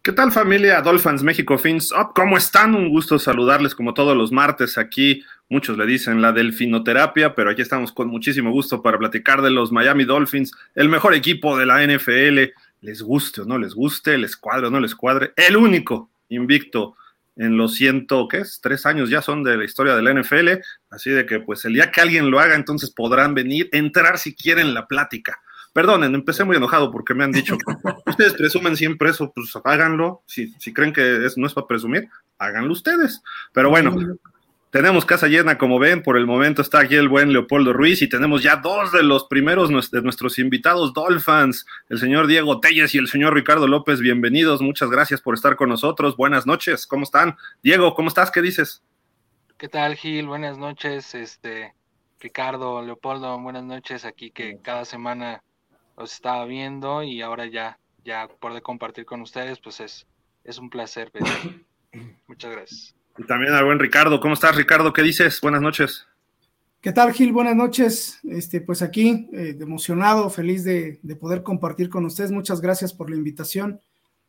¿Qué tal, familia Dolphins México Fins Up? ¿Cómo están? Un gusto saludarles como todos los martes aquí. Muchos le dicen la delfinoterapia, pero aquí estamos con muchísimo gusto para platicar de los Miami Dolphins, el mejor equipo de la NFL. Les guste o no les guste, les cuadre o no les cuadre, el único invicto en los ¿qué es? 3 años ya son de la historia de la NFL. Así de que, pues, el día que alguien lo haga, entonces podrán venir, entrar si quieren la plática. Perdonen, empecé muy enojado porque me han dicho que ustedes presumen siempre eso, pues háganlo. Si creen que no es para presumir, háganlo ustedes. Pero bueno, tenemos casa llena, como ven, por el momento está aquí el buen Leopoldo Ruiz y tenemos ya dos de los primeros de nuestros invitados Dolphins, el señor Diego Telles y el señor Ricardo López. Bienvenidos, muchas gracias por estar con nosotros. Buenas noches, ¿cómo están? Diego, ¿cómo estás? ¿Qué dices? ¿Qué tal, Gil? Buenas noches, Ricardo, Leopoldo, buenas noches, aquí que cada semana los estaba viendo y ahora ya poder compartir con ustedes, pues es un placer venir. Muchas gracias. Y también al buen Ricardo, ¿cómo estás, Ricardo? ¿Qué dices? Buenas noches. ¿Qué tal, Gil? Buenas noches. Pues aquí, emocionado, feliz de poder compartir con ustedes. Muchas gracias por la invitación,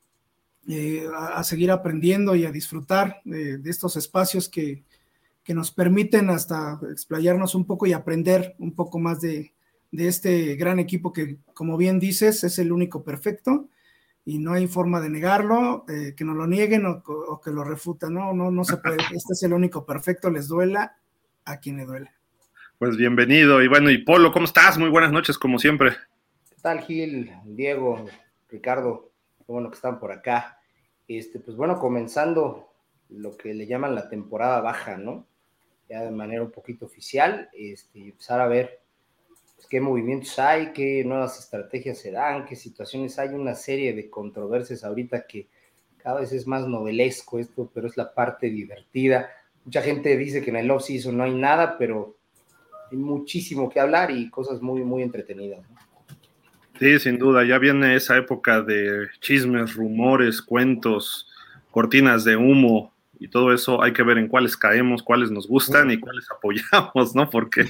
a seguir aprendiendo y a disfrutar de estos espacios que nos permiten hasta explayarnos un poco y aprender un poco más de este gran equipo que, como bien dices, es el único perfecto y no hay forma de negarlo, que nos lo nieguen o que lo refutan. No se puede. Este es el único perfecto, les duela a quien le duele. Pues bienvenido. Y bueno, y Polo, ¿cómo estás? Muy buenas noches, como siempre. ¿Qué tal, Gil, Diego, Ricardo? Qué bueno que están por acá. Pues bueno, comenzando lo que le llaman la temporada baja, ¿no? Ya de manera un poquito oficial, empezar a ver pues, qué movimientos hay, qué nuevas estrategias se dan, qué situaciones hay, una serie de controversias ahorita que cada vez es más novelesco esto, pero es la parte divertida. Mucha gente dice que en el off-season no hay nada, pero hay muchísimo que hablar y cosas muy, muy entretenidas, ¿no? Sí, sin duda, ya viene esa época de chismes, rumores, cuentos, cortinas de humo y todo eso. Hay que ver en cuáles caemos, cuáles nos gustan y cuáles apoyamos, ¿no? Porque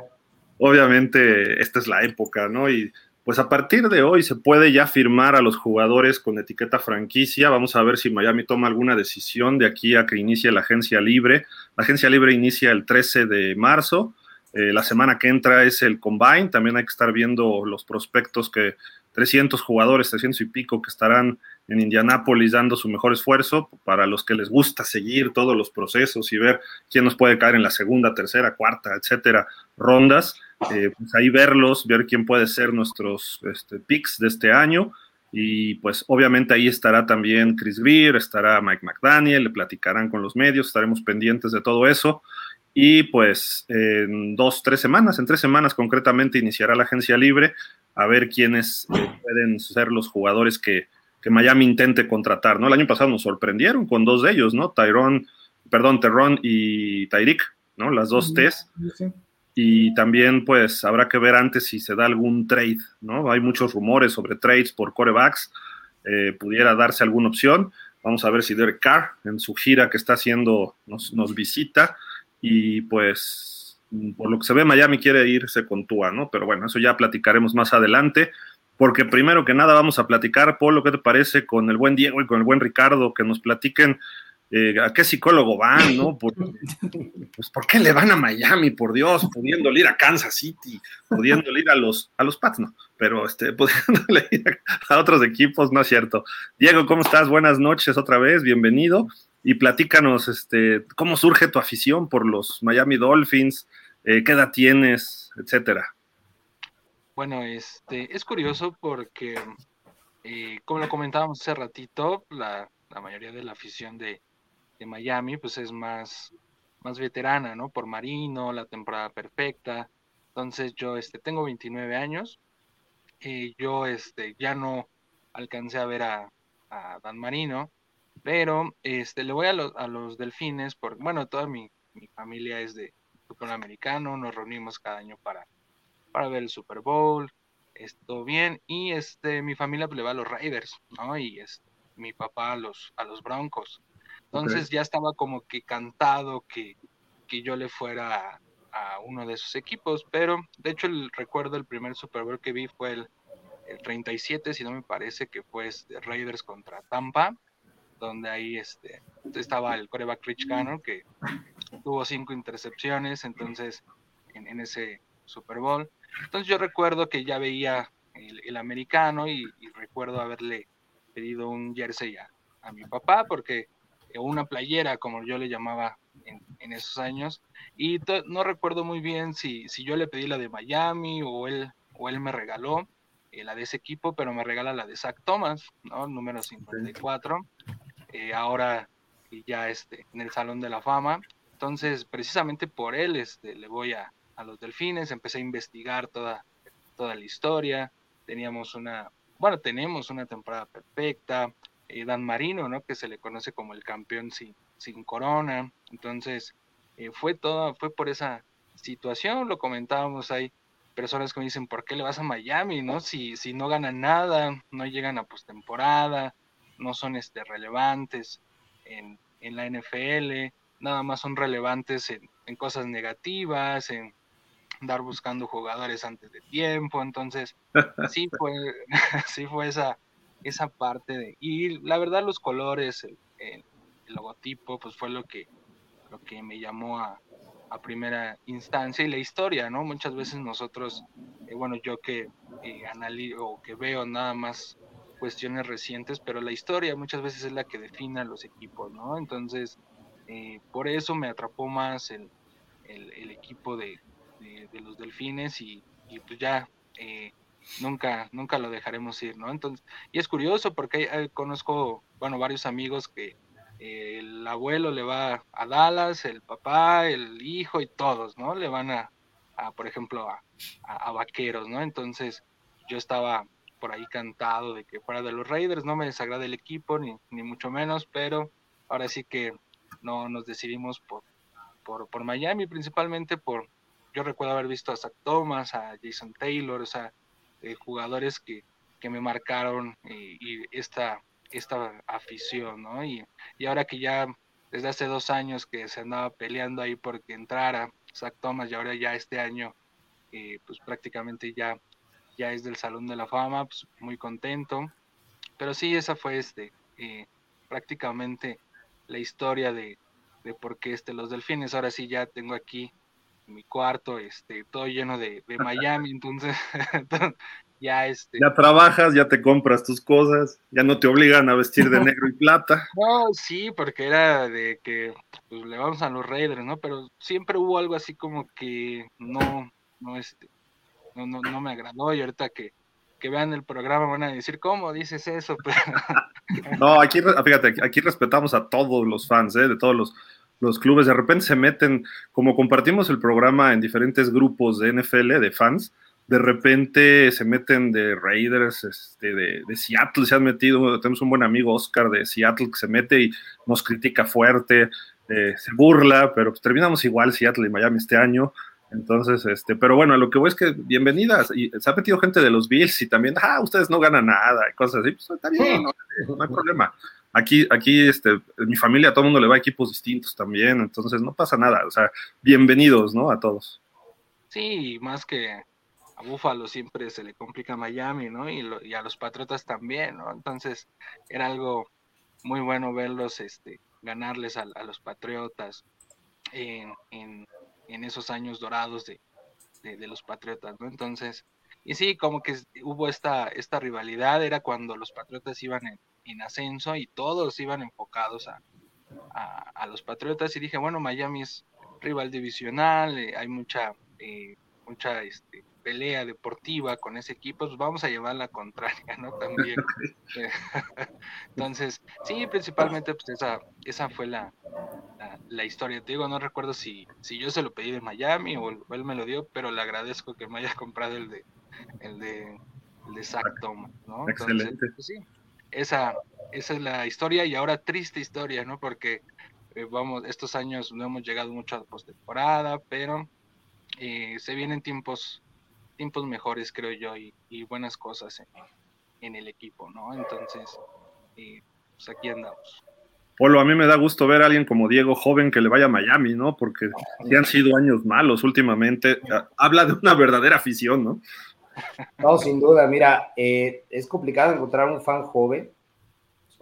obviamente esta es la época, ¿no? Y pues a partir de hoy se puede ya firmar a los jugadores con etiqueta franquicia. Vamos a ver si Miami toma alguna decisión de aquí a que inicie la agencia libre. La agencia libre inicia el 13 de marzo. La semana que entra es el Combine, también hay que estar viendo los prospectos 300 jugadores, 300 y pico que estarán en Indianápolis dando su mejor esfuerzo para los que les gusta seguir todos los procesos y ver quién nos puede caer en la segunda, tercera, cuarta, etcétera, rondas. Pues ahí verlos, ver quién puede ser nuestros picks de este año. Y pues obviamente ahí estará también Chris Greer, estará Mike McDaniel, le platicarán con los medios, estaremos pendientes de todo eso. Y pues en 2, 3 semanas, en 3 semanas concretamente iniciará la agencia libre a ver quiénes pueden ser los jugadores que Miami intente contratar, ¿no? El año pasado nos sorprendieron con dos de ellos, ¿no? Terron y Tyreek, ¿no? Las dos T's. Sí. Y también pues habrá que ver antes si se da algún trade, ¿no? Hay muchos rumores sobre trades por quarterbacks, pudiera darse alguna opción. Vamos a ver si Derek Carr en su gira que está haciendo nos visita. Y pues, por lo que se ve, Miami quiere irse con Tua, ¿no? Pero bueno, eso ya platicaremos más adelante, porque primero que nada vamos a platicar, Polo, ¿qué te parece con el buen Diego y con el buen Ricardo, que nos platiquen a qué psicólogo van, ¿no? Pues, ¿por qué le van a Miami, por Dios? Pudiéndole ir a Kansas City, pudiéndole ir a los Pats, no, pero pudiéndole ir a otros equipos, no es cierto. Diego, ¿cómo estás? Buenas noches otra vez, bienvenido. Y platícanos, ¿cómo surge tu afición por los Miami Dolphins? ¿Qué edad tienes? Etcétera. Bueno, es curioso porque, como lo comentábamos hace ratito, la mayoría de la afición de Miami, pues es más veterana, ¿no? Por Marino, la temporada perfecta. Entonces yo, tengo 29 años. Yo, ya no alcancé a ver a Dan Marino, pero, le voy a los Delfines, porque, bueno, toda mi familia es de fútbol americano, nos reunimos cada año para ver el Super Bowl, todo bien, y, mi familia pues, le va a los Raiders, ¿no? Y, mi papá a los Broncos. Okay. Entonces ya estaba como que cantado que yo le fuera a uno de esos equipos, pero de hecho recuerdo el primer Super Bowl que vi fue el 37, si no me parece, que fue Raiders contra Tampa, donde ahí estaba el quarterback Rich Gannon, que tuvo 5 intercepciones, entonces, en ese Super Bowl. Entonces yo recuerdo que ya veía el americano y recuerdo haberle pedido un jersey a mi papá, porque una playera, como yo le llamaba en esos años, y no recuerdo muy bien si yo le pedí la de Miami o él me regaló la de ese equipo, pero me regala la de Zach Thomas, ¿no? Número 54, ahora ya en el Salón de la Fama. Entonces, precisamente por él le voy a los Delfines, empecé a investigar toda la historia, tenemos una temporada perfecta, Dan Marino, ¿no? Que se le conoce como el campeón sin corona, entonces fue por esa situación, lo comentábamos, hay personas que me dicen, ¿por qué le vas a Miami, no? Si no ganan nada, no llegan a postemporada, no son relevantes en la NFL, nada más son relevantes en cosas negativas, en andar buscando jugadores antes de tiempo, entonces sí fue esa parte y la verdad los colores, el logotipo, pues fue lo que me llamó a primera instancia, y la historia, ¿no? Muchas veces nosotros, yo que analizo o que veo nada más cuestiones recientes, pero la historia muchas veces es la que define a los equipos, ¿no? Entonces, por eso me atrapó más el equipo de los Delfines y pues ya nunca lo dejaremos ir, ¿no? Entonces, y es curioso porque conozco, varios amigos que el abuelo le va a Dallas, el papá, el hijo y todos, ¿no? Le van a por ejemplo, a Vaqueros, ¿no? Entonces, yo estaba por ahí cantado de que fuera de los Raiders, no me desagrada el equipo, ni mucho menos, pero ahora sí que no nos decidimos por Miami, principalmente yo recuerdo haber visto a Zach Thomas, a Jason Taylor, o sea, jugadores que me marcaron y esta afición, ¿no? Y ahora que ya desde hace 2 años que se andaba peleando ahí porque entrara Zach Thomas, y ahora ya este año, pues prácticamente ya es del Salón de la Fama, pues muy contento. Pero sí, esa fue prácticamente la historia de por qué los Delfines. Ahora sí ya tengo aquí mi cuarto todo lleno de Miami, entonces ya Ya trabajas, ya te compras tus cosas, ya no te obligan a vestir de negro y plata. No, sí, porque era de que pues le vamos a los Raiders, ¿no? Pero siempre hubo algo así como que no me agradó, y ahorita que vean el programa van a decir, ¿cómo dices eso? No, fíjate, aquí respetamos a todos los fans, de todos los clubes. De repente se meten, como compartimos el programa en diferentes grupos de NFL, de fans, de repente se meten de Raiders, de Seattle se han metido. Tenemos un buen amigo, Oscar, de Seattle, que se mete y nos critica fuerte, se burla, pero pues terminamos igual Seattle y Miami este año. Entonces, pero bueno, a lo que voy es que bienvenidas, y se ha metido gente de los Bills y también, ustedes no ganan nada, y cosas así, pues está bien, no hay problema. Aquí, mi familia, a todo el mundo le va a equipos distintos también, entonces no pasa nada, o sea, bienvenidos, ¿no? A todos. Sí, más que a Buffalo siempre se le complica a Miami, ¿no? Y a los Patriotas también, ¿no? Entonces, era algo muy bueno verlos, ganarles a los Patriotas en esos años dorados de los Patriotas, ¿no? Entonces, y sí, como que hubo esta rivalidad, era cuando los Patriotas iban en ascenso y todos iban enfocados a los Patriotas, y dije, bueno, Miami es rival divisional, hay mucha pelea deportiva con ese equipo, pues vamos a llevar la contraria, ¿no? También. Entonces, sí, principalmente pues esa fue la historia. Te digo, no recuerdo si yo se lo pedí de Miami o él me lo dio, pero le agradezco que me haya comprado el de Zach Thomas, ¿no? Excelente. Entonces, pues sí, esa es la historia, y ahora triste historia, ¿no? Porque estos años no hemos llegado mucho a la postemporada, pero se vienen tiempos mejores, creo yo, y buenas cosas en el equipo, ¿no? Entonces, pues aquí andamos. Polo, a mí me da gusto ver a alguien como Diego, joven, que le vaya a Miami, ¿no? Porque sí han sido años malos últimamente. Habla de una verdadera afición, ¿no? No, sin duda, mira, es complicado encontrar un fan joven,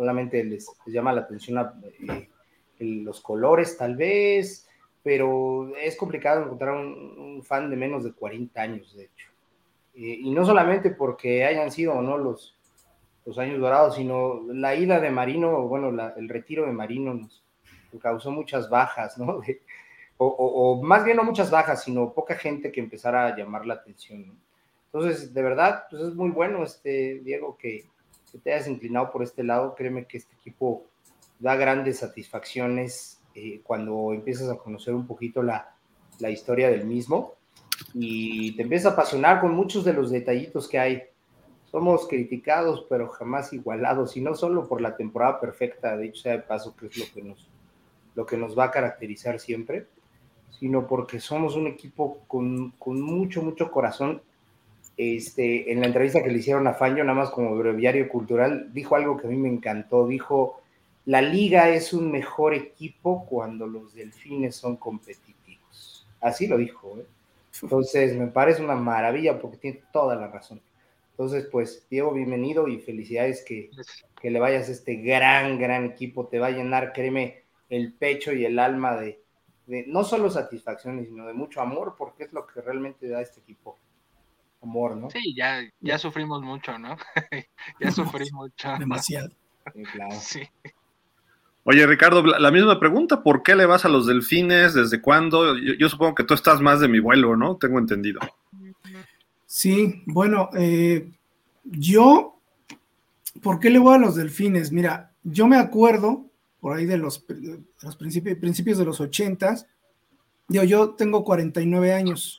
solamente les llama la atención los colores tal vez, pero es complicado encontrar un fan de menos de 40 años, de hecho. Y no solamente porque hayan sido o no los años dorados, sino la ida de Marino, bueno, el retiro de Marino nos causó muchas bajas, ¿no? O más bien no muchas bajas, sino poca gente que empezara a llamar la atención, ¿no? Entonces, de verdad, pues es muy bueno, Diego, que te hayas inclinado por este lado. Créeme que este equipo da grandes satisfacciones cuando empiezas a conocer un poquito la historia del mismo y te empiezas a apasionar con muchos de los detallitos que hay. Somos criticados, pero jamás igualados, y no solo por la temporada perfecta, de hecho sea de paso, que es lo que nos va a caracterizar siempre, sino porque somos un equipo con mucho, mucho corazón. En la entrevista que le hicieron a Fangio, nada más como breviario cultural, dijo algo que a mí me encantó, dijo: la liga es un mejor equipo cuando los delfines son competitivos. Así lo dijo, ¿eh? Entonces me parece una maravilla porque tiene toda la razón. Entonces, pues, Diego, bienvenido y felicidades que le vayas a este gran equipo. Te va a llenar, créeme, el pecho y el alma de no solo satisfacciones, sino de mucho amor, porque es lo que realmente da este equipo. Amor, ¿no? Sí, ya sufrimos mucho, ¿no? Ya sufrí mucho. Demasiado. Sí, claro. Sí. Oye, Ricardo, la misma pregunta, ¿por qué le vas a los Delfines? ¿Desde cuándo? Yo supongo que tú estás más de mi vuelo, ¿no? Tengo entendido. Sí, bueno, yo, ¿por qué le voy a los Delfines? Mira, yo me acuerdo, por ahí de los principios de los 80s, yo tengo 49 años,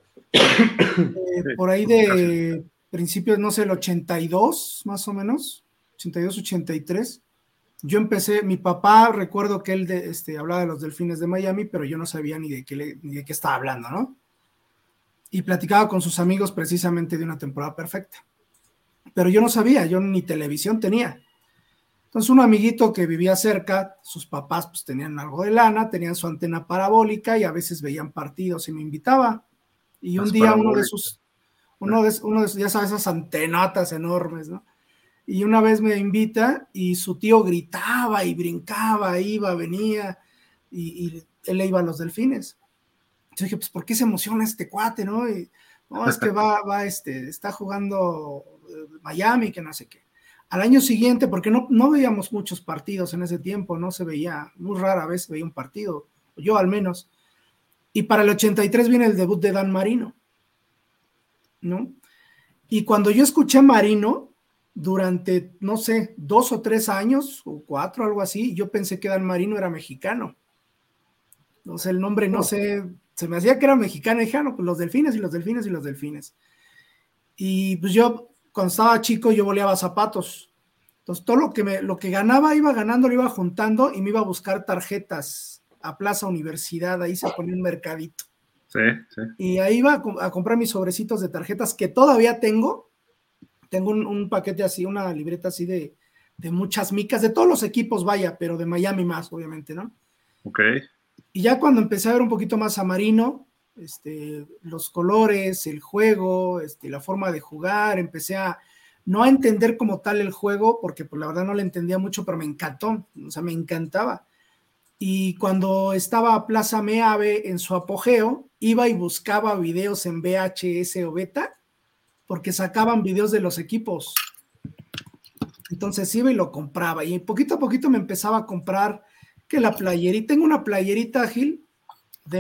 por ahí de principios, no sé, el 82, más o menos, 82, 83, yo empecé, mi papá, recuerdo que él hablaba de los Delfines de Miami, pero yo no sabía ni de qué estaba hablando, ¿no? Y platicaba con sus amigos precisamente de una temporada perfecta. Pero yo no sabía, yo ni televisión tenía. Entonces un amiguito que vivía cerca, sus papás pues tenían algo de lana, tenían su antena parabólica y a veces veían partidos y me invitaba. Y un día uno de esos, ya sabes, esas antenotas enormes, ¿no? Y una vez me invita y su tío gritaba y brincaba, iba, venía, y él le iba a los Delfines. Yo dije, pues, ¿por qué se emociona este cuate, no? Y, no, es que está jugando Miami, que no sé qué. Al año siguiente, porque no veíamos muchos partidos en ese tiempo, no se veía, muy rara vez veía un partido, yo al menos. Y para el 83 viene el debut de Dan Marino, ¿no? Y cuando yo escuché Marino, durante, no sé, 2 o 3 años, o 4, algo así, yo pensé que Dan Marino era mexicano. O sea, el nombre, no sé, se me hacía que era mexicano, y dije, no, pues los Delfines y los Delfines y los Delfines. Y pues yo, cuando estaba chico, yo boleaba zapatos. Entonces, todo lo que ganaba, iba ganando, lo iba juntando y me iba a buscar tarjetas a Plaza Universidad, ahí se ponía un mercadito. Sí, sí. Y ahí iba a comprar mis sobrecitos de tarjetas que todavía tengo. Tengo un paquete así, una libreta así de muchas micas, de todos los equipos, vaya, pero de Miami más, obviamente, ¿no? Ok. Y ya cuando empecé a ver un poquito más a Marino, los colores, el juego, la forma de jugar, empecé a no a entender como tal el juego, porque pues la verdad no le entendía mucho, pero me encantó, o sea, me encantaba. Y cuando estaba Plaza Meave en su apogeo, iba y buscaba videos en VHS o beta, porque sacaban videos de los equipos. Entonces iba y lo compraba, y poquito a poquito me empezaba a comprar que la playerita, tengo una playerita, Gil, de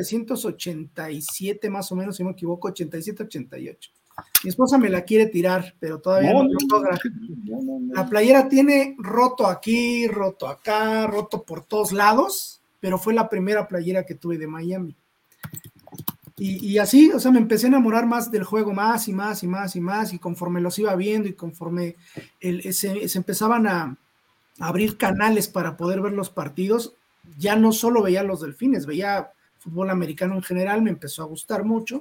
1987 más o menos, si no me equivoco, 87-88. Mi esposa me la quiere tirar, pero todavía no logra. La playera tiene roto aquí, roto acá, roto por todos lados, pero fue la primera playera que tuve de Miami. Y así, o sea, me empecé a enamorar más del juego, más y más y más y más, y conforme los iba viendo y conforme se empezaban a abrir canales para poder ver los partidos, ya no solo veía los Delfines, veía fútbol americano en general, me empezó a gustar mucho.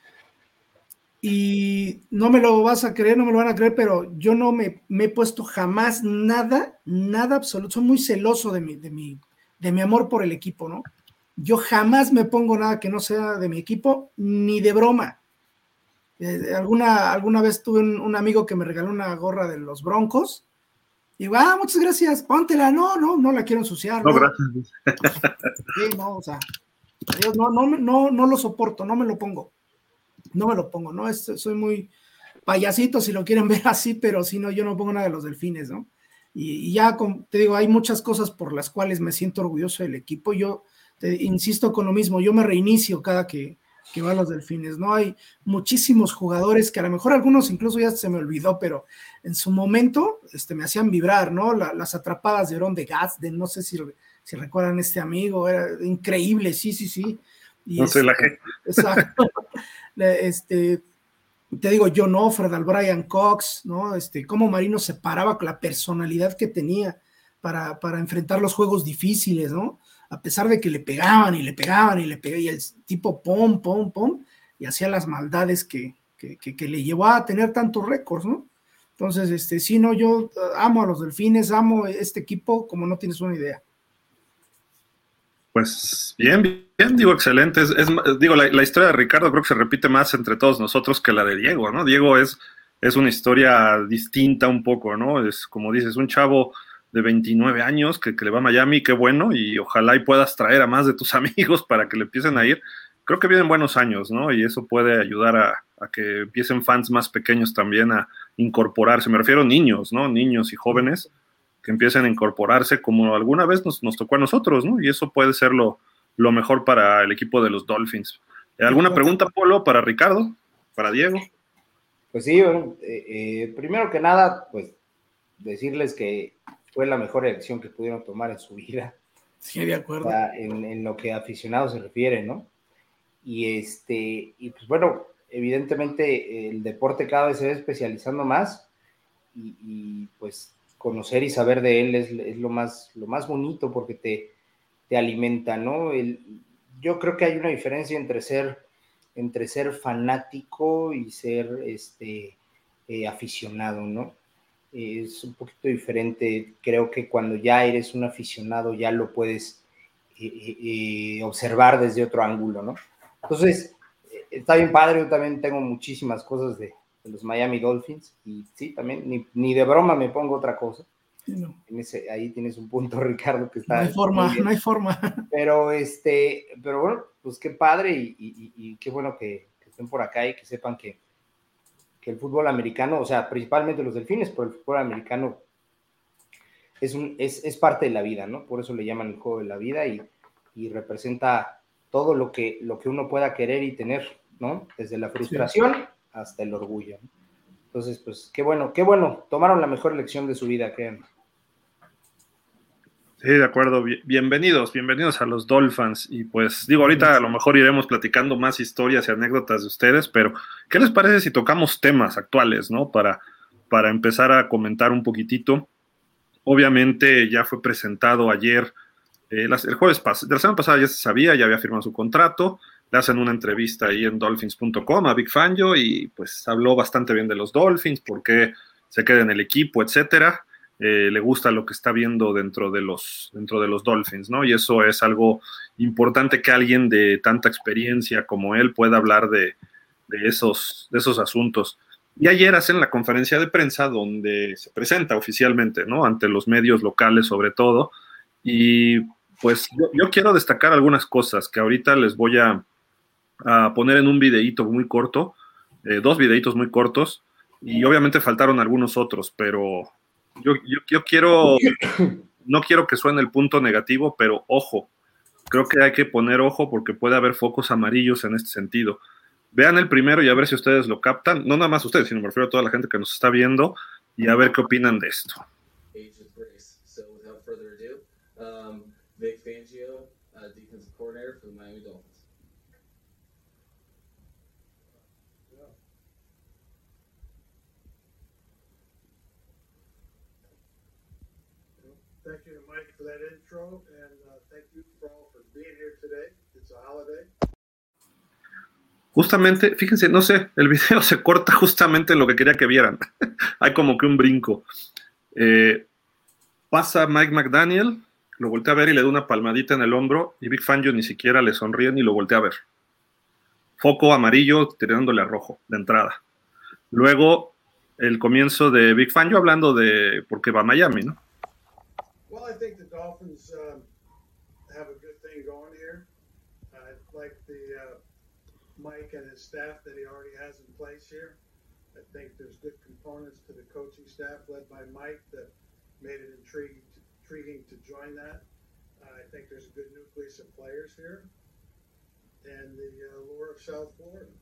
Y no me lo vas a creer, no me lo van a creer, pero yo no me he puesto jamás nada absoluto. Soy muy celoso de mi amor por el equipo, ¿no? Yo jamás me pongo nada que no sea de mi equipo, ni de broma. Alguna vez tuve un amigo que me regaló una gorra de los Broncos, Y digo, muchas gracias, póntela. No la quiero ensuciar. No, gracias. Sí, no, o sea, no lo soporto, no me lo pongo, no, soy muy payasito si lo quieren ver así, pero si no, yo no pongo nada de los Delfines, ¿no? Y ya, te digo, hay muchas cosas por las cuales me siento orgulloso del equipo. Yo te insisto con lo mismo, yo me reinicio cada que va a los Delfines, ¿no? Hay muchísimos jugadores que a lo mejor algunos incluso ya se me olvidó, pero en su momento me hacían vibrar, ¿no? Las atrapadas de Orón de Gadsden, no sé si recuerdan este amigo, era increíble, sí. Y no sé, la gente. Exacto. Te digo, John Ofred, Brian Cox, ¿no? Cómo Marino se paraba con la personalidad que tenía para enfrentar los juegos difíciles, ¿no? A pesar de que le pegaban, y el tipo pom, y hacía las maldades que le llevó a tener tantos récords, ¿no? Entonces, sí, no, yo amo a los Delfines, amo este equipo como no tienes una idea. Pues bien, digo, excelente. Digo, la historia de Ricardo creo que se repite más entre todos nosotros que la de Diego, ¿no? Diego es una historia distinta un poco, ¿no? Es, como dices, un chavo de 29 años que le va a Miami, qué bueno, y ojalá y puedas traer a más de tus amigos para que le empiecen a ir. Creo que vienen buenos años, ¿no? Y eso puede ayudar a que empiecen fans más pequeños también a incorporarse. Me refiero a niños, ¿no? Niños y jóvenes que empiecen a incorporarse como alguna vez nos tocó a nosotros, ¿no? Y eso puede ser lo mejor para el equipo de los Dolphins. ¿Alguna pregunta, Polo, para Ricardo? ¿Para Diego? Pues sí, bueno, primero que nada, pues decirles que fue la mejor elección que pudieron tomar en su vida. Sí, de acuerdo. O sea, en lo que a aficionados se refiere, ¿no? Y pues bueno, evidentemente el deporte cada vez se va especializando más y pues conocer y saber de él es lo más bonito porque te alimenta, ¿no? Yo creo que hay una diferencia entre ser fanático y ser aficionado, ¿no? Es un poquito diferente. Creo que cuando ya eres un aficionado ya lo puedes observar desde otro ángulo, ¿no? Entonces, está bien padre. Yo también tengo muchísimas cosas de los Miami Dolphins y sí, también ni de broma me pongo otra cosa. No. Ahí tienes un punto, Ricardo, que está... No hay forma. Pero bueno, pues qué padre y qué bueno que estén por acá y que sepan que el fútbol americano, o sea, principalmente los Delfines, pero el fútbol americano es parte de la vida, ¿no? Por eso le llaman el juego de la vida y representa todo lo que uno pueda querer y tener, ¿no? Desde la frustración hasta el orgullo, ¿no? Entonces, pues, qué bueno, tomaron la mejor elección de su vida, créanme. Sí, de acuerdo. Bienvenidos a los Dolphins. Y pues digo, ahorita a lo mejor iremos platicando más historias y anécdotas de ustedes, pero ¿qué les parece si tocamos temas actuales, ¿no? Para empezar a comentar un poquitito. Obviamente ya fue presentado ayer, el jueves de la semana pasada ya se sabía, ya había firmado su contrato, le hacen una entrevista ahí en dolphins.com a Vic Fangio y pues habló bastante bien de los Dolphins, por qué se queda en el equipo, etcétera. Le gusta lo que está viendo dentro de los Dolphins, ¿no? Y eso es algo importante que alguien de tanta experiencia como él pueda hablar de esos asuntos. Y ayer hacen la conferencia de prensa donde se presenta oficialmente, ¿no? Ante los medios locales sobre todo. Y pues yo quiero destacar algunas cosas que ahorita les voy a poner en un videíto muy corto, 2 videitos muy cortos, y obviamente faltaron algunos otros, pero yo quiero, no quiero que suene el punto negativo, pero ojo, creo que hay que poner ojo porque puede haber focos amarillos en este sentido. Vean el primero y a ver si ustedes lo captan, no nada más ustedes, sino me refiero a toda la gente que nos está viendo y a ver qué opinan de esto. Vic Fangio, defensive coordinator for the Miami Dolphins. Thank you to Mike for that intro, and thank you all for being here today. It's a holiday. Justamente, fíjense, no sé, el video se corta justamente en lo que quería que vieran. Hay como que un brinco. Pasa Mike McDaniel, lo voltea a ver y le da una palmadita en el hombro y Vic Fangio ni siquiera le sonríe ni lo voltea a ver. Foco amarillo tirándole a rojo de entrada. Luego el comienzo de Big Fangio hablando de por qué va a Miami, ¿no? Well, I think the Dolphins have a good thing going here. I like the Mike and his staff that he already has in place here. I think there's good components to the coaching staff led by Mike that made it intriguing to join that. I think there's a good nucleus of players here and the lure of South Florida.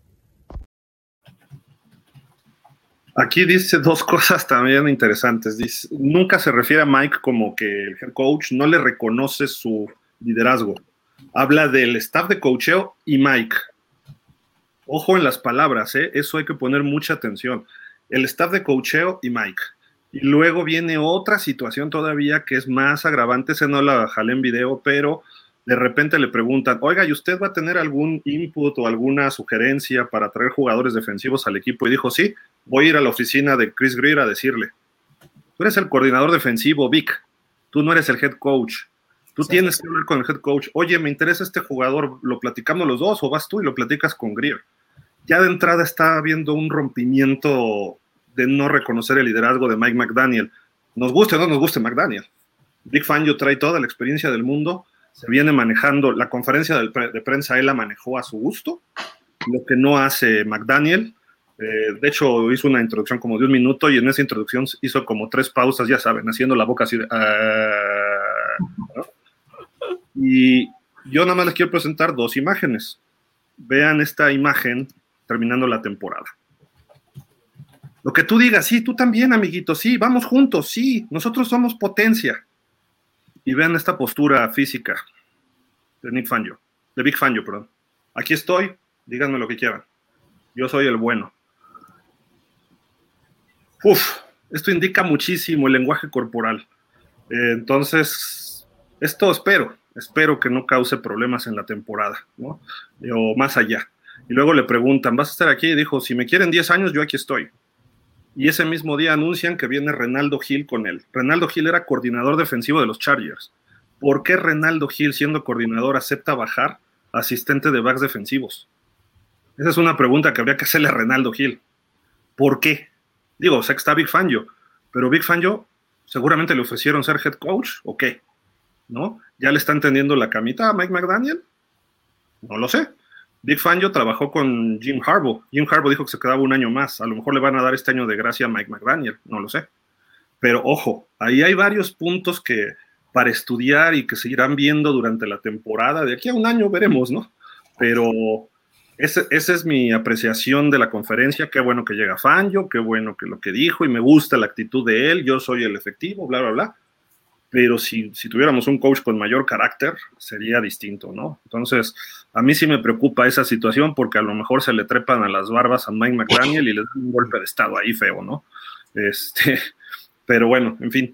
Aquí dice dos cosas también interesantes. Dice, nunca se refiere a Mike como que el head coach no le reconoce su liderazgo. Habla del staff de coacheo y Mike. Ojo en las palabras, eso hay que poner mucha atención. El staff de coacheo y Mike. Y luego viene otra situación todavía que es más agravante, ese no la jalé en video, pero de repente le preguntan, oiga, ¿y usted va a tener algún input o alguna sugerencia para traer jugadores defensivos al equipo? Y dijo, sí, voy a ir a la oficina de Chris Grier a decirle, tú eres el coordinador defensivo, Vic, tú no eres el head coach, tú tienes que hablar con el head coach, oye, me interesa este jugador, ¿lo platicamos los dos o vas tú y lo platicas con Grier? Ya de entrada está habiendo un rompimiento de no reconocer el liderazgo de Mike McDaniel. Nos guste o no nos guste McDaniel. Big Fangio trae toda la experiencia del mundo, se viene manejando, la conferencia de prensa él la manejó a su gusto, lo que no hace McDaniel. De hecho, hizo una introducción como de 1 minuto y en esa introducción hizo como 3 pausas, ya saben, haciendo la boca así de... ¿no? Y yo nada más les quiero presentar 2 imágenes. Vean esta imagen terminando la temporada. Lo que tú digas, sí, tú también, amiguito, sí, vamos juntos, sí, nosotros somos potencia. Y vean esta postura física de Big Fangio, perdón. Aquí estoy, díganme lo que quieran. Yo soy el bueno. Esto indica muchísimo el lenguaje corporal. Entonces, esto espero que no cause problemas en la temporada, ¿no? O más allá. Y luego le preguntan, ¿vas a estar aquí? Y dijo, si me quieren 10 años, yo aquí estoy. Y ese mismo día anuncian que viene Renaldo Hill con él. Renaldo Hill era coordinador defensivo de los Chargers. ¿Por qué Renaldo Hill, siendo coordinador, acepta bajar asistente de backs defensivos? Esa es una pregunta que habría que hacerle a Renaldo Hill. ¿Por qué? Digo, sé que está Big Fangio, pero Big Fangio seguramente le ofrecieron ser head coach, ¿o qué? ¿No? ¿Ya le están tendiendo la camita a Mike McDaniel? No lo sé. Big Fangio trabajó con Jim Harbaugh. Jim Harbaugh dijo que se quedaba 1 año más. A lo mejor le van a dar este año de gracia a Mike McDaniel, no lo sé. Pero ojo, ahí hay varios puntos que para estudiar y que se irán viendo durante la temporada. De aquí a 1 año veremos, ¿no? Pero esa es mi apreciación de la conferencia. Qué bueno que llega Fangio, qué bueno que lo que dijo y me gusta la actitud de él. Yo soy el efectivo, bla, bla, bla. Pero si tuviéramos un coach con mayor carácter, sería distinto, ¿no? Entonces, a mí sí me preocupa esa situación porque a lo mejor se le trepan a las barbas a Mike McDaniel y le dan un golpe de estado ahí feo, ¿no? Pero bueno, en fin,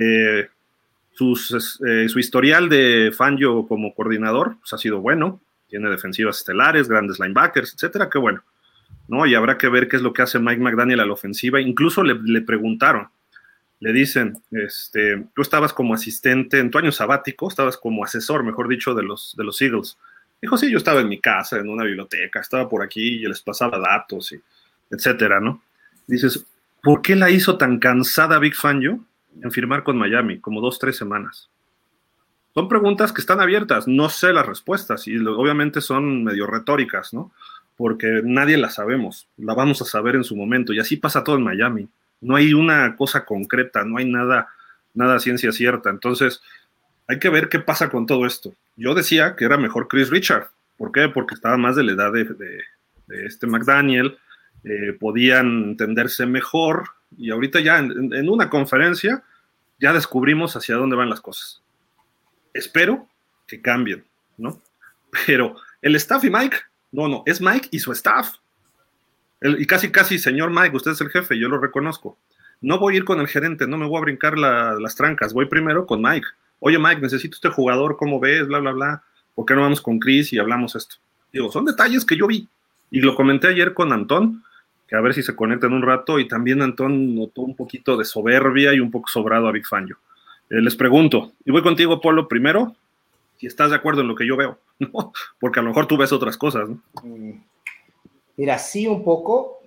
su historial de Fangio como coordinador pues, ha sido bueno, tiene defensivas estelares, grandes linebackers, etcétera, qué bueno, ¿no? Y habrá que ver qué es lo que hace Mike McDaniel a la ofensiva. Incluso le preguntaron, le dicen, tú estabas como asistente en tu año sabático, estabas como asesor, mejor dicho, de los Eagles. Dijo, sí, yo estaba en mi casa, en una biblioteca, estaba por aquí y les pasaba datos, y etcétera, ¿no? Dices, ¿por qué la hizo tan cansada Big Fangio en firmar con Miami? Como 2-3 semanas. Son preguntas que están abiertas, no sé las respuestas, y obviamente son medio retóricas, ¿no? Porque nadie las sabemos, la vamos a saber en su momento, y así pasa todo en Miami. No hay una cosa concreta, no hay nada ciencia cierta. Entonces, hay que ver qué pasa con todo esto. Yo decía que era mejor Chris Richard. ¿Por qué? Porque estaba más de la edad de McDaniel, podían entenderse mejor, y ahorita ya en una conferencia ya descubrimos hacia dónde van las cosas. Espero que cambien, ¿no? Pero el staff y Mike, no, es Mike y su staff. Y casi, señor Mike, usted es el jefe, yo lo reconozco. No voy a ir con el gerente, no me voy a brincar las trancas, voy primero con Mike. Oye, Mike, necesito este jugador, ¿cómo ves? Bla, bla, bla. ¿Por qué no vamos con Chris y hablamos esto? Digo, son detalles que yo vi. Y lo comenté ayer con Antón, que a ver si se conecta en un rato, y también Antón notó un poquito de soberbia y un poco sobrado a Big Fangio. Les pregunto, y voy contigo, Polo, primero, si estás de acuerdo en lo que yo veo, ¿no? Porque a lo mejor tú ves otras cosas, ¿no? Mira, sí un poco,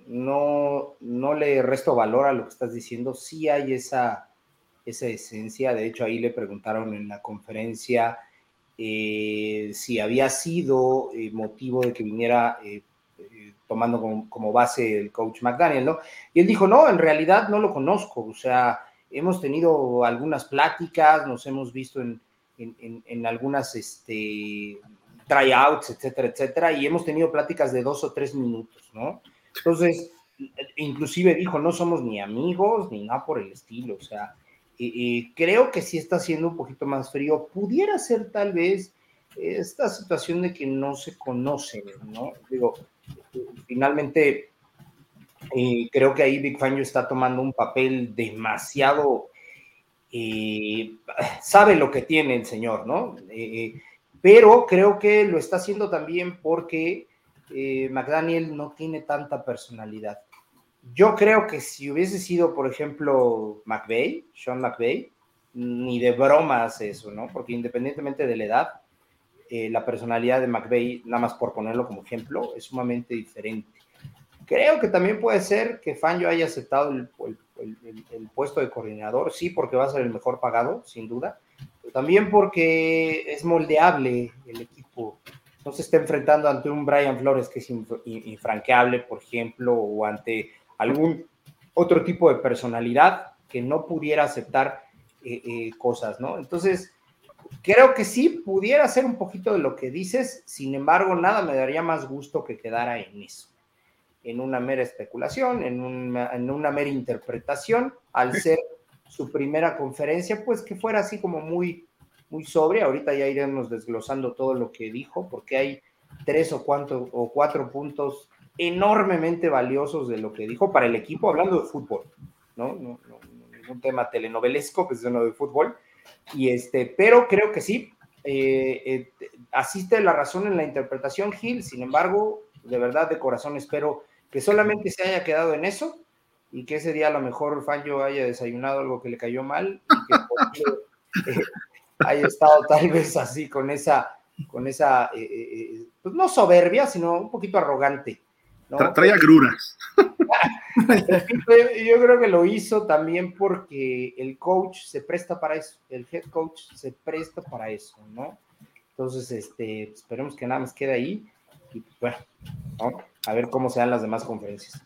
no le resto valor a lo que estás diciendo. Sí hay esa esencia. De hecho, ahí le preguntaron en la conferencia si había sido motivo de que viniera tomando como base el coach McDaniel, ¿no? Y él dijo, no, en realidad no lo conozco. O sea, hemos tenido algunas pláticas, nos hemos visto en algunas tryouts, etcétera, etcétera, y hemos tenido pláticas de 2 o 3 minutos, ¿no? Entonces, inclusive dijo, no somos ni amigos ni nada por el estilo. O sea, creo que sí está siendo un poquito más frío. Pudiera ser tal vez esta situación de que no se conocen, ¿no? Digo, finalmente creo que ahí Big Fangio está tomando un papel demasiado, sabe lo que tiene el señor, ¿no? Pero creo que lo está haciendo también porque McDaniel no tiene tanta personalidad. Yo creo que si hubiese sido, por ejemplo, Sean McVay, ni de broma hace eso, ¿no? Porque independientemente de la edad, la personalidad de McVay, nada más por ponerlo como ejemplo, es sumamente diferente. Creo que también puede ser que Fangio haya aceptado el puesto de coordinador, sí, porque va a ser el mejor pagado, sin duda, pero también porque es moldeable el equipo. No se está enfrentando ante un Brian Flores que es infranqueable, por ejemplo, o ante algún otro tipo de personalidad que no pudiera aceptar cosas, ¿no? Entonces, creo que sí pudiera ser un poquito de lo que dices, sin embargo, nada me daría más gusto que quedara en eso, en una mera especulación, en una mera interpretación, al ser su primera conferencia, pues que fuera así como muy, muy sobria. Ahorita ya iremos desglosando todo lo que dijo, porque hay 3 o 4 puntos enormemente valiosos de lo que dijo para el equipo, hablando de fútbol, ¿no? No ningún tema telenovelesco, pues uno de fútbol, pero creo que sí, asiste la razón en la interpretación, Gil. Sin embargo, de verdad, de corazón espero que solamente se haya quedado en eso y que ese día a lo mejor Fangio haya desayunado algo que le cayó mal y que por eso, haya estado tal vez así con esa pues no soberbia, sino un poquito arrogante, ¿no? Trae agruras. Yo creo que lo hizo también porque el coach se presta para eso, el head coach se presta para eso, ¿no? Entonces, esperemos que nada más quede ahí y bueno, ¿no? A ver cómo se dan las demás conferencias.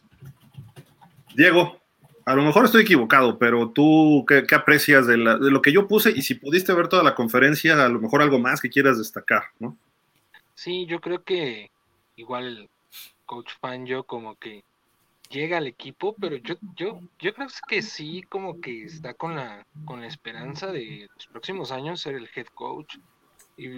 Diego, a lo mejor estoy equivocado, pero tú, ¿qué aprecias de lo que yo puse? Y si pudiste ver toda la conferencia, a lo mejor algo más que quieras destacar, ¿no? Sí, yo creo que igual Coach Fangio como que llega al equipo, pero yo creo que sí, como que está con la esperanza de los próximos años ser el head coach. Y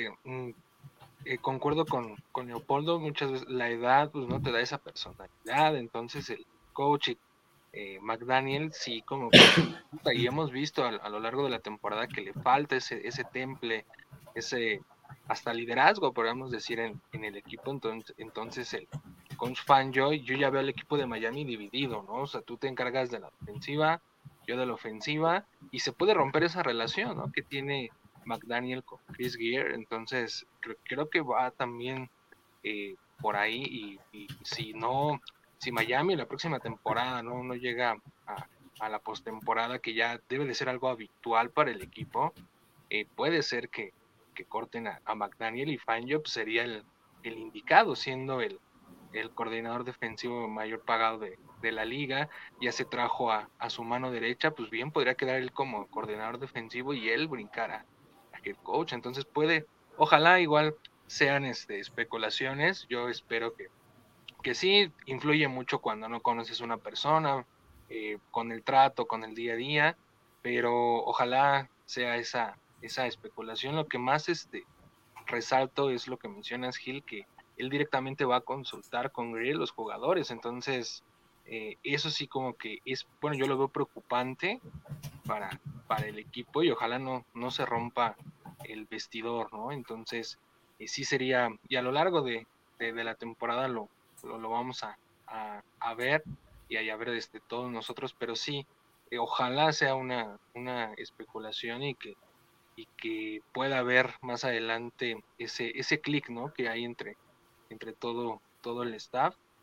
concuerdo con Leopoldo, muchas veces la edad pues no te da esa personalidad, entonces el coach McDaniel sí como que y hemos visto a lo largo de la temporada que le falta ese temple, ese hasta liderazgo, podríamos decir, en el equipo. Entonces el coach Fangio, yo ya veo al equipo de Miami dividido, ¿no? O sea, tú te encargas de la ofensiva, yo de la ofensiva, y se puede romper esa relación, ¿no? Que tiene McDaniel con Chris Gear. Entonces creo que va también por ahí, y si Miami la próxima temporada no llega a la postemporada, que ya debe de ser algo habitual para el equipo, puede ser que corten a McDaniel, y Fangio pues, sería el indicado, siendo el coordinador defensivo mayor pagado de la liga. Ya se trajo a su mano derecha, pues bien podría quedar él como coordinador defensivo y él brincar a head coach. Entonces ojalá igual sean especulaciones. Yo espero que sí, influye mucho cuando no conoces a una persona, con el trato, con el día a día, pero ojalá sea esa especulación. Lo que más resalto es lo que mencionas, Gil, que él directamente va a consultar con Grill los jugadores. Entonces eso sí como que bueno, yo lo veo preocupante para el equipo, y ojalá no se rompa el vestidor, ¿no? Entonces sí sería, y a lo largo de la temporada lo vamos a ver, y a ver todos nosotros, pero sí, ojalá sea una especulación, y que pueda haber más adelante ese clic, ¿no? Que hay entre todo el staff,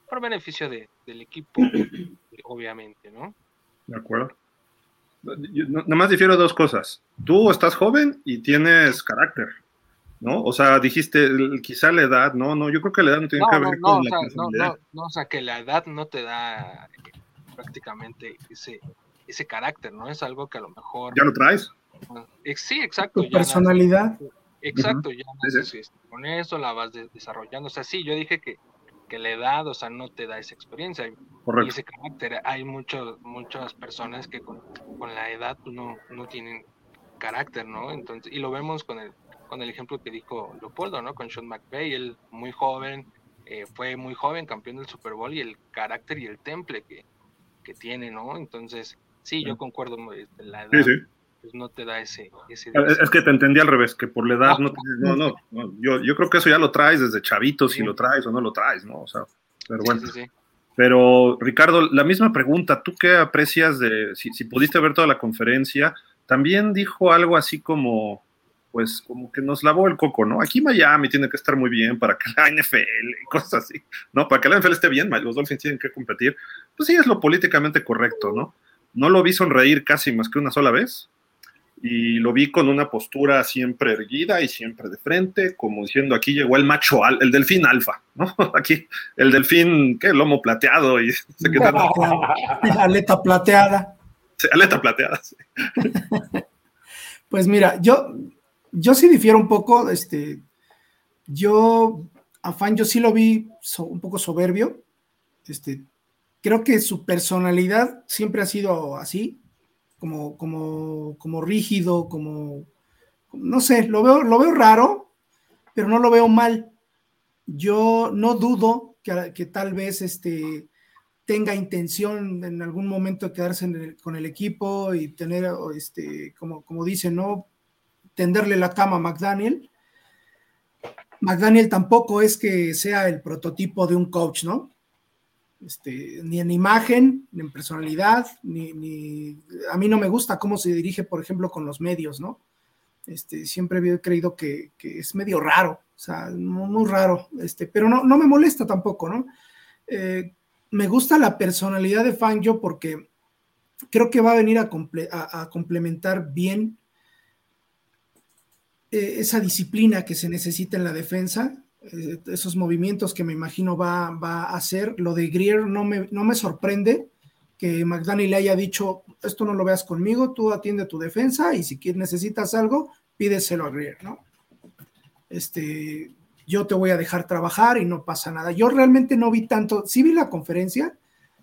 por beneficio del equipo, obviamente, ¿no? De acuerdo. Nada más difiero dos cosas. Tú estás joven y tienes carácter, ¿no? O sea, dijiste quizá la edad, no, yo creo que la edad no tiene que ver con la personalidad. O sea, que la edad no te da prácticamente ese carácter, ¿no? Es algo que a lo mejor... ¿Ya lo traes? Sí, exacto. Tu personalidad. Exacto, ya naces Sí. con eso, la vas desarrollando. O sea, sí, yo dije que la edad, o sea, no te da esa experiencia Correcto. y ese carácter. Hay muchas personas que con la edad no tienen carácter, ¿no? Entonces, y lo vemos con el ejemplo que dijo Leopoldo, ¿no? Con Sean McVay, él muy joven, fue muy joven, campeón del Super Bowl, y el carácter y el temple que tiene, ¿no? Entonces, sí, yo concuerdo, la edad Sí. pues no te da ese Es que te entendí al revés, que por la edad no. Yo creo que eso ya lo traes desde chavito, si lo traes o no lo traes, ¿no? O sea, pero bueno. Sí. Pero, Ricardo, la misma pregunta, ¿tú qué aprecias si pudiste ver toda la conferencia? También dijo algo así como, pues, como que nos lavó el coco, ¿no? Aquí Miami tiene que estar muy bien para que la NFL y cosas así, ¿no? Para que la NFL esté bien, los Dolphins tienen que competir. Pues sí, es lo políticamente correcto, ¿no? No lo vi sonreír casi más que una sola vez, y lo vi con una postura siempre erguida y siempre de frente, como diciendo, aquí llegó el macho, el delfín alfa, ¿no? Aquí, el delfín, ¿qué? Lomo plateado y Aleta plateada. Sí, aleta plateada, sí. Pues mira, yo sí difiero un poco, yo sí lo vi un poco soberbio, creo que su personalidad siempre ha sido así, como rígido, como, no sé, lo veo raro, pero no lo veo mal. Yo no dudo que tal vez tenga intención en algún momento de quedarse con el equipo y tener, como dicen, ¿no? Tenderle la cama a McDaniel. McDaniel tampoco es que sea el prototipo de un coach, ¿no? Ni en imagen, ni en personalidad, ni a mí no me gusta cómo se dirige, por ejemplo, con los medios, ¿no? Siempre he creído que es medio raro, o sea, muy raro, pero no me molesta tampoco, ¿no? Me gusta la personalidad de Fangio porque creo que va a venir a complementar bien esa disciplina que se necesita en la defensa, esos movimientos que me imagino va a hacer. Lo de Grier no me sorprende que McDaniel le haya dicho, esto no lo veas conmigo, tú atiende tu defensa y si necesitas algo, pídeselo a Grier, ¿no? Yo te voy a dejar trabajar y no pasa nada. Yo realmente no vi tanto, sí vi la conferencia,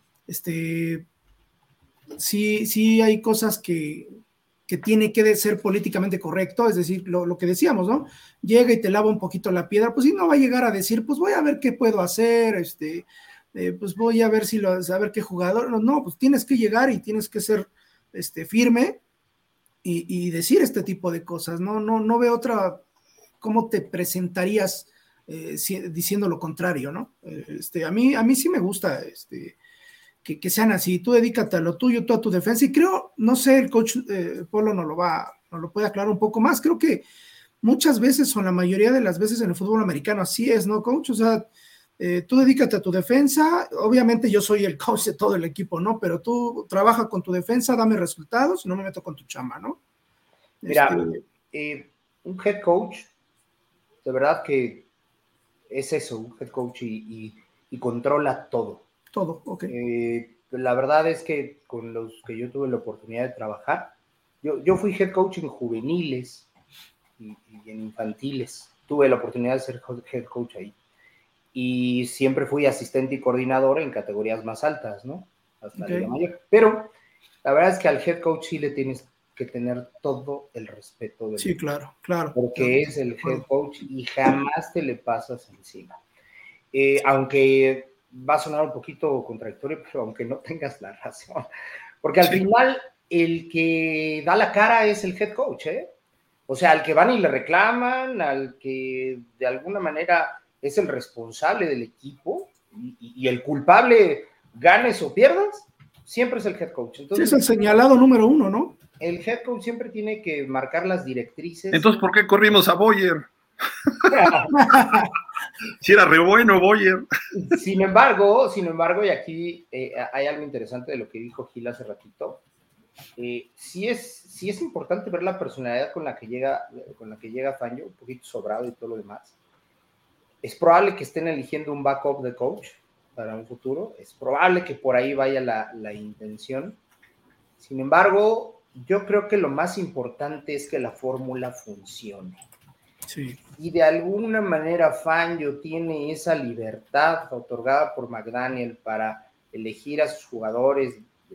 sí hay cosas que tiene que ser políticamente correcto, es decir, lo que decíamos, ¿no? Llega y te lava un poquito la piedra, pues sí, no va a llegar a decir, pues voy a ver qué puedo hacer, pues voy a ver a ver qué jugador, no, pues tienes que llegar y tienes que ser firme y decir este tipo de cosas, no veo otra, cómo te presentarías diciendo lo contrario, ¿no? A mí sí me gusta, que sean así, tú dedícate a lo tuyo, tú a tu defensa, y creo, no sé, el coach Polo nos lo puede aclarar un poco más, creo que muchas veces, o la mayoría de las veces en el fútbol americano, así es, ¿no, coach? O sea, tú dedícate a tu defensa, obviamente yo soy el coach de todo el equipo, ¿no? Pero tú trabaja con tu defensa, dame resultados, no me meto con tu chamba, ¿no? Mira, un head coach, de verdad que es eso, un head coach y controla todo. Todo, ok. La verdad es que con los que yo tuve la oportunidad de trabajar, yo fui head coach en juveniles y en infantiles. Tuve la oportunidad de ser head coach ahí. Y siempre fui asistente y coordinador en categorías más altas, ¿no? Hasta la Liga Mayor. Pero la verdad es que al head coach sí le tienes que tener todo el respeto del sí, claro. Porque es el head coach y jamás te le pasas encima. Aunque va a sonar un poquito contradictorio, pero aunque no tengas la razón. Porque al final, el que da la cara es el head coach, ¿eh? O sea, al que van y le reclaman, al que de alguna manera es el responsable del equipo y el culpable, ganes o pierdas, siempre es el head coach. Entonces, sí, es el señalado número uno, ¿no? El head coach siempre tiene que marcar las directrices. Entonces, ¿por qué corrimos a Boyer? Si era re bueno, Boyer. Sin embargo, y aquí hay algo interesante de lo que dijo Gil hace ratito. Sí es importante ver la personalidad con la que llega Fangio, un poquito sobrado y todo lo demás. Es probable que estén eligiendo un backup de coach para un futuro. Es probable que por ahí vaya la intención. Sin embargo, yo creo que lo más importante es que la fórmula funcione. Sí. Y de alguna manera Fangio tiene esa libertad otorgada por McDaniel para elegir a sus jugadores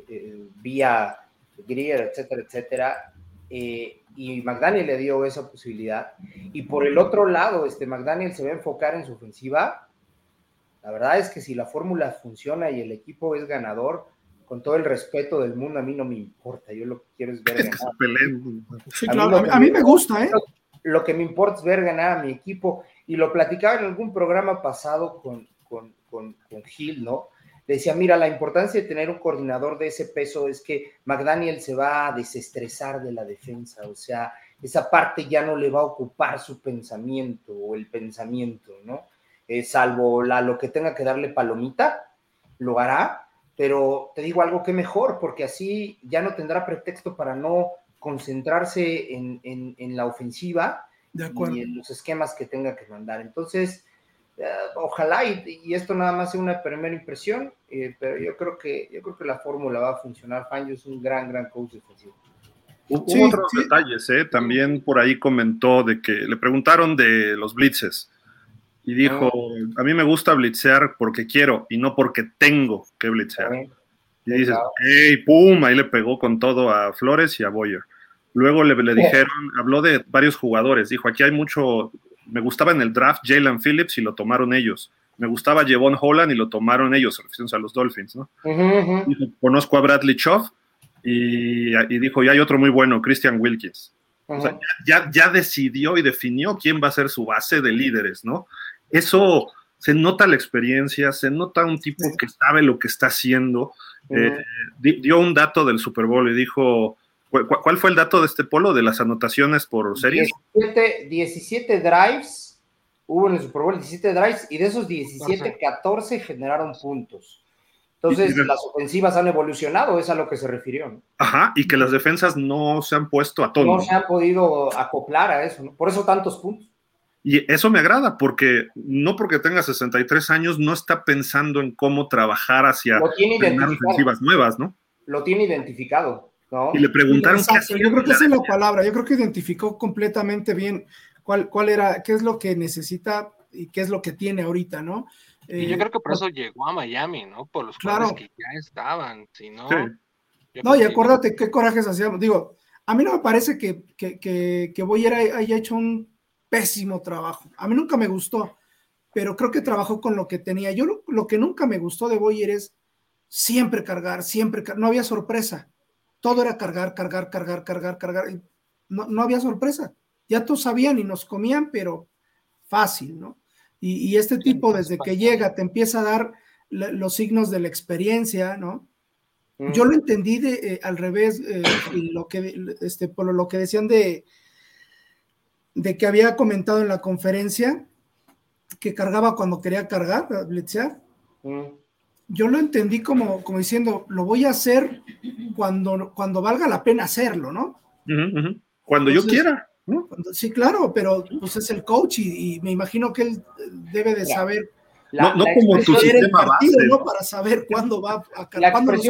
vía Grier, etcétera, etcétera, y McDaniel le dio esa posibilidad. Y por el otro lado, McDaniel se va a enfocar en su ofensiva. La verdad es que si la fórmula funciona y el equipo es ganador, con todo el respeto del mundo, a mí no me importa. Yo lo que quiero es ver ganar. Sí, claro, a mí me gusta, ¿eh? Lo que me importa es ver ganar a mi equipo, y lo platicaba en algún programa pasado con Gil, ¿no? Le decía, mira, la importancia de tener un coordinador de ese peso es que McDaniel se va a desestresar de la defensa, o sea, esa parte ya no le va a ocupar su pensamiento o el pensamiento, ¿no? Salvo lo que tenga que darle palomita, lo hará, pero te digo algo que mejor, porque así ya no tendrá pretexto para no concentrarse en la ofensiva y en los esquemas que tenga que mandar. Entonces, ojalá y esto nada más sea una primera impresión, pero yo creo que la fórmula va a funcionar. Fangio es un gran coach defensivo. Hubo otros detalles, también por ahí comentó de que le preguntaron de los blitzes y dijo, a mí me gusta blitzear porque quiero y no porque tengo que blitzear. Y dices, hey, pum, ahí le pegó con todo a Flores y a Boyer. Luego le dijeron, habló de varios jugadores, dijo, aquí hay mucho, me gustaba en el draft Jalen Phillips y lo tomaron ellos, me gustaba Jevon Holland y lo tomaron ellos, refiriéndose a los Dolphins, ¿no? Dijo, conozco a Bradley Choff y dijo, y hay otro muy bueno, Christian Wilkins. O sea, ya decidió y definió quién va a ser su base de líderes, ¿no? Eso, se nota la experiencia, se nota un tipo que sabe lo que está haciendo. Dio un dato del Super Bowl y dijo, ¿cuál fue el dato de este Polo? De las anotaciones por series. 17 drives hubo en el Super Bowl, 17 drives, y de esos 17, 14 generaron puntos. Entonces, las ofensivas han evolucionado, es a lo que se refirió, ¿no? Ajá, y que las defensas no se han puesto a tono. No se han podido acoplar a eso, ¿no? Por eso tantos puntos. Y eso me agrada, porque no porque tenga 63 años, no está pensando en cómo trabajar hacia ganar ofensivas nuevas, ¿no? Lo tiene identificado, ¿no? Y le preguntaron qué hacía. Yo creo que esa es la palabra, yo creo que identificó completamente bien cuál era, qué es lo que necesita y qué es lo que tiene ahorita, ¿no? Y yo creo que por eso llegó a Miami, ¿no? Por los jugadores que ya estaban, si no... Sí. No, y acuérdate qué corajes hacíamos. Digo, a mí no me parece que Boyer haya hecho un pésimo trabajo. A mí nunca me gustó, pero creo que trabajó con lo que tenía. Yo lo que nunca me gustó de Boyer es siempre cargar, no había sorpresa. Todo era cargar. Y no había sorpresa. Ya todos sabían y nos comían, pero fácil, ¿no? Y este tipo, desde que llega, te empieza a dar los signos de la experiencia, ¿no? Yo lo entendí al revés, por lo que decían de que había comentado en la conferencia que cargaba cuando quería cargar, blitzear. Yo lo entendí como diciendo, lo voy a hacer cuando valga la pena hacerlo, ¿no? Cuando yo quiera, ¿no? Sí, claro, pero pues es el coach y me imagino que él debe de saber. No como tu sistema partido, base, ¿no? Para saber cuándo va a cargar.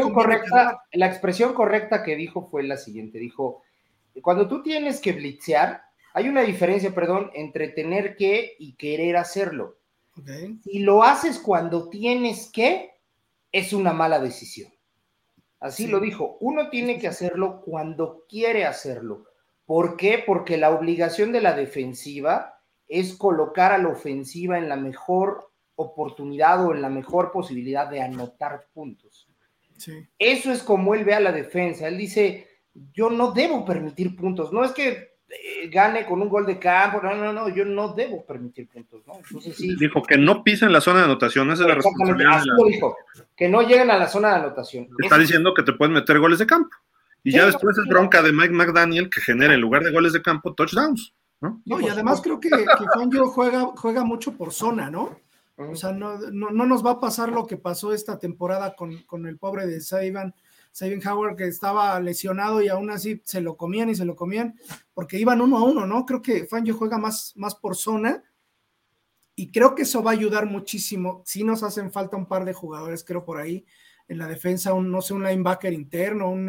La expresión correcta que dijo fue la siguiente, dijo, cuando tú tienes que blitzear, hay una diferencia, entre tener que y querer hacerlo. Okay. Si lo haces cuando tienes que, es una mala decisión. Así lo dijo, uno tiene que hacerlo cuando quiere hacerlo. ¿Por qué? Porque la obligación de la defensiva es colocar a la ofensiva en la mejor oportunidad o en la mejor posibilidad de anotar puntos. Sí. Eso es como él ve a la defensa. Él dice, yo no debo permitir puntos. No es que gane con un gol de campo, no, yo no debo permitir puntos, ¿no? Entonces sí. Dijo que no pisen la zona de anotación, esa es la responsabilidad. Así lo dijo, que no lleguen a la zona de anotación. Está diciendo que te pueden meter goles de campo. Y ya después es bronca de Mike McDaniel que genera en lugar de goles de campo, touchdowns. ¿no? No, y además creo que Fangio juega mucho por zona, ¿no? O sea, no nos va a pasar lo que pasó esta temporada con el pobre de Xavier Howard, que estaba lesionado y aún así se lo comían, porque iban 1-1, ¿no? Creo que Fangio juega más por zona, y creo que eso va a ayudar muchísimo. Sí nos hacen falta un par de jugadores, creo, por ahí en la defensa, un linebacker interno, un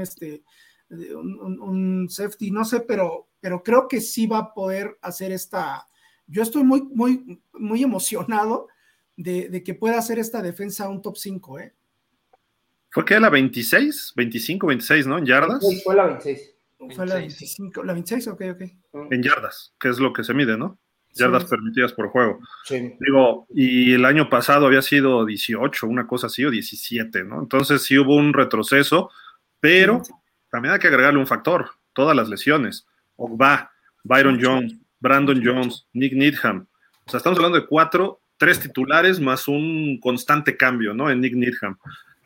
safety, no sé, pero creo que sí va a poder hacer yo estoy muy, muy, muy emocionado de que pueda hacer esta defensa un top 5, ¿eh? ¿Fue que la 26, 25, 26, ¿no? En yardas. Sí, fue la 26. Fue la 25, la 26, ok. En yardas, que es lo que se mide, ¿no? Yardas Sí. permitidas por juego. Sí. Digo, y el año pasado había sido 18, una cosa así, o 17, ¿no? Entonces sí hubo un retroceso, pero también hay que agregarle un factor, todas las lesiones. Ogba, Byron Jones, Brandon Jones, Nick Needham. O sea, estamos hablando de 3 titulares más un constante cambio, ¿no? En Nick Needham.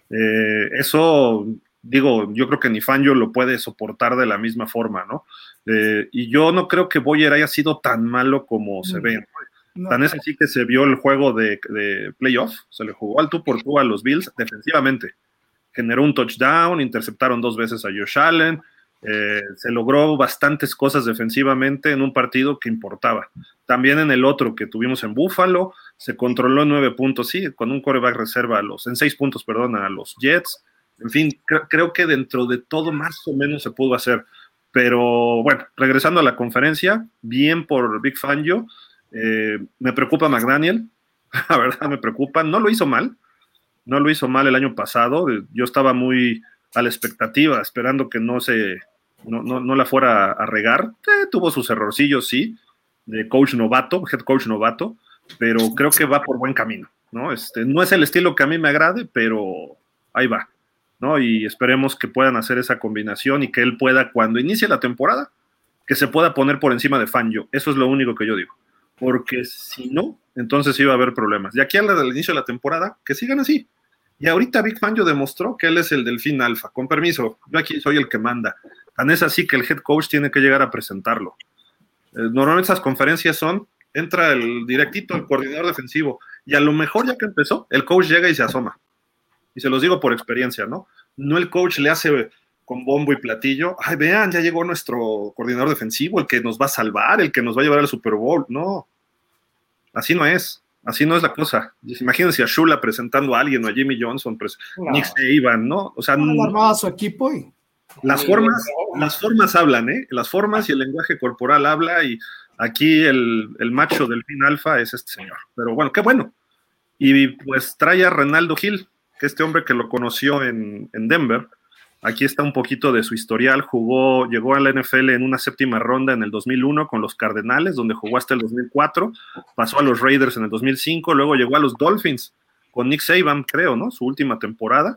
Eso, digo, yo creo que ni Fangio lo puede soportar de la misma forma, ¿no? Y yo no creo que Boyer haya sido tan malo como se ve. No. Tan es así que se vio el juego de playoff, se le jugó al tú por tú a los Bills defensivamente. Generó un touchdown, interceptaron 2 veces a Josh Allen, se logró bastantes cosas defensivamente en un partido que importaba. También en el otro que tuvimos en Buffalo, se controló 9 puntos, sí, con un quarterback reserva en 6 puntos, perdón, a los Jets. En fin, creo que dentro de todo más o menos se pudo hacer. Pero bueno, regresando a la conferencia, bien por Big Fangio. Me preocupa McDaniel, la verdad me preocupa. No lo hizo mal el año pasado. Yo estaba muy a la expectativa, esperando que no la fuera a regar. Tuvo sus errorcillos, sí, de head coach novato, pero creo que va por buen camino, ¿no? No es el estilo que a mí me agrade, pero ahí va, ¿no? Y esperemos que puedan hacer esa combinación y que él pueda, cuando inicie la temporada, que se pueda poner por encima de Fangio. Eso es lo único que yo digo. Porque si no, entonces iba a haber problemas. De aquí al inicio de la temporada, que sigan así. Y ahorita Big Fangio demostró que él es el delfín alfa. Con permiso, yo aquí soy el que manda. Tan es así que el head coach tiene que llegar a presentarlo. Normalmente esas conferencias entra el directito, el coordinador defensivo, y a lo mejor ya que empezó, el coach llega y se asoma. Y se los digo por experiencia, ¿no? No el coach le hace con bombo y platillo, ay, vean, ya llegó nuestro coordinador defensivo, el que nos va a salvar, el que nos va a llevar al Super Bowl. No, así no es la cosa. Imagínense a Shula presentando a alguien, o a Jimmy Johnson, Nick Saban, ¿no? O sea, no armaba su equipo y... Las formas hablan, ¿eh? Las formas y el lenguaje corporal habla, y aquí el macho del fin alfa es este señor. Pero bueno, qué bueno. Y pues trae a Renaldo Hill, que este hombre que lo conoció en Denver. Aquí está un poquito de su historial. Llegó a la NFL en una 7ª ronda en el 2001 con los Cardenales, donde jugó hasta el 2004. Pasó a los Raiders en el 2005, luego llegó a los Dolphins con Nick Saban, creo, ¿no? Su última temporada.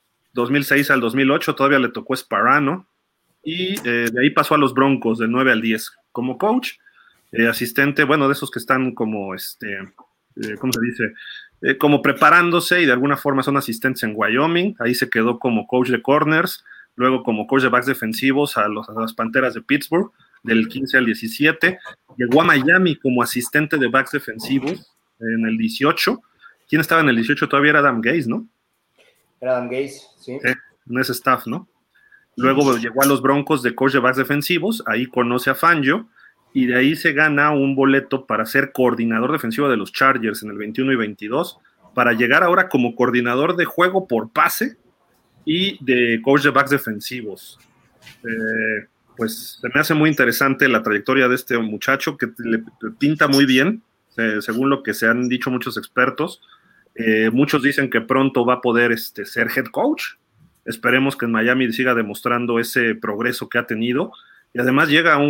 2006 al 2008 todavía le tocó Sparano, y de ahí pasó a los Broncos del 9 al 10 como coach, asistente, bueno, de esos que están como, ¿cómo se dice? Como preparándose, y de alguna forma son asistentes en Wyoming. Ahí se quedó como coach de corners, luego como coach de backs defensivos a las Panteras de Pittsburgh, del 15 al 17, llegó a Miami como asistente de backs defensivos en el 18. ¿Quién estaba en el 18? Todavía era Adam Gase, ¿no? Adam Gase, sí. En ese staff, ¿no? Luego llegó a los Broncos de coach de backs defensivos, ahí conoce a Fangio, y de ahí se gana un boleto para ser coordinador defensivo de los Chargers en el 21 y 22, para llegar ahora como coordinador de juego por pase y de coach de backs defensivos. Pues se me hace muy interesante la trayectoria de este muchacho, que le pinta muy bien, según lo que se han dicho muchos expertos. Muchos dicen que pronto va a poder ser head coach. Esperemos que en Miami siga demostrando ese progreso que ha tenido, y además llega a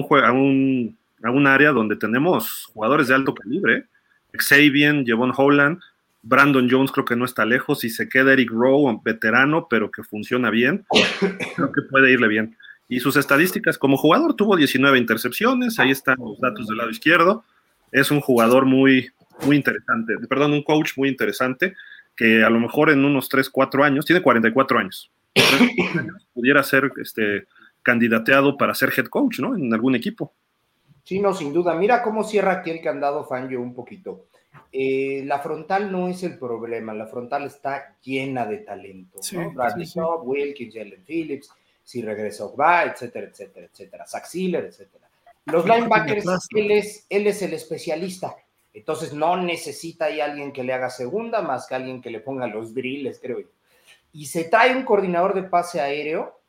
un área donde tenemos jugadores de alto calibre. Xavier, Javon Holland, Brandon Jones creo que no está lejos, y se queda Eric Rowe, veterano, pero que funciona bien. Creo que puede irle bien. Y sus estadísticas como jugador: tuvo 19 intercepciones, ahí están los datos del lado izquierdo. Es un jugador muy interesante, un coach muy interesante, que a lo mejor en unos 3-4 años, tiene 44 años, pudiera ser candidateado para ser head coach, ¿no? En algún equipo. Sí, no, sin duda. Mira cómo cierra aquí el candado Fangio un poquito. La frontal no es el problema, la frontal está llena de talento, Sí, ¿no? Bradley Chubb, Wilkins, Jalen Phillips, si regresa Ogba, etcétera, etcétera, etcétera. Zach Sealer, etcétera. Los linebackers, él es el especialista. Entonces no necesita ahí alguien que le haga segunda, más que alguien que le ponga los drills, creo yo. Y se trae un coordinador de pase aéreo,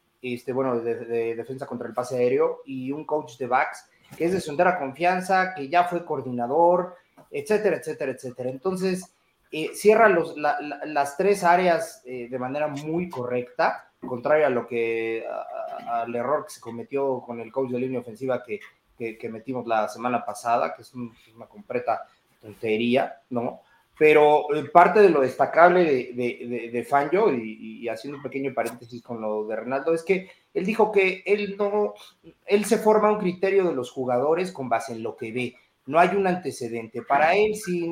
de defensa contra el pase aéreo, y un coach de backs, que es de su entera confianza, que ya fue coordinador, etcétera, etcétera, etcétera. Entonces, cierra las tres áreas de manera muy correcta, contrario a lo que, al error que se cometió con el coach de línea ofensiva que metimos la semana pasada, que es una completa tontería, ¿no? Pero parte de lo destacable de Fangio, y haciendo un pequeño paréntesis con lo de Ronaldo, es que él dijo que él se forma un criterio de los jugadores con base en lo que ve, no hay un antecedente. Para él, si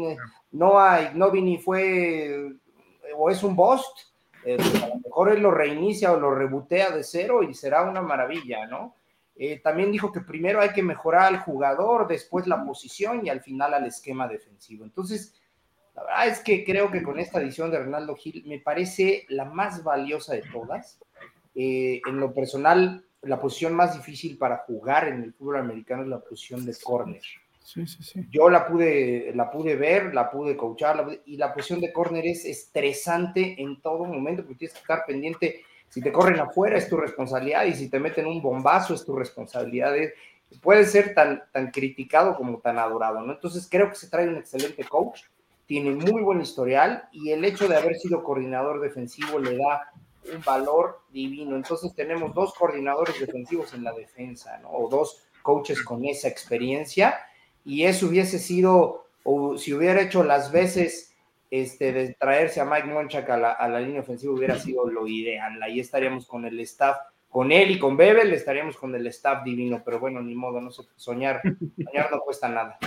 no Vini fue o es un bust, pues a lo mejor él lo reinicia o lo rebotea de cero y será una maravilla, ¿no? También dijo que primero hay que mejorar al jugador, después la posición y al final al esquema defensivo. Entonces, la verdad es que creo que con esta edición de Ronaldo Gil me parece la más valiosa de todas. En lo personal, la posición más difícil para jugar en el fútbol americano es la posición de córner. Sí. Yo la pude ver, la pude coachar, y la posición de córner es estresante en todo momento, porque tienes que estar pendiente. Si te corren afuera es tu responsabilidad, y si te meten un bombazo es tu responsabilidad. Puede ser tan criticado como tan adorado, ¿no? Entonces creo que se trae un excelente coach, tiene muy buen historial, y el hecho de haber sido coordinador defensivo le da un valor divino. Entonces tenemos 2 coordinadores defensivos en la defensa, ¿no? O 2 coaches con esa experiencia, y eso hubiese sido, o si hubiera hecho las veces de traerse a Mike Munchak a la línea ofensiva, hubiera sido lo ideal. Ahí estaríamos con el staff, con él y con Bebel estaríamos con el staff divino, pero bueno, ni modo, no sé, soñar no cuesta nada.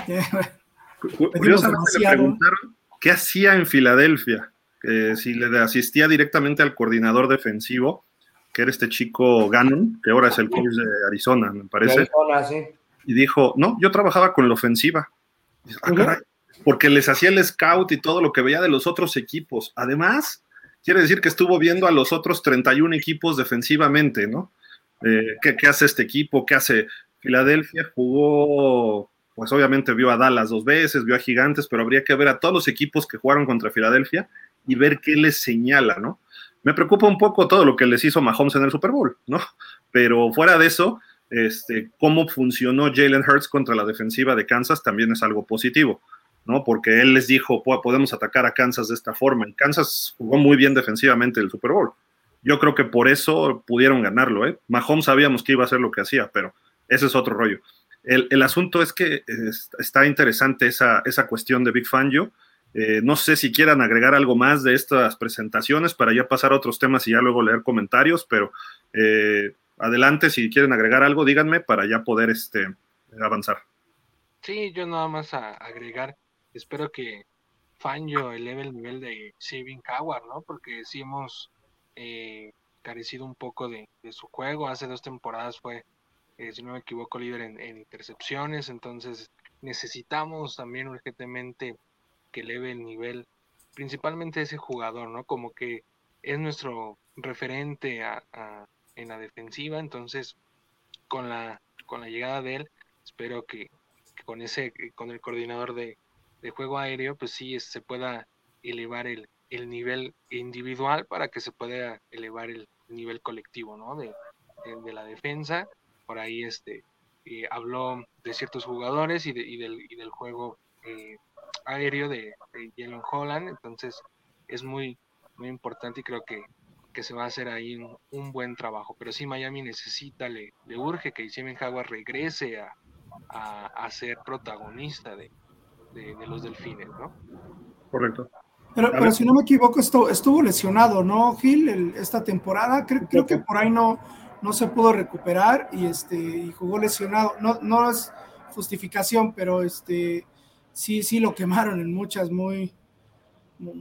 Curiosamente le preguntaron qué hacía en Filadelfia, si le asistía directamente al coordinador defensivo, que era este chico Gannon, que ahora es el coach de Arizona, me parece. Arizona, sí. Y dijo, no, yo trabajaba con la ofensiva. Dice, caray, porque les hacía el scout y todo lo que veía de los otros equipos. Además, quiere decir que estuvo viendo a los otros 31 equipos defensivamente, ¿no? ¿Qué hace este equipo? ¿Qué hace Filadelfia? Jugó, pues obviamente vio a Dallas 2 veces, vio a Gigantes, pero habría que ver a todos los equipos que jugaron contra Filadelfia y ver qué les señala, ¿no? Me preocupa un poco todo lo que les hizo Mahomes en el Super Bowl, ¿no? Pero fuera de eso, cómo funcionó Jalen Hurts contra la defensiva de Kansas también es algo positivo, ¿no? Porque él les dijo, podemos atacar a Kansas de esta forma. Y Kansas jugó muy bien defensivamente el Super Bowl. Yo creo que por eso pudieron ganarlo, ¿eh? Mahomes sabíamos que iba a hacer lo que hacía, pero ese es otro rollo. El asunto es que está interesante esa cuestión de Big Fangio. No sé si quieran agregar algo más de estas presentaciones para ya pasar a otros temas y ya luego leer comentarios, pero adelante, si quieren agregar algo, díganme para ya poder avanzar. Sí, yo nada más a agregar, espero que Fangio eleve el nivel de Xavier Howard, ¿no? Porque sí hemos carecido un poco de su juego. Hace 2 temporadas fue, si no me equivoco, líder en intercepciones, entonces necesitamos también urgentemente que eleve el nivel, principalmente ese jugador, ¿no? Como que es nuestro referente en la defensiva, entonces con la llegada de él, espero que con el coordinador de juego aéreo, pues sí se pueda elevar el nivel individual para que se pueda elevar el nivel colectivo, ¿no? De la defensa. Por ahí habló de ciertos jugadores y del juego aéreo de Jalen Holland, entonces es muy, muy importante, y creo que se va a hacer ahí un buen trabajo. Pero sí, Miami necesita, le urge que Xavier Howard regrese a ser protagonista de los Delfines, ¿no? Correcto. Pero si no me equivoco, estuvo lesionado, ¿no, Gil? Esta temporada. Creo que por ahí no se pudo recuperar y jugó lesionado. No es justificación, pero sí lo quemaron en muchas muy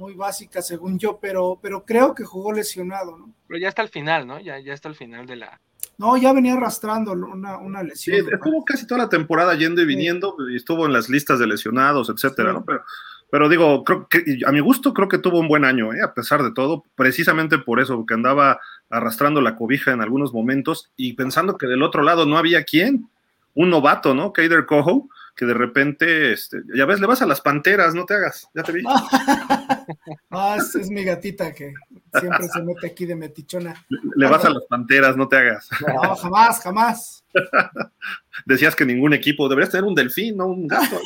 básicas, según yo, pero creo que jugó lesionado, ¿no? Pero ya está al final, ¿no? Ya está al final de la No, ya venía arrastrando una Sí, lesión. estuvo casi toda la temporada yendo y viniendo, y estuvo en las listas de lesionados, etcétera, ¿no? Pero digo, creo que a mi gusto creo que tuvo un buen año, a pesar de todo, precisamente por eso, porque andaba arrastrando la cobija en algunos momentos y pensando que del otro lado no había quién, un novato, ¿no? Kader Coho, que de repente, ya ves, le vas a las Panteras, no te hagas, ya te vi. Es mi gatita que siempre se mete aquí de metichona. Le vas a las Panteras, no te hagas. No, jamás. Decías que ningún equipo, deberías tener un delfín, no un gato.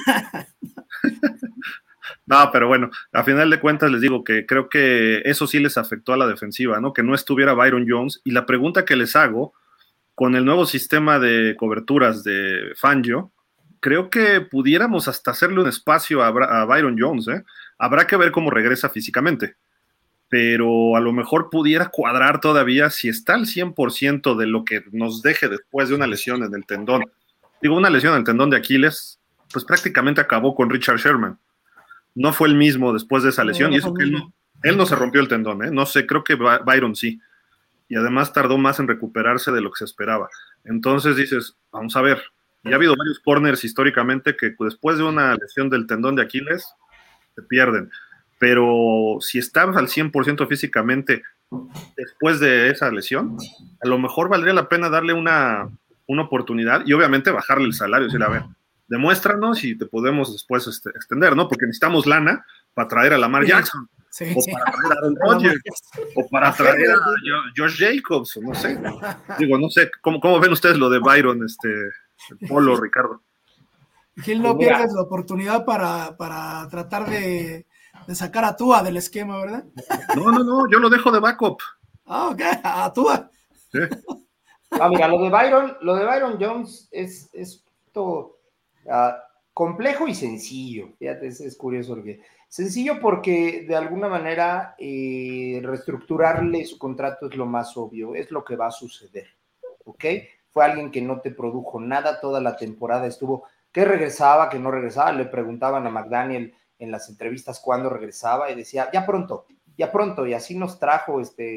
No, pero bueno, a final de cuentas les digo que creo que eso sí les afectó a la defensiva, ¿no? Que no estuviera Byron Jones. Y la pregunta que les hago, con el nuevo sistema de coberturas de Fangio, creo que pudiéramos hasta hacerle un espacio a Byron Jones, ¿eh? Habrá que ver cómo regresa físicamente, pero a lo mejor pudiera cuadrar todavía si está al 100% de lo que nos deje después de una lesión en el tendón. Digo, una lesión en el tendón de Aquiles, pues prácticamente acabó con Richard Sherman. No fue el mismo después de esa lesión, y eso que él no se rompió el tendón, ¿eh? No sé, creo que Byron sí, y además tardó más en recuperarse de lo que se esperaba. Entonces dices, vamos a ver, ya ha habido varios corners históricamente que después de una lesión del tendón de Aquiles se pierden, pero si estás al 100% físicamente después de esa lesión, a lo mejor valdría la pena darle una oportunidad y obviamente bajarle el salario, decirle, a ver, demuéstranos y te podemos después extender, ¿no? Porque necesitamos lana para traer a Lamar Jackson, o para traer a Aaron Rodgers, o para traer a Josh Jacobs, no sé. Digo, no sé, ¿cómo ven ustedes lo de Byron, Polo, Ricardo? Gil, no pierdes la oportunidad para tratar de sacar a Tua del esquema, ¿verdad? No, yo lo dejo de backup. Ok, a Tua. Sí. Mira, lo de Byron Jones es todo complejo y sencillo. Fíjate, es curioso porque sencillo porque de alguna manera reestructurarle su contrato es lo más obvio, es lo que va a suceder, ¿ok? Fue alguien que no te produjo nada toda la temporada, estuvo que regresaba, que no regresaba, le preguntaban a McDaniel en las entrevistas cuándo regresaba y decía, ya pronto, y así nos trajo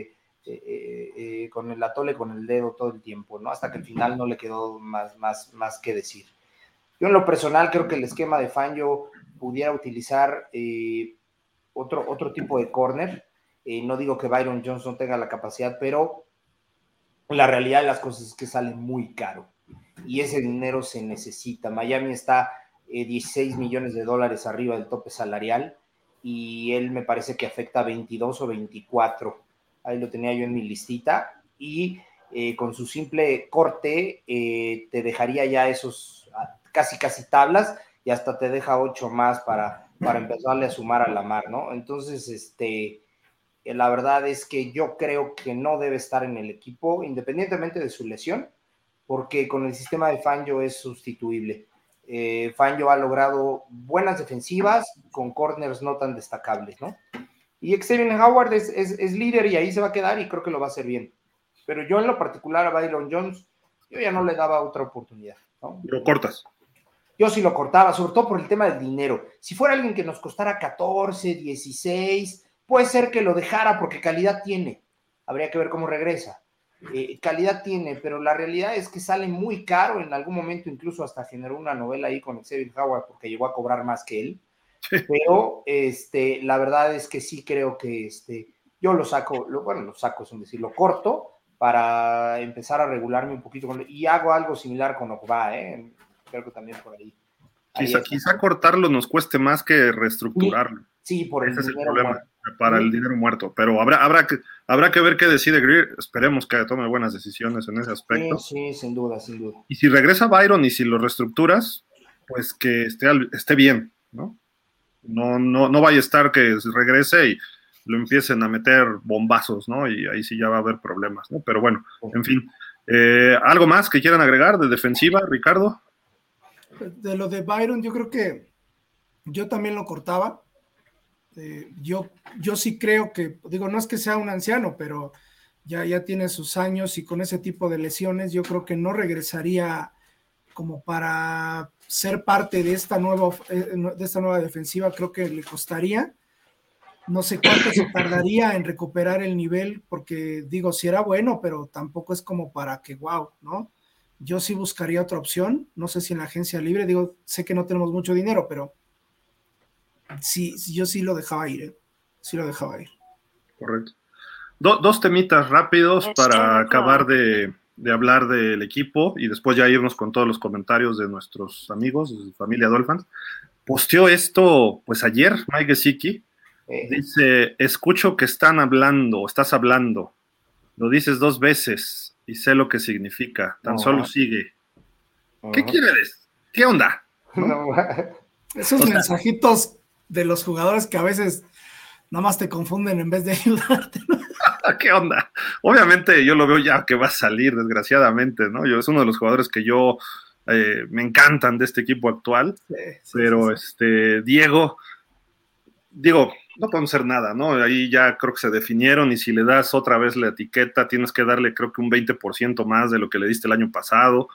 con el atole con el dedo todo el tiempo, ¿no? Hasta que al final no le quedó más que decir. Yo en lo personal creo que el esquema de Fangio pudiera utilizar otro tipo de corner. No digo que Byron Jones no tenga la capacidad, pero la realidad de las cosas es que sale muy caro y ese dinero se necesita. Miami está $16 millones arriba del tope salarial y él me parece que afecta 22 o 24. Ahí lo tenía yo en mi listita y con su simple corte te dejaría ya esos casi tablas y hasta te deja 8 más para empezarle a sumar a Lamar, ¿no? Entonces, la verdad es que yo creo que no debe estar en el equipo, independientemente de su lesión, porque con el sistema de Fangio es sustituible. Fangio ha logrado buenas defensivas con corners no tan destacables, ¿no? Y Xavier Howard es líder y ahí se va a quedar y creo que lo va a hacer bien. Pero yo en lo particular a Byron Jones, yo ya no le daba otra oportunidad, ¿no? Lo cortas. Yo sí lo cortaba, sobre todo por el tema del dinero. Si fuera alguien que nos costara 14, 16, puede ser que lo dejara porque calidad tiene. Habría que ver cómo regresa. Calidad tiene, pero la realidad es que sale muy caro. En algún momento incluso hasta generó una novela ahí con Xavier Howard porque llegó a cobrar más que él. Pero la verdad es que sí creo que yo lo saco, es decir, lo corto para empezar a regularme un poquito y hago algo similar con Ogba, creo que también por ahí. Quizá cortarlo nos cueste más que reestructurarlo. Sí, por ese el dinero muerto. Para el dinero muerto, pero habrá que ver qué decide Greer. Esperemos que tome buenas decisiones en ese aspecto. Sí, sin duda. Y si regresa Byron y si lo reestructuras, pues que esté bien, ¿no? No vaya a estar que regrese y lo empiecen a meter bombazos, ¿no? Y ahí sí ya va a haber problemas, ¿no? Pero bueno, en fin. ¿Algo más que quieran agregar de defensiva, Ricardo? De lo de Byron, yo creo que yo también lo cortaba. Yo sí creo que, digo, no es que sea un anciano, pero ya tiene sus años y con ese tipo de lesiones yo creo que no regresaría como para ser parte de esta nueva defensiva. Creo que le costaría. No sé cuánto se tardaría en recuperar el nivel, porque digo, sí era bueno, pero tampoco es como para que, wow, ¿no? Yo sí buscaría otra opción, no sé si en la agencia libre, digo, sé que no tenemos mucho dinero, pero sí, yo sí lo dejaba ir, ¿eh? Sí lo dejaba ir. Correcto. Dos temitas rápidos para acabar de hablar del equipo y después ya irnos con todos los comentarios de nuestros amigos, de su familia Dolphins. Posteó esto, pues ayer, Mike Gesicki, dice, escucho que estás hablando, lo dices 2 veces y sé lo que significa, tan solo sigue. ¿Qué quieres? ¿Qué onda? ¿No? Esos mensajitos de los jugadores que a veces nada más te confunden en vez de ayudarte, ¿no? ¿Qué onda? Obviamente yo lo veo ya que va a salir, desgraciadamente, ¿no? Es uno de los jugadores que yo me encantan de este equipo actual, pero Diego, digo, no podemos hacer nada, ¿no? Ahí ya creo que se definieron y si le das otra vez la etiqueta, tienes que darle creo que un 20% más de lo que le diste el año pasado.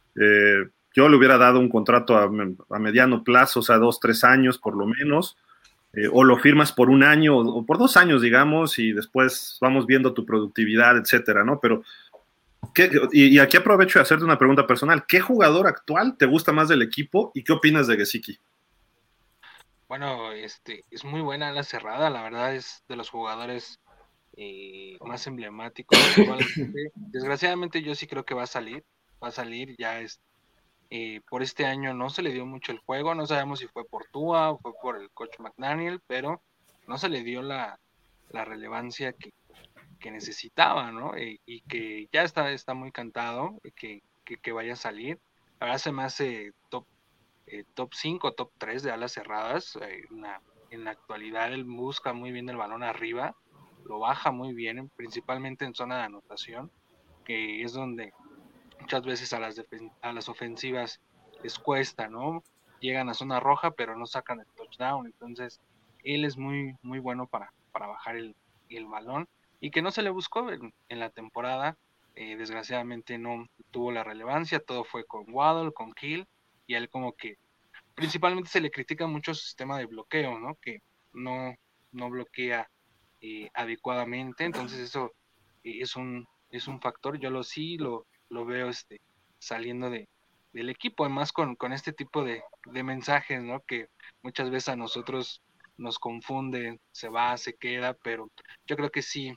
Yo le hubiera dado un contrato a mediano plazo, o sea, 2-3 años por lo menos. O lo firmas por 1 año o por 2 años, digamos, y después vamos viendo tu productividad, etcétera, ¿no? Pero, y aquí aprovecho de hacerte una pregunta personal. ¿Qué jugador actual te gusta más del equipo y qué opinas de Gesicki? Bueno, es muy buena la cerrada, la verdad es de los jugadores más emblemáticos. Desgraciadamente yo sí creo que va a salir ya por este año no se le dio mucho el juego, no sabemos si fue por Tua o fue por el coach McDaniel, pero no se le dio la relevancia que necesitaba, ¿no? Y que ya está muy cantado que vaya a salir. La verdad se me hace top 5, top 3 de alas cerradas. En la actualidad él busca muy bien el balón arriba, lo baja muy bien, principalmente en zona de anotación, que es donde muchas veces a las ofensivas les cuesta, ¿no? Llegan a zona roja, pero no sacan el touchdown. Entonces, él es muy, muy bueno para bajar el balón y que no se le buscó en la temporada. Desgraciadamente no tuvo la relevancia, todo fue con Waddle, con Hill, y a él como que principalmente se le critica mucho su sistema de bloqueo, ¿no? Que no, no bloquea adecuadamente, entonces eso es un factor. Yo sí lo veo saliendo del equipo, además con este tipo de mensajes, ¿no? Que muchas veces a nosotros nos confunden, se va, se queda, pero yo creo que sí,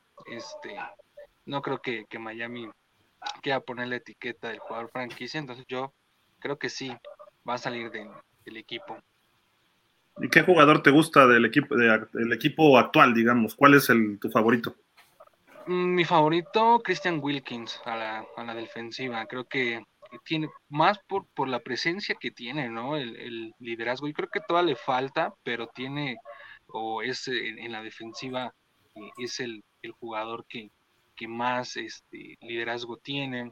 no creo que Miami quiera poner la etiqueta del jugador franquicia, entonces yo creo que sí va a salir del equipo. ¿Y qué jugador te gusta del equipo actual, digamos? ¿Cuál es tu favorito? Mi favorito, Christian Wilkins, a la defensiva. Creo que tiene más por la presencia que tiene, ¿no? El liderazgo. Yo creo que todavía le falta, pero tiene, o es en la defensiva, es el jugador que más liderazgo tiene.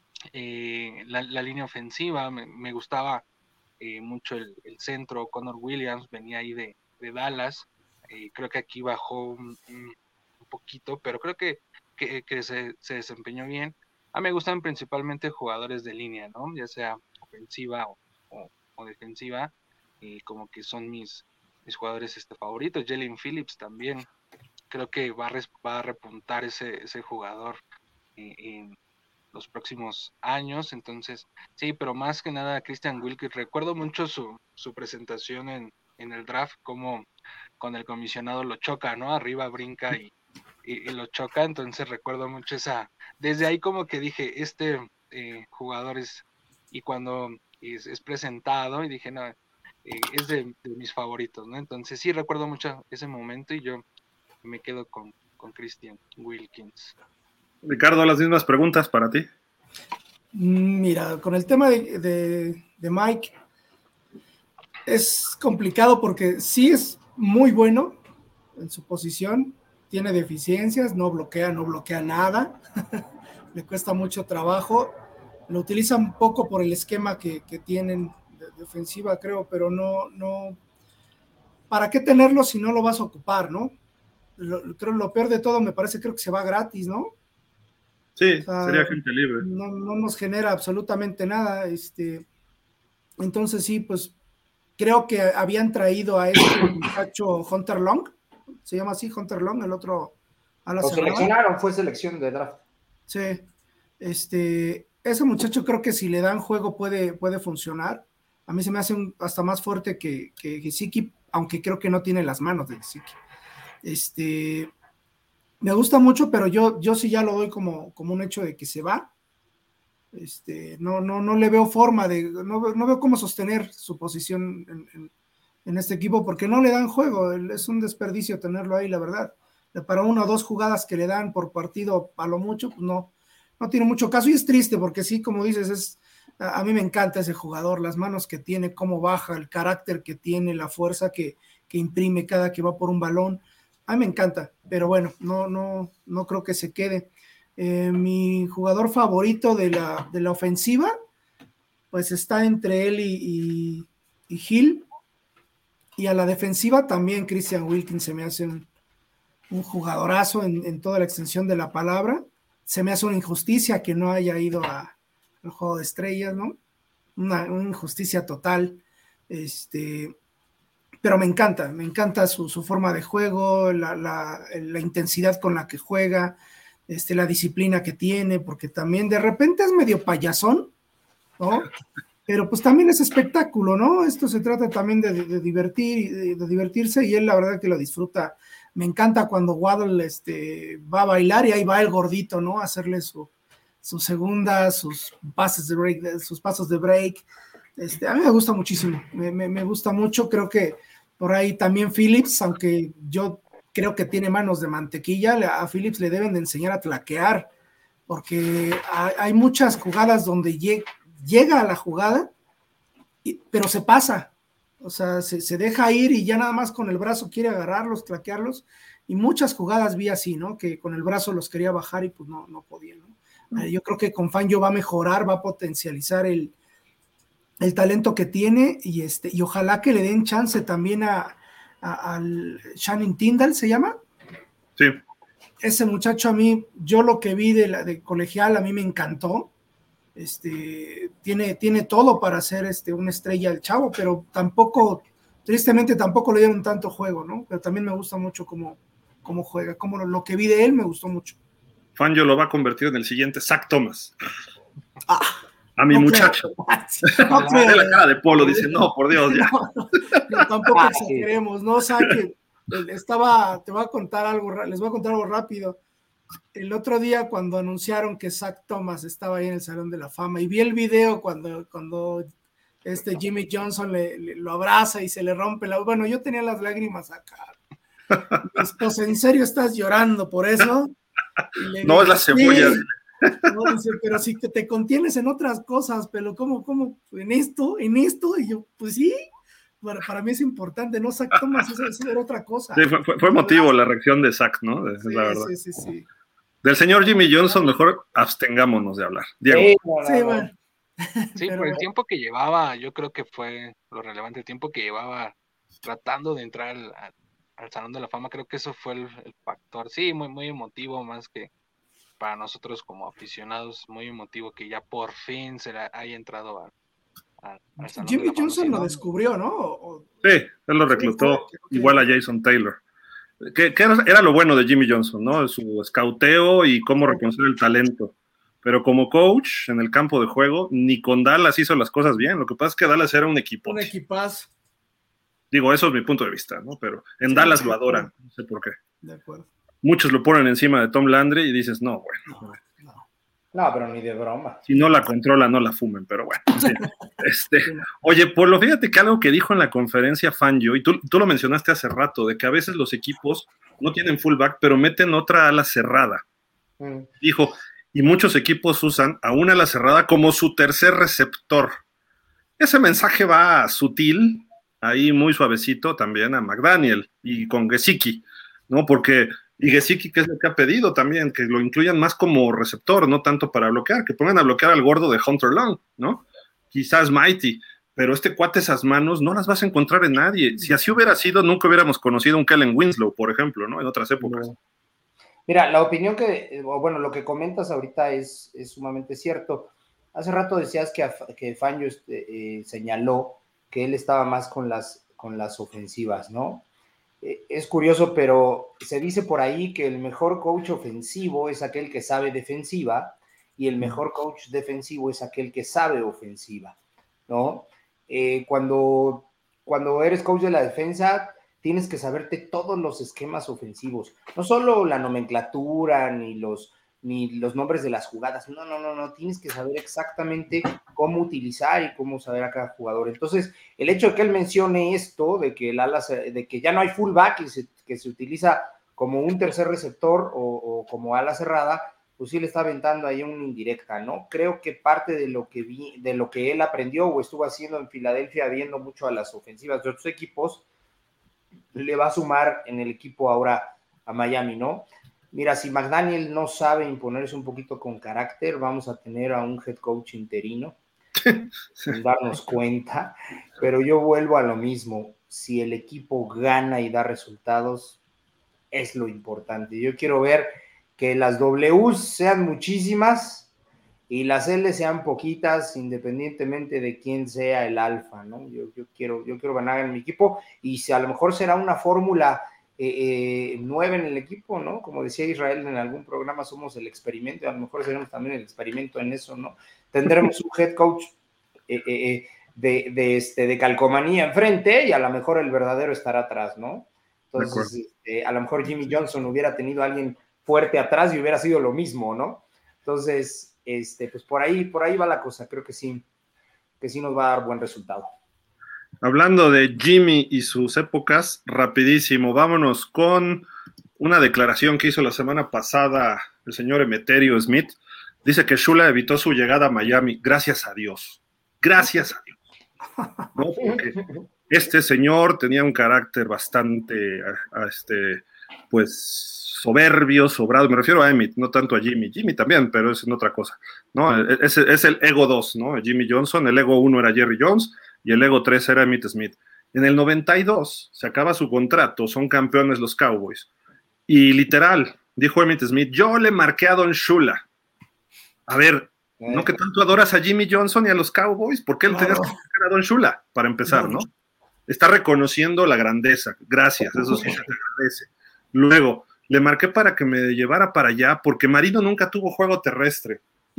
La línea ofensiva, me gustaba mucho el centro. Connor Williams venía ahí de Dallas. Creo que aquí bajó un poquito, pero creo que se desempeñó bien. A mí me gustan principalmente jugadores de línea, ¿no? Ya sea ofensiva o defensiva, como que son mis jugadores favoritos. Jalen Phillips también, creo que va a repuntar ese jugador en los próximos años. Entonces, sí, pero más que nada Christian Wilkins. Recuerdo mucho su presentación en el draft, como con el comisionado lo choca, ¿no? Arriba brinca y lo choca. Entonces recuerdo mucho desde ahí como que dije, jugador y cuando es presentado y dije, no, es de mis favoritos, ¿no? Entonces sí recuerdo mucho ese momento y yo me quedo con Christian Wilkins. Ricardo, las mismas preguntas para ti. Mira, con el tema de Mike es complicado porque sí es muy bueno en su posición, tiene deficiencias, no bloquea nada, le cuesta mucho trabajo, lo utiliza un poco por el esquema que tienen de ofensiva, creo, pero no, ¿para qué tenerlo si no lo vas a ocupar, no? Creo lo peor de todo me parece, creo que se va gratis, ¿no? Sí, o sea, sería gente libre. No nos genera absolutamente nada, entonces sí, pues creo que habían traído a este muchacho Hunter Long, se llama así, Hunter Long, el otro a la Lo seleccionaron, fue selección de draft. Sí, ese muchacho creo que si le dan juego puede funcionar. A mí se me hace hasta más fuerte que Gesicki, aunque creo que no tiene las manos de Gesicki. Me gusta mucho, pero yo sí ya lo doy como un hecho de que se va. No le veo forma no veo cómo sostener su posición en este equipo, porque no le dan juego. Es un desperdicio tenerlo ahí, la verdad. Para 1 o 2 jugadas que le dan por partido a lo mucho, pues no tiene mucho caso, y es triste porque sí, como dices, a mí me encanta ese jugador, las manos que tiene, cómo baja, el carácter que tiene, la fuerza que imprime cada que va por un balón. A mí me encanta, pero bueno, no creo que se quede. Mi jugador favorito de la ofensiva, pues está entre él y Hill, y a la defensiva también Christian Wilkins se me hace un jugadorazo en toda la extensión de la palabra. Se me hace una injusticia que no haya ido al Juego de Estrellas, ¿no? Una injusticia total. Pero me encanta su forma de juego, la intensidad con la que juega, la disciplina que tiene, porque también de repente es medio payasón, ¿no? Pero pues también es espectáculo, ¿no? Esto se trata también de divertirse, y él la verdad que lo disfruta. Me encanta cuando Waddle va a bailar y ahí va el gordito, ¿no? A hacerle su segunda, sus pasos de break. A mí me gusta muchísimo, me gusta mucho. Creo que por ahí también Phillips, aunque yo creo que tiene manos de mantequilla, a Phillips le deben de enseñar a tlaquear, porque hay muchas jugadas donde llega a la jugada, pero se pasa, o sea, se deja ir y ya nada más con el brazo quiere agarrarlos, tlaquearlos, y muchas jugadas vi así, ¿no? Que con el brazo los quería bajar y pues no podía, ¿no? Yo creo que con Fangio va a mejorar, va a potencializar el talento que tiene, y ojalá que le den chance también al Shannon Tindall, ¿se llama? Sí. Ese muchacho, a mí, yo lo que vi de colegial, a mí me encantó. Tiene todo para ser una estrella el chavo, pero tristemente tampoco le dieron tanto juego, ¿no? Pero también me gusta mucho cómo juega, lo que vi de él me gustó mucho. Fangio lo va a convertir en el siguiente Zach Thomas. A mi muchacho. De la cara de Polo, dice, no, por Dios, ya. No, tampoco exageremos, ¿no? O sea, que les voy a contar algo rápido. El otro día, cuando anunciaron que Zach Thomas estaba ahí en el Salón de la Fama, y vi el video cuando Jimmy Johnson lo abraza y se le rompe bueno, yo tenía las lágrimas acá. Pues, ¿en serio estás llorando por eso? No, es la cebolla. Sí. No, dice, pero si te contienes en otras cosas, pero ¿cómo? En esto, y yo, pues sí, para mí es importante, ¿no? Zach Thomas, eso era otra cosa. Sí, fue emotivo la reacción de Zach, ¿no? Sí, la verdad. Sí. Del señor Jimmy Johnson, mejor abstengámonos de hablar. Diego. Sí, bueno. Sí, por el tiempo que llevaba, yo creo que fue lo relevante, el tiempo que llevaba tratando de entrar al Salón de la Fama, creo que eso fue el factor. Sí, muy, muy emotivo, más que para nosotros como aficionados, muy emotivo que ya por fin se haya entrado al Salón Jimmy de la Fama. Johnson lo descubrió, ¿no? Sí, él lo reclutó, igual a Jason Taylor. Que era lo bueno de Jimmy Johnson, ¿no? Su escauteo y cómo reconocer el talento. Pero como coach en el campo de juego, ni con Dallas hizo las cosas bien. Lo que pasa es que Dallas era un equipo. Un equipazo. Digo, eso es mi punto de vista, ¿no? Pero en Dallas lo adoran, no sé por qué. De acuerdo. Muchos lo ponen encima de Tom Landry y dices, no, bueno. No, pero ni de broma. Si no la controla, no la fumen, pero bueno. Oye, Polo, fíjate que algo que dijo en la conferencia Fangio, y tú lo mencionaste hace rato, de que a veces los equipos no tienen fullback, pero meten otra ala cerrada. Dijo, y muchos equipos usan a una ala cerrada como su tercer receptor. Ese mensaje va sutil, ahí muy suavecito también a McDaniel y con Gesicki, ¿no? Porque... Y Gesicki, que es lo que ha pedido también, que lo incluyan más como receptor, no tanto para bloquear, que pongan a bloquear al gordo de Hunter Long, ¿no? Quizás Mighty, pero cuate, esas manos no las vas a encontrar en nadie. Si así hubiera sido, nunca hubiéramos conocido a un Kellen Winslow, por ejemplo, ¿no? En otras épocas. No. Mira, la opinión lo que comentas ahorita es sumamente cierto. Hace rato decías que Fangio señaló que él estaba más con las ofensivas, ¿no? es curioso, pero se dice por ahí que el mejor coach ofensivo es aquel que sabe defensiva y el mejor coach defensivo es aquel que sabe ofensiva, ¿no? Cuando eres coach de la defensa, tienes que saberte todos los esquemas ofensivos, no solo la nomenclatura ni los nombres de las jugadas, no, tienes que saber exactamente cómo utilizar y cómo saber a cada jugador. Entonces, el hecho de que él mencione esto, de que ya no hay fullback y que se utiliza como un tercer receptor o como ala cerrada, pues sí le está aventando ahí una indirecta, ¿no? Creo que parte de lo que él aprendió o estuvo haciendo en Filadelfia, viendo mucho a las ofensivas de otros equipos, le va a sumar en el equipo ahora a Miami, ¿no? Mira, si McDaniel no sabe imponerse un poquito con carácter, vamos a tener a un head coach interino, sin darnos cuenta, pero yo vuelvo a lo mismo, si el equipo gana y da resultados, es lo importante. Yo quiero ver que las Ws sean muchísimas y las L sean poquitas, independientemente de quién sea el alfa, ¿no? Yo quiero ganar en mi equipo, y si a lo mejor será una fórmula 9 en el equipo, ¿no? Como decía Israel en algún programa, somos el experimento, y a lo mejor seremos también el experimento en eso, ¿no? Tendremos un head coach de calcomanía enfrente y a lo mejor el verdadero estará atrás, ¿no? Entonces, a lo mejor Jimmy Johnson hubiera tenido a alguien fuerte atrás y hubiera sido lo mismo, ¿no? Entonces, pues por ahí va la cosa. Creo que sí nos va a dar buen resultado. Hablando de Jimmy y sus épocas, rapidísimo, vámonos con una declaración que hizo la semana pasada el señor Emeterio Smith. Dice que Shula evitó su llegada a Miami, gracias a Dios. Gracias a Dios. ¿No? Porque este señor tenía un carácter bastante, pues, soberbio, sobrado. Me refiero a Emmett, no tanto a Jimmy. Jimmy también, pero es en otra cosa, ¿no? Es el ego 2, ¿no? Jimmy Johnson, el ego 1 era Jerry Jones y el ego 3 era Emmitt Smith. En el 92 se acaba su contrato, son campeones los Cowboys. Y literal, dijo Emmitt Smith, yo le marqué a Don Shula. A ver, ¿no que tanto adoras a Jimmy Johnson y a los Cowboys? ¿Por qué le tenías que marcar a Don Shula? Para empezar, ¿no? Está reconociendo la grandeza. Gracias, eso sí se te agradece. Luego, le marqué para que me llevara para allá porque Marino nunca tuvo juego terrestre.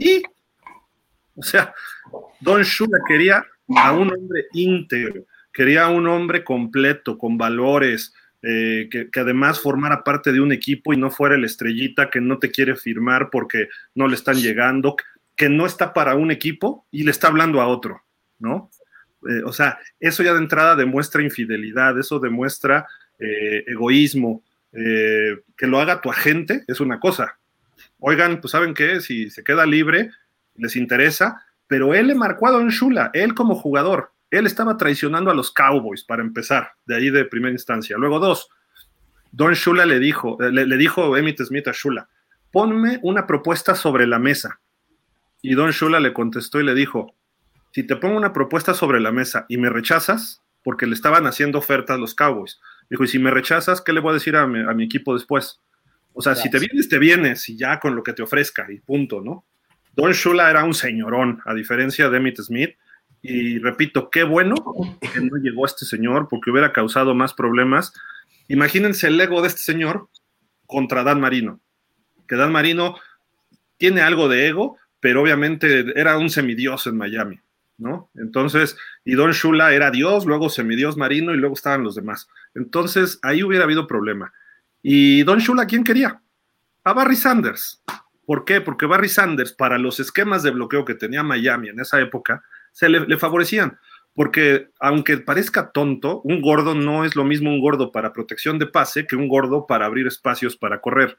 O sea, Don Shula quería a un hombre íntegro, quería a un hombre completo, con valores, que además formara parte de un equipo y no fuera el estrellita que no te quiere firmar porque no le están llegando, que no está para un equipo y le está hablando a otro, ¿no? O sea, eso ya de entrada demuestra infidelidad, eso demuestra egoísmo. Que lo haga tu agente es una cosa. Oigan, pues ¿saben qué? Si se queda libre, les interesa, pero él le marcó a Don Shula, él como jugador, él estaba traicionando a los Cowboys para empezar, de ahí de primera instancia. Luego 2, Don Shula le dijo Emmitt Smith a Shula, ponme una propuesta sobre la mesa. Y Don Shula le contestó y le dijo, si te pongo una propuesta sobre la mesa y me rechazas, porque le estaban haciendo ofertas los Cowboys, dijo, y si me rechazas, ¿qué le voy a decir a mi equipo después? O sea, si te vienes y ya con lo que te ofrezca y punto, ¿no? Don Shula era un señorón, a diferencia de Emmitt Smith, y repito, qué bueno que no llegó este señor porque hubiera causado más problemas. Imagínense el ego de este señor contra Dan Marino, que Dan Marino tiene algo de ego, pero obviamente era un semidios en Miami, ¿no? Entonces, y Don Shula era Dios, luego semidios Marino y luego estaban los demás. Entonces, ahí hubiera habido problema. Y Don Shula, ¿quién quería? A Barry Sanders. ¿Por qué? Porque Barry Sanders, para los esquemas de bloqueo que tenía Miami en esa época, se le favorecían. Porque, aunque parezca tonto, un gordo no es lo mismo un gordo para protección de pase que un gordo para abrir espacios para correr.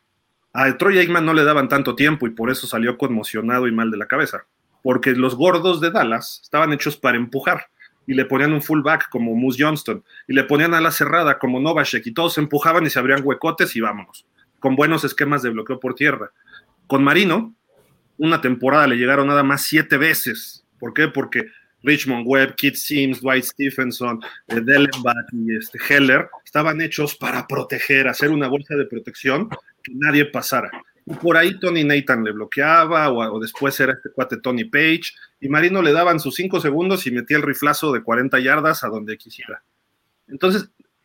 A Troy Aikman no le daban tanto tiempo y por eso salió conmocionado y mal de la cabeza. Porque los gordos de Dallas estaban hechos para empujar y le ponían un fullback como Moose Johnston y le ponían a la cerrada como Novacek y todos se empujaban y se abrían huecotes y vámonos, con buenos esquemas de bloqueo por tierra. Con Marino, una temporada le llegaron nada más 7 veces. ¿Por qué? Porque Richmond Webb, Keith Sims, Dwight Stephenson, Dellenbach y Heller estaban hechos para proteger, hacer una bolsa de protección que nadie pasara. Y por ahí Tony Nathan le bloqueaba, o después era este cuate Tony Page, y Marino le daban sus 5 segundos y metía el riflazo de 40 yardas a donde quisiera. Entonces,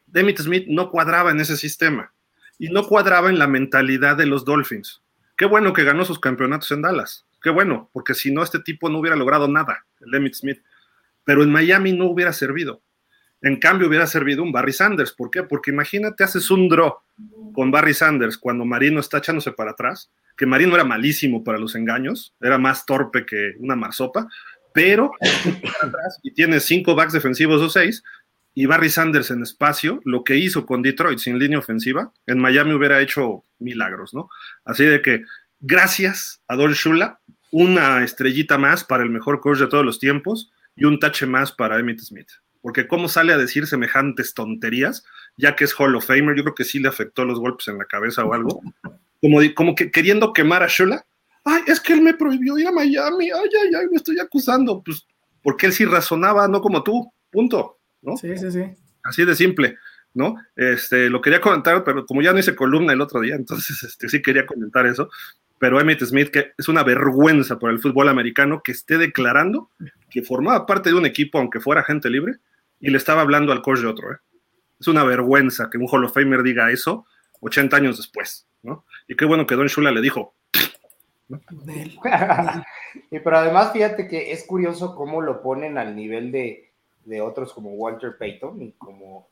Emmitt Smith no cuadraba en ese sistema y no cuadraba en la mentalidad de los Dolphins. Qué bueno que ganó sus campeonatos en Dallas, qué bueno, porque si no este tipo no hubiera logrado nada, el Emmitt Smith, pero en Miami no hubiera servido. En cambio hubiera servido un Barry Sanders. ¿Por qué? Porque imagínate, haces un draw con Barry Sanders cuando Marino está echándose para atrás, que Marino era malísimo para los engaños, era más torpe que una marsopa, pero y tiene 5 backs defensivos o 6, y Barry Sanders en espacio, lo que hizo con Detroit sin línea ofensiva, en Miami hubiera hecho milagros, ¿no? Así de que, gracias a Don Shula, una estrellita más para el mejor coach de todos los tiempos y un tache más para Emmitt Smith. Porque cómo sale a decir semejantes tonterías, ya que es Hall of Famer, yo creo que sí le afectó los golpes en la cabeza o algo, como que queriendo quemar a Shula. Ay, es que él me prohibió ir a Miami, ay, me estoy acusando, pues, porque él sí razonaba, no como tú, punto, ¿no? Sí. Así de simple, ¿no? Lo quería comentar, pero como ya no hice columna el otro día, entonces sí quería comentar eso, pero Emmitt Smith, que es una vergüenza para el fútbol americano que esté declarando que formaba parte de un equipo, aunque fuera gente libre, y le estaba hablando al coach de otro, ¿eh? Es una vergüenza que un Hall of Famer diga eso 80 años después, ¿no? Y qué bueno que Don Shula le dijo, ¿no? Pero además, fíjate que es curioso cómo lo ponen al nivel de otros como Walter Payton y como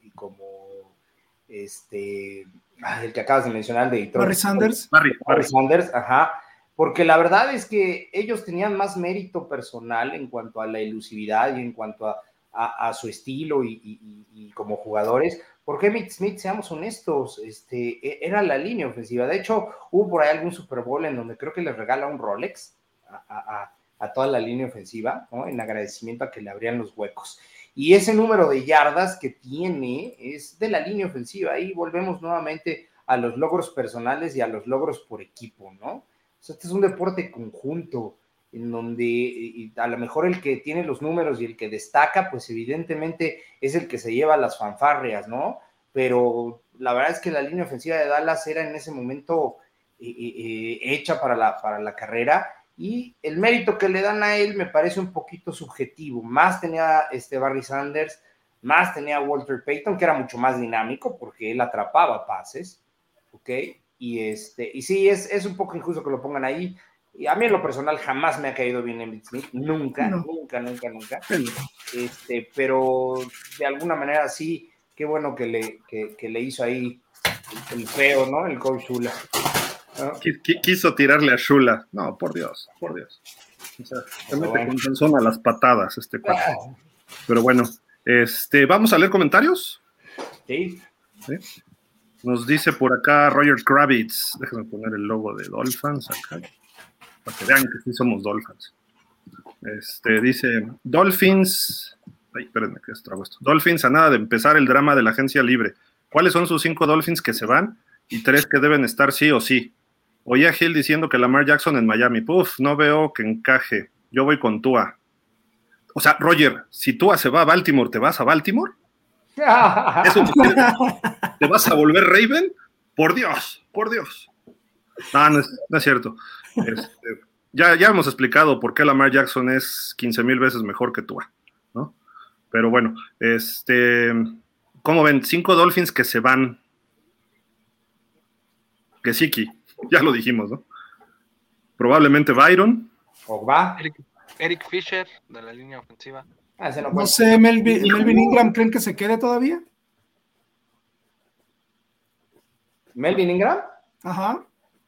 el que acabas de mencionar de Detroit. Barry Sanders. Barry Sanders, ajá. Porque la verdad es que ellos tenían más mérito personal en cuanto a la elusividad y en cuanto a su estilo y como jugadores. Porque Emmitt Smith, seamos honestos, era la línea ofensiva. De hecho, hubo por ahí algún Super Bowl en donde creo que les regala un Rolex a toda la línea ofensiva, ¿no? En agradecimiento a que le abrían los huecos. Y ese número de yardas que tiene es de la línea ofensiva. Ahí volvemos nuevamente a los logros personales y a los logros por equipo, ¿no? O sea, este es un deporte conjunto en donde a lo mejor el que tiene los números y el que destaca, pues evidentemente es el que se lleva las fanfarrias, ¿no? Pero la verdad es que la línea ofensiva de Dallas era en ese momento hecha para la carrera, y el mérito que le dan a él me parece un poquito subjetivo. Más tenía Barry Sanders, más tenía Walter Payton, que era mucho más dinámico porque él atrapaba pases, ¿ok? Y sí, es un poco injusto que lo pongan ahí. Y a mí en lo personal jamás me ha caído bien Emmitt Smith, nunca. Pero de alguna manera sí, qué bueno que le hizo ahí el feo, ¿no? El coach Shula. ¿No? Quiso tirarle a Shula. No, por Dios. O sea, se mete con Sansón a las patadas cuate. Pero bueno, ¿vamos a leer comentarios? Sí. Nos dice por acá Roger Kravitz. Déjenme poner el logo de Dolphins acá, para que vean que sí somos Dolphins. Dice Dolphins. Ay, espérenme que trago esto. Dolphins a nada de empezar el drama de la agencia libre. ¿Cuáles son sus 5 Dolphins que se van y 3 que deben estar sí o sí? Oye a Gil diciendo que Lamar Jackson en Miami. Puf, no veo que encaje. Yo voy con Tua. O sea, Roger, si Tua se va a Baltimore, ¿te vas a Baltimore? ¿Eso te vas a volver Raven? Por Dios. No es cierto. Ya hemos explicado por qué Lamar Jackson es 15,000 veces mejor que Tua, ¿no? Pero bueno, ¿cómo ven? 5 Dolphins que se van. Gesicki, ya lo dijimos, ¿no? Probablemente Byron. Ogba. Eric Fisher, de la línea ofensiva. No sé, Melvin Ingram, ¿creen que se quede todavía? ¿Melvin Ingram? Ajá.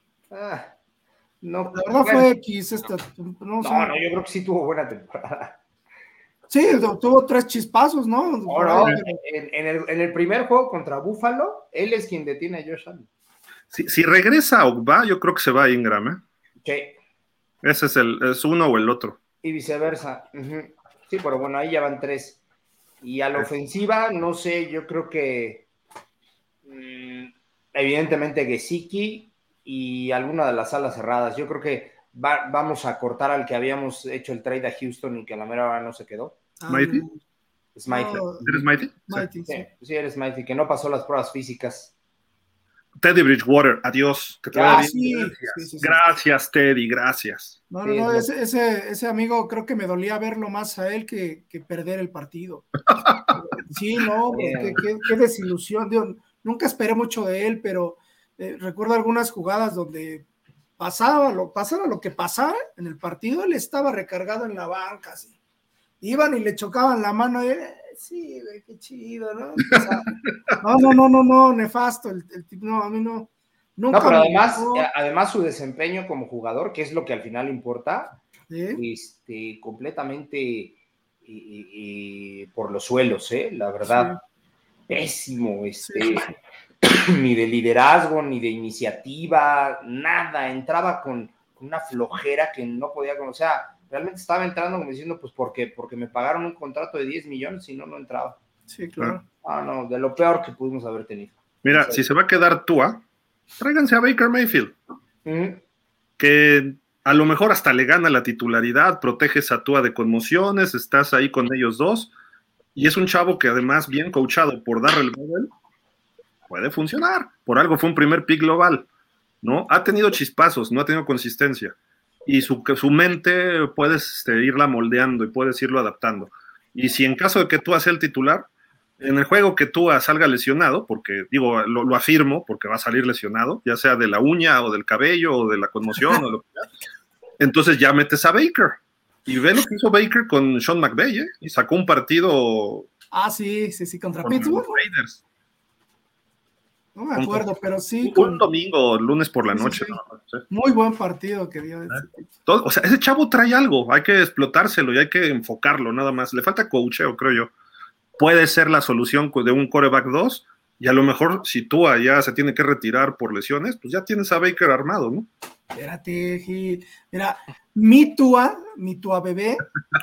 No. La verdad fue X. No, yo creo que sí tuvo buena temporada. Sí, tuvo 3 chispazos, ¿no? No. En el primer juego contra Buffalo, él es quien detiene a Josh Allen. Si regresa Ogba, yo creo que se va a Ingram, ¿eh? Sí. Ese es uno o el otro. Y viceversa. Uh-huh. Sí, pero bueno, ahí ya van 3. Y a la ofensiva, no sé, yo creo que evidentemente Gesicki y alguna de las alas cerradas. Yo creo que vamos a cortar al que habíamos hecho el trade a Houston y que a la mera hora no se quedó. ¿Mighty? Smitey. ¿Eres Mighty? Mighty, sí, eres Mighty, que no pasó las pruebas físicas. Teddy Bridgewater, adiós, que te vaya bien. Sí, Gracias. sí. Gracias, Teddy, gracias. No, ese amigo creo que me dolía verlo más a él que perder el partido. Sí, no, qué desilusión. Digo, nunca esperé mucho de él, pero recuerdo algunas jugadas donde pasara lo que pasara en el partido, él estaba recargado en la banca, así. Iban y le chocaban la mano, y sí, güey, qué chido, ¿no? O sea, no, nefasto, el tipo, no, a mí no. Nunca no, pero me además su desempeño como jugador, que es lo que al final importa, ¿sí? Completamente por los suelos, la verdad, sí. Pésimo, Sí. ni de liderazgo, ni de iniciativa, nada, entraba con una flojera que no podía conocer, o sea, realmente estaba entrando como diciendo, pues porque me pagaron un contrato de 10 millones, si no, no entraba. Sí, claro. No, de lo peor que pudimos haber tenido. Mira, si se va a quedar Tua, tráiganse a Baker Mayfield, que a lo mejor hasta le gana la titularidad, proteges a Tua de conmociones, estás ahí con ellos dos, y es un chavo que además bien coachado por Darrell Bevell, puede funcionar, por algo fue un primer pick global, ¿no? Ha tenido chispazos, no ha tenido consistencia, y su mente puedes irla moldeando y puedes irlo adaptando, y si en caso de que Tua sea el titular, en el juego que Tua salga lesionado, porque digo, lo afirmo, porque va a salir lesionado, ya sea de la uña o del cabello o de la conmoción o lo que sea, entonces ya metes a Baker. Y ve lo que hizo Baker con Sean McVay, y sacó un partido. Sí, contra Pittsburgh. Raiders. No me acuerdo, pero sí. Un domingo, lunes por la noche. Sí. No sé. Muy buen partido que dio. O sea, ese chavo trae algo, hay que explotárselo y hay que enfocarlo, nada más. Le falta coacheo, creo yo. Puede ser la solución de un quarterback 2, y a lo mejor si Tua ya se tiene que retirar por lesiones, pues ya tienes a Baker armado, ¿no? Espérate, Gil. Mira, mi Tua bebé.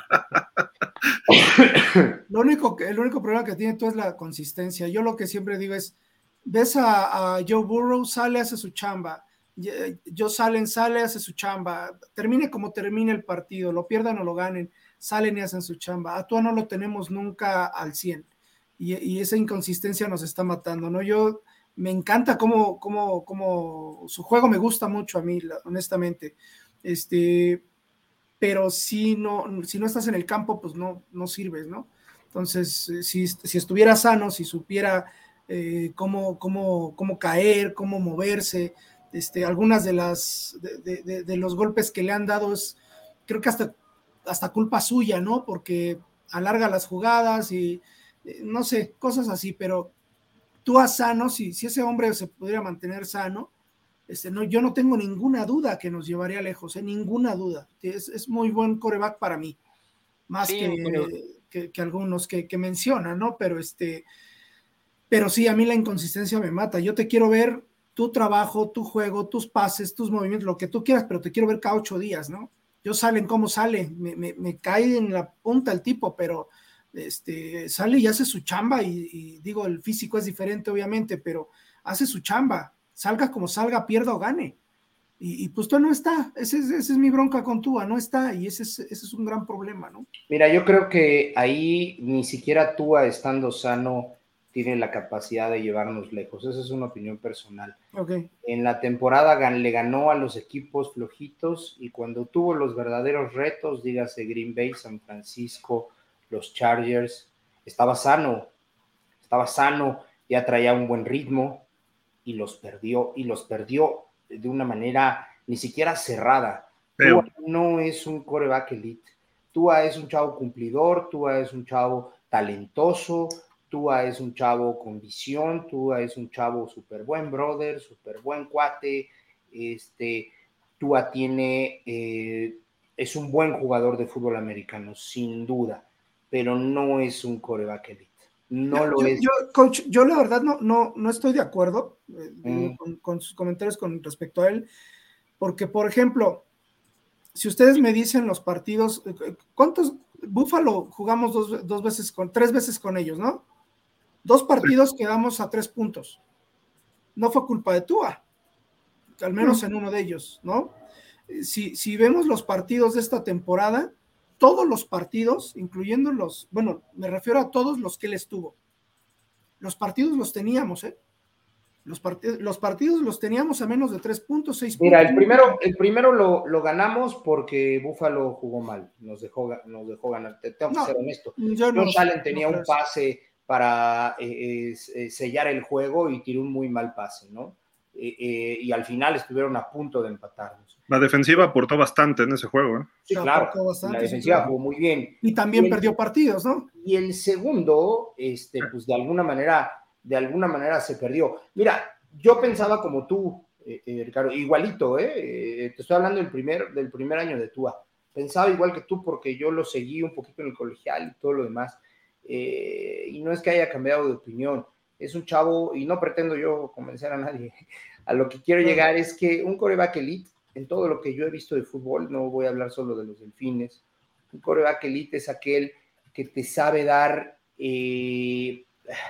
El único problema que tiene Tua es la consistencia. Yo lo que siempre digo es, ves a Joe Burrow, sale, hace su chamba. Josh Allen sale, hace su chamba. Termine como termine el partido, lo pierdan o lo ganen, salen y hacen su chamba. A Tua no lo tenemos nunca al 100, y esa inconsistencia nos está matando, ¿no? Yo me encanta cómo su juego me gusta mucho a mí, honestamente, pero si no estás en el campo, pues no sirves, ¿no? Entonces, si estuviera sano, si supiera cómo caer, cómo moverse, algunas de los golpes que le han dado creo que hasta culpa suya, ¿no? Porque alarga las jugadas y no sé, cosas así, pero Tua sano, si ese hombre se pudiera mantener sano, yo no tengo ninguna duda que nos llevaría lejos, ninguna duda. Es muy buen quarterback para mí, más sí, que algunos que mencionan, ¿no? Pero sí, a mí la inconsistencia me mata. Yo te quiero ver tu trabajo, tu juego, tus pases, tus movimientos, lo que tú quieras, pero te quiero ver cada 8 días, ¿no? Yo salen como sale, me cae en la punta el tipo, pero sale y hace su chamba, y digo, el físico es diferente obviamente, pero hace su chamba, salga como salga, pierda o gane, y pues Tua no está. Esa es mi bronca con Tua, no está, y ese es un gran problema, ¿no? Mira, yo creo que ahí ni siquiera Tua estando sano tiene la capacidad de llevarnos lejos. Esa es una opinión personal. Okay. En la temporada le ganó a los equipos flojitos, y cuando tuvo los verdaderos retos, dígase Green Bay, San Francisco, los Chargers, estaba sano, ya traía un buen ritmo, y los perdió de una manera ni siquiera cerrada. Tua no es un quarterback elite. Tua es un chavo cumplidor, Tua es un chavo talentoso, Tua es un chavo con visión, Tua es un chavo súper buen brother, súper buen cuate. Tua es un buen jugador de fútbol americano, sin duda, pero no es un quarterback elite. No lo es. Coach, yo la verdad no estoy de acuerdo con sus comentarios con respecto a él, porque, por ejemplo, si ustedes me dicen los partidos, ¿cuántos? Buffalo jugamos 3 veces con ellos, ¿no? 2 partidos quedamos a 3 puntos. No fue culpa de Tua, al menos en uno de ellos, ¿no? Si vemos los partidos de esta temporada, todos los partidos, incluyendo me refiero a todos los que él estuvo, los partidos los teníamos, Los partidos los teníamos a menos de 3 puntos, 6 Mira, puntos. el primero lo ganamos porque Buffalo jugó mal, nos dejó ganar. Tengo que ser honesto. Josh Allen tenía un pase para sellar el juego y tiró un muy mal pase, ¿no? Y al final estuvieron a punto de empatarnos. La defensiva aportó bastante en ese juego, ¿eh? Sí, claro. La defensiva jugó muy bien. Y también perdió partidos, ¿no? Y el segundo, pues de alguna manera se perdió. Mira, yo pensaba como tú, Ricardo, igualito, te estoy hablando del primer año de Tua. Pensaba igual que tú porque yo lo seguí un poquito en el colegial y todo lo demás. Y no es que haya cambiado de opinión. Es un chavo, y no pretendo yo convencer a nadie. A lo que quiero llegar es que un quarterback elite, en todo lo que yo he visto de fútbol, no voy a hablar solo de los Delfines, un quarterback elite es aquel que te sabe dar... que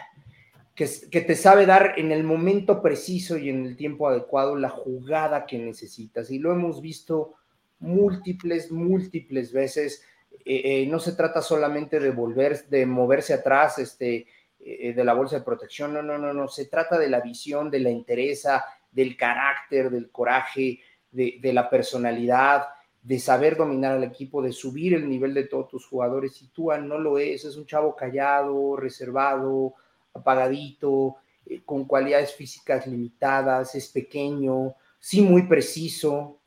te sabe dar en el momento preciso y en el tiempo adecuado la jugada que necesitas. Y lo hemos visto múltiples veces. No se trata solamente de moverse atrás de la bolsa de protección. No. Se trata de la visión, de la entereza, del carácter, del coraje, de la personalidad, de saber dominar al equipo, de subir el nivel de todos tus jugadores. Y Tua no lo es un chavo callado, reservado, apagadito, con cualidades físicas limitadas, es pequeño, sí muy preciso,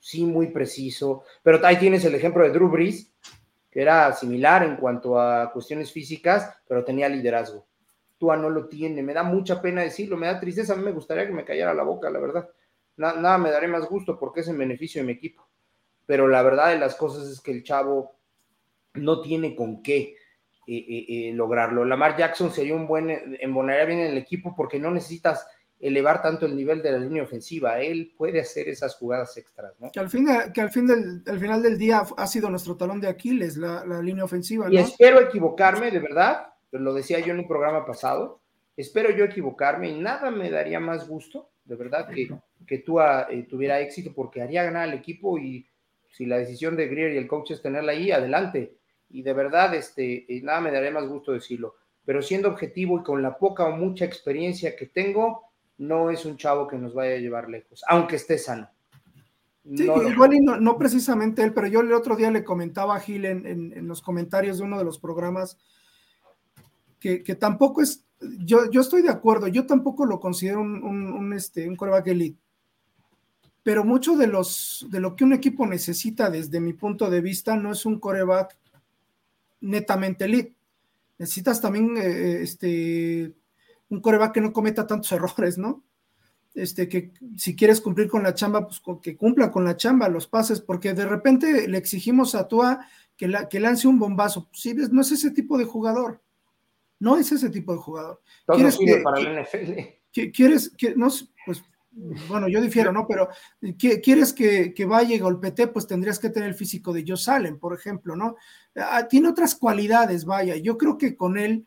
pero ahí tienes el ejemplo de Drew Brees, que era similar en cuanto a cuestiones físicas, pero tenía liderazgo. Tua no lo tiene, me da mucha pena decirlo, me da tristeza, a mí me gustaría que me callara la boca, la verdad, nada me daré más gusto porque es en beneficio de mi equipo, pero la verdad de las cosas es que el chavo no tiene con qué lograrlo. Lamar Jackson sería embonaría bien en el equipo porque no necesitas elevar tanto el nivel de la línea ofensiva, él puede hacer esas jugadas extras, ¿no? Que al final del día ha sido nuestro talón de Aquiles, la línea ofensiva, ¿no? Y espero equivocarme, de verdad, lo decía yo en un programa pasado, espero yo equivocarme y nada me daría más gusto, de verdad, que Tua tuviera éxito porque haría ganar al equipo y si la decisión de Grier y el coach es tenerla ahí, adelante. Y de verdad, nada me daría más gusto decirlo, pero siendo objetivo y con la poca o mucha experiencia que tengo, no es un chavo que nos vaya a llevar lejos, aunque esté sano. Sí, igual y no precisamente él, pero yo el otro día le comentaba a Gil en los comentarios de uno de los programas que tampoco es, yo estoy de acuerdo, yo tampoco lo considero un quarterback elite, pero mucho de lo que un equipo necesita desde mi punto de vista no es un quarterback netamente elite. Necesitas también un quarterback que no cometa tantos errores, ¿no? Que si quieres cumplir con la chamba, pues que cumpla con la chamba, los pases, porque de repente le exigimos a Tua que lance un bombazo. Sí, no es ese tipo de jugador. No es ese tipo de jugador. Todo sirve para el NFL. ¿Quieres que no? Pues bueno, yo difiero, ¿no? Pero quieres que vaya y golpetee, pues tendrías que tener el físico de Josh Allen, por ejemplo, ¿no? Tiene otras cualidades, vaya. Yo creo que con él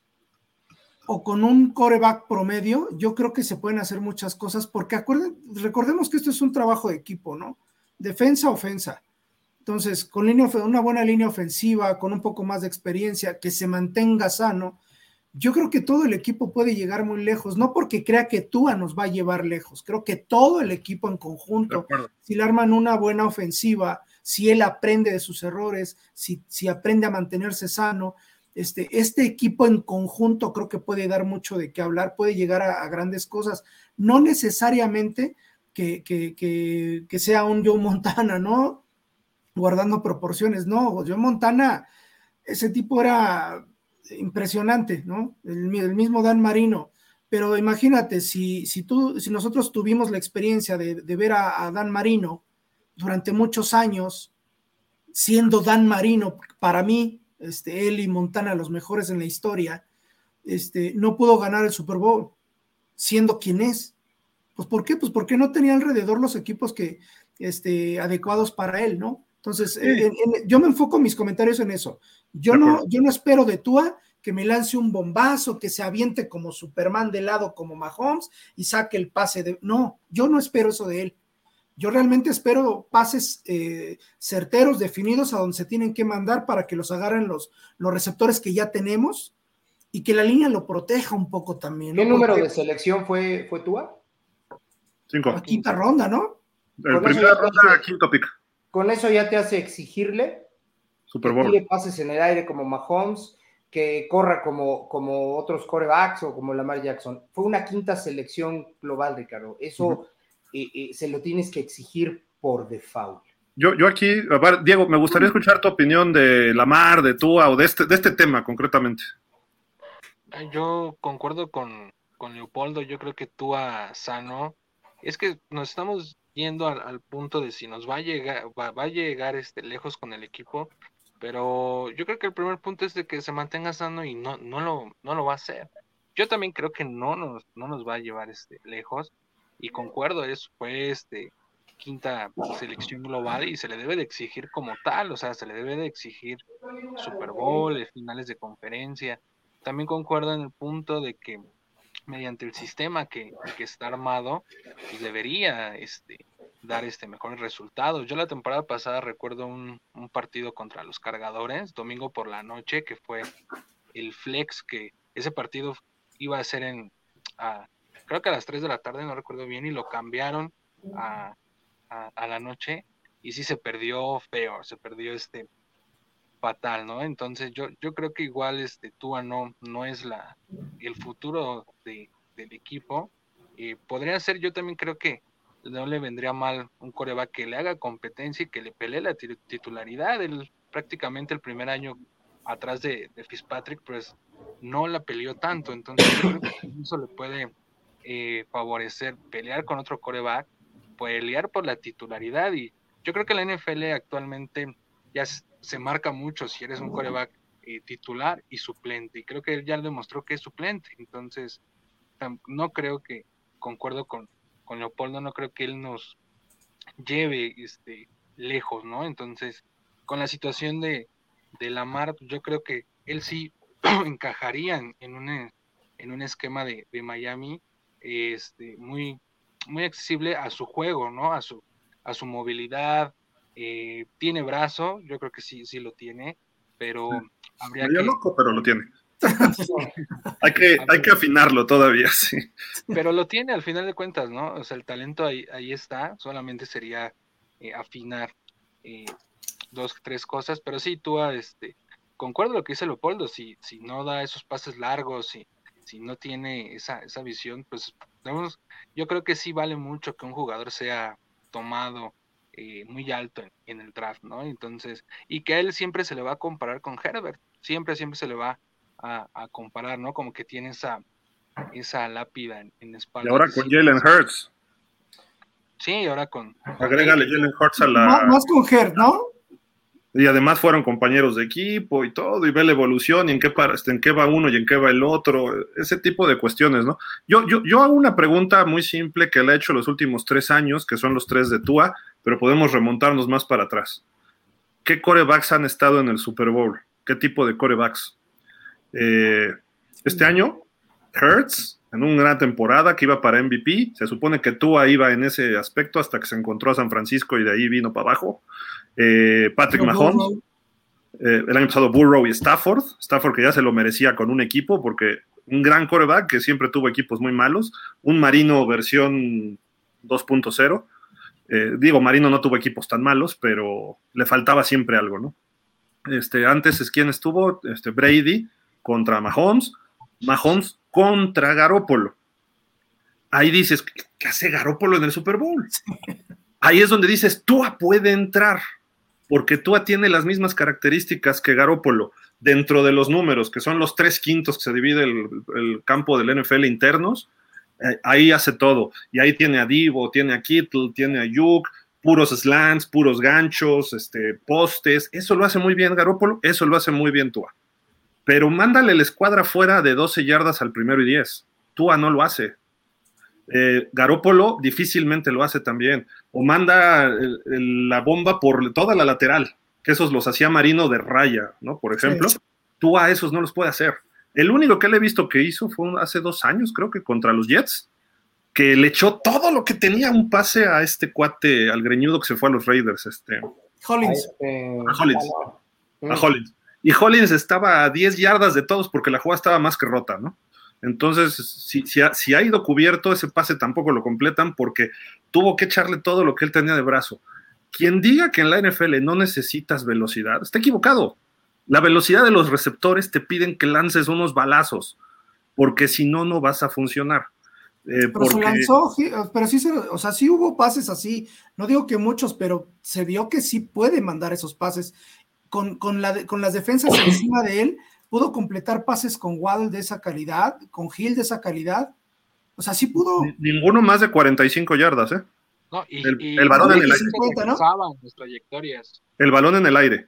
o con un quarterback promedio, yo creo que se pueden hacer muchas cosas, porque recordemos que esto es un trabajo de equipo, ¿no? Defensa, ofensa. Entonces, con una buena línea ofensiva, con un poco más de experiencia, que se mantenga sano, yo creo que todo el equipo puede llegar muy lejos, no porque crea que Tua nos va a llevar lejos, creo que todo el equipo en conjunto, si le arman una buena ofensiva, si él aprende de sus errores, si aprende a mantenerse sano, este equipo en conjunto creo que puede dar mucho de qué hablar, puede llegar a grandes cosas, no necesariamente que sea un Joe Montana, ¿no? Guardando proporciones, no, Joe Montana, ese tipo era impresionante, ¿no? El mismo Dan Marino, pero imagínate, si nosotros tuvimos la experiencia de ver a Dan Marino durante muchos años, siendo Dan Marino, para mí, él y Montana los mejores en la historia, no pudo ganar el Super Bowl, siendo quien es. Pues ¿por qué? Pues porque no tenía alrededor los equipos adecuados para él, ¿no? Entonces, yo me enfoco mis comentarios en eso. Yo no espero de Tua que me lance un bombazo, que se aviente como Superman de lado, como Mahomes, y saque el pase No, yo no espero eso de él. Yo realmente espero pases certeros, definidos a donde se tienen que mandar para que los agarren los receptores que ya tenemos y que la línea lo proteja un poco también, ¿no? ¿Qué número de selección fue Tua? 5. Quinta ronda, ¿no? Primera ronda, quinto pick. Con eso ya te hace exigirle Super que Bowl. tire pases en el aire como Mahomes, que corra como otros quarterbacks o como Lamar Jackson. Fue una quinta selección global, Ricardo. Eso se lo tienes que exigir por default. Yo aquí, a ver, Diego, me gustaría escuchar tu opinión de Lamar, de Tua o de este tema concretamente. Yo concuerdo con Leopoldo. Yo creo que Tua sano. Es que nos estamos yendo al punto de si nos va a llegar lejos con el equipo, pero yo creo que el primer punto es de que se mantenga sano y no lo va a hacer. Yo también creo que no nos va a llevar lejos, y concuerdo, fue quinta selección global y se le debe de exigir como tal, o sea, se le debe de exigir Super Bowl, finales de conferencia. También concuerdo en el punto de que mediante el sistema que está armado, pues debería dar mejores resultados. Yo la temporada pasada recuerdo un partido contra los Cargadores, domingo por la noche, que fue el flex, que ese partido iba a ser creo que a las 3 de la tarde, no recuerdo bien, y lo cambiaron a la noche, y sí se perdió feo, se perdió fatal, ¿no? Entonces yo creo que igual Tua no es el futuro del equipo. Podría ser, yo también creo que no le vendría mal un quarterback que le haga competencia y que le pelee la titularidad. Él prácticamente el primer año atrás de Fitzpatrick, pues no la peleó tanto, entonces yo creo que eso le puede favorecer pelear con otro quarterback, pelear por la titularidad. Y yo creo que la NFL actualmente ya se marca mucho si eres un quarterback titular y suplente, y creo que él ya demostró que es suplente. Entonces no creo que, concuerdo con Leopoldo, no creo que él nos lleve lejos, ¿no? Entonces, con la situación de Lamar, yo creo que él sí encajaría en un esquema de Miami, muy, muy accesible a su juego, ¿no? A su movilidad. Tiene brazo, yo creo que sí lo tiene, pero habría Medio que... loco, pero lo tiene. hay que afinarlo todavía, sí. Pero lo tiene al final de cuentas, ¿no? O sea, el talento ahí está, solamente sería afinar 2, 3 cosas, pero sí, Tua, concuerdo lo que dice Leopoldo, si no da esos pases largos, si no tiene esa visión, pues yo creo que sí vale mucho que un jugador sea tomado muy alto en el draft, ¿no? Entonces, y que a él siempre se le va a comparar con Herbert, siempre se le va a comparar, ¿no? Como que tiene esa lápida en espalda. Y ahora con Jalen Hurts. Sí, ahora con agrégale Jalen Hurts a la... Más con Hurts, ¿no? Y además fueron compañeros de equipo y todo, y ve la evolución, y en qué va uno y en qué va el otro, ese tipo de cuestiones, ¿no? Yo hago una pregunta muy simple que le he hecho los últimos 3 años, que son los 3 de Tua, pero podemos remontarnos más para atrás. ¿Qué quarterbacks han estado en el Super Bowl? ¿Qué tipo de quarterbacks? Este año, Hurts, en una gran temporada que iba para MVP, se supone que Tua iba en ese aspecto hasta que se encontró a San Francisco y de ahí vino para abajo. Patrick Mahomes, el año pasado Burrow y Stafford que ya se lo merecía con un equipo, porque un gran quarterback que siempre tuvo equipos muy malos, un Marino versión 2.0, Marino no tuvo equipos tan malos, pero le faltaba siempre algo, ¿no? Antes es quien estuvo, Brady contra Mahomes contra Garoppolo. Ahí dices, ¿qué hace Garoppolo en el Super Bowl? Ahí es donde dices, Tua puede entrar, porque Tua tiene las mismas características que Garoppolo dentro de los números, que son los 3/5 que se divide el campo del NFL internos. Ahí hace todo, y ahí tiene a Deebo, tiene a Kittle, tiene a Ayuk, puros slants, puros ganchos, postes. Eso lo hace muy bien Garoppolo, eso lo hace muy bien Tua. Pero mándale la escuadra fuera de 12 yardas al 1º y 10. Tua no lo hace. Garoppolo difícilmente lo hace también. O manda la bomba por toda la lateral, que esos los hacía Marino de raya, ¿no? Por ejemplo, sí. Tua esos no los puede hacer. El único que le he visto que hizo fue hace 2 años, creo que contra los Jets, que le echó todo lo que tenía un pase a este cuate, al greñudo que se fue a los Raiders. Hollins. A Hollins. Y Hollins estaba a 10 yardas de todos porque la jugada estaba más que rota, ¿no? Entonces, si ha ido cubierto, ese pase tampoco lo completan porque tuvo que echarle todo lo que él tenía de brazo. Quien diga que en la NFL no necesitas velocidad, está equivocado. La velocidad de los receptores te piden que lances unos balazos, porque si no, no vas a funcionar. Pero se lanzó, pero sí, o sea, sí hubo pases así, no digo que muchos, pero se vio que sí puede mandar esos pases. Con las defensas encima de él, pudo completar pases con Waddle de esa calidad, con Hill de esa calidad. O sea, sí pudo. Ninguno más de 45 yardas, ¿eh? No, el balón en el aire. 50, ¿no? Las trayectorias. El balón en el aire.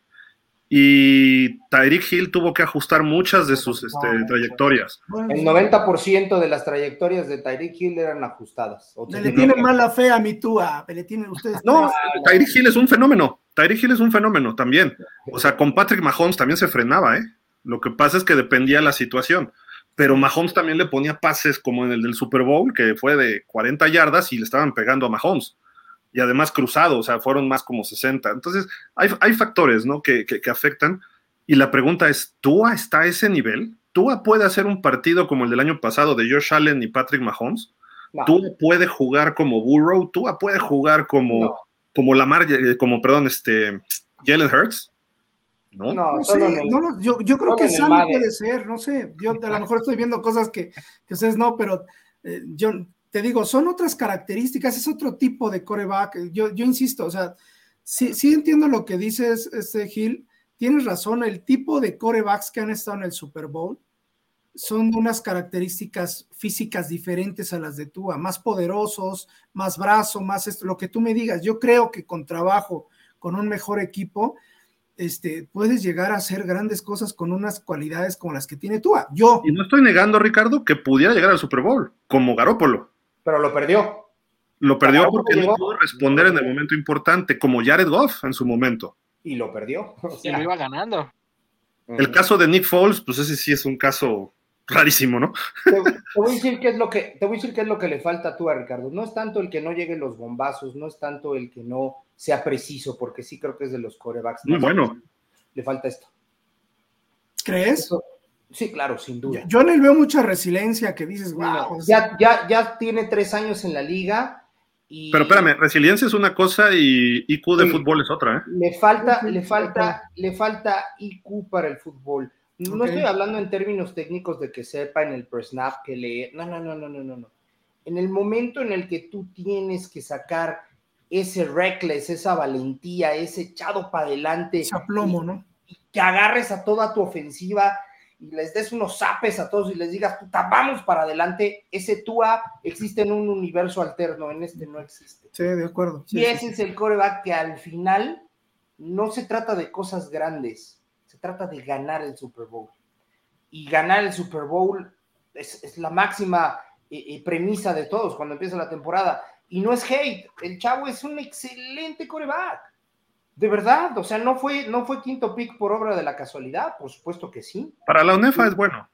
Y Tyreek Hill tuvo que ajustar muchas de sus trayectorias. El 90% de las trayectorias de Tyreek Hill eran ajustadas. Le tienen mala fe a mi Tua, le tienen ustedes. No, Tyreek Hill es un fenómeno. Tyreek Hill es un fenómeno también. O sea, con Patrick Mahomes también se frenaba, ¿eh? Lo que pasa es que dependía de la situación. Pero Mahomes también le ponía pases como en el del Super Bowl, que fue de 40 yardas y le estaban pegando a Mahomes. Y además cruzado, o sea, fueron más como 60. Entonces, hay factores, ¿no? que afectan. Y la pregunta es, ¿Tua está a ese nivel? ¿Tua puede hacer un partido como el del año pasado de Josh Allen y Patrick Mahomes? No. ¿Tua puede jugar como Burrow? ¿Tua puede jugar como Lamar, Jalen Hurts? No sé, yo creo que Sam puede ser, no sé. Yo a lo mejor estoy viendo cosas que ustedes no, pero yo te digo, son otras características, es otro tipo de quarterback. Yo insisto, o sea, sí entiendo lo que dices, Gil, tienes razón, el tipo de quarterbacks que han estado en el Super Bowl son de unas características físicas diferentes a las de Tua, más poderosos, más brazo, más esto, lo que tú me digas. Yo creo que con trabajo, con un mejor equipo, puedes llegar a hacer grandes cosas con unas cualidades como las que tiene Tua. Y no estoy negando, Ricardo, que pudiera llegar al Super Bowl, como Garoppolo. Pero lo perdió. Lo perdió porque no pudo responder en el momento importante, como Jared Goff en su momento. Y lo perdió. O sea, lo iba ganando. El caso de Nick Foles, pues ese sí es un caso rarísimo, ¿no? Te voy a decir qué es lo que le falta a Tua, Ricardo. No es tanto el que no lleguen los bombazos, no es tanto el que no sea preciso, porque sí creo que es de los quarterbacks. Muy bueno. Le falta esto. ¿Crees? Sí, claro, sin duda. Yo en él veo mucha resiliencia, que dices, wow. Ya tiene 3 años en la liga. Pero espérame, resiliencia es una cosa y IQ de fútbol es otra, ¿eh? Le falta IQ para el fútbol. No estoy hablando en términos técnicos de que sepa en el pre-snap, que lee. No. En el momento en el que tú tienes que sacar ese reckless, esa valentía, ese echado para adelante. Ese aplomo, ¿no? Y que agarres a toda tu ofensiva y les des unos zapes a todos y les digas, puta, vamos para adelante. Ese Tua existe en un universo alterno, en este no existe. Sí, de acuerdo. Y ese es el quarterback que al final no se trata de cosas grandes, se trata de ganar el Super Bowl. Y ganar el Super Bowl es la máxima premisa de todos cuando empieza la temporada. Y no es hate, el chavo es un excelente quarterback. De verdad, o sea, no fue quinto pick por obra de la casualidad, por supuesto que sí. Para la UNEFA es bueno.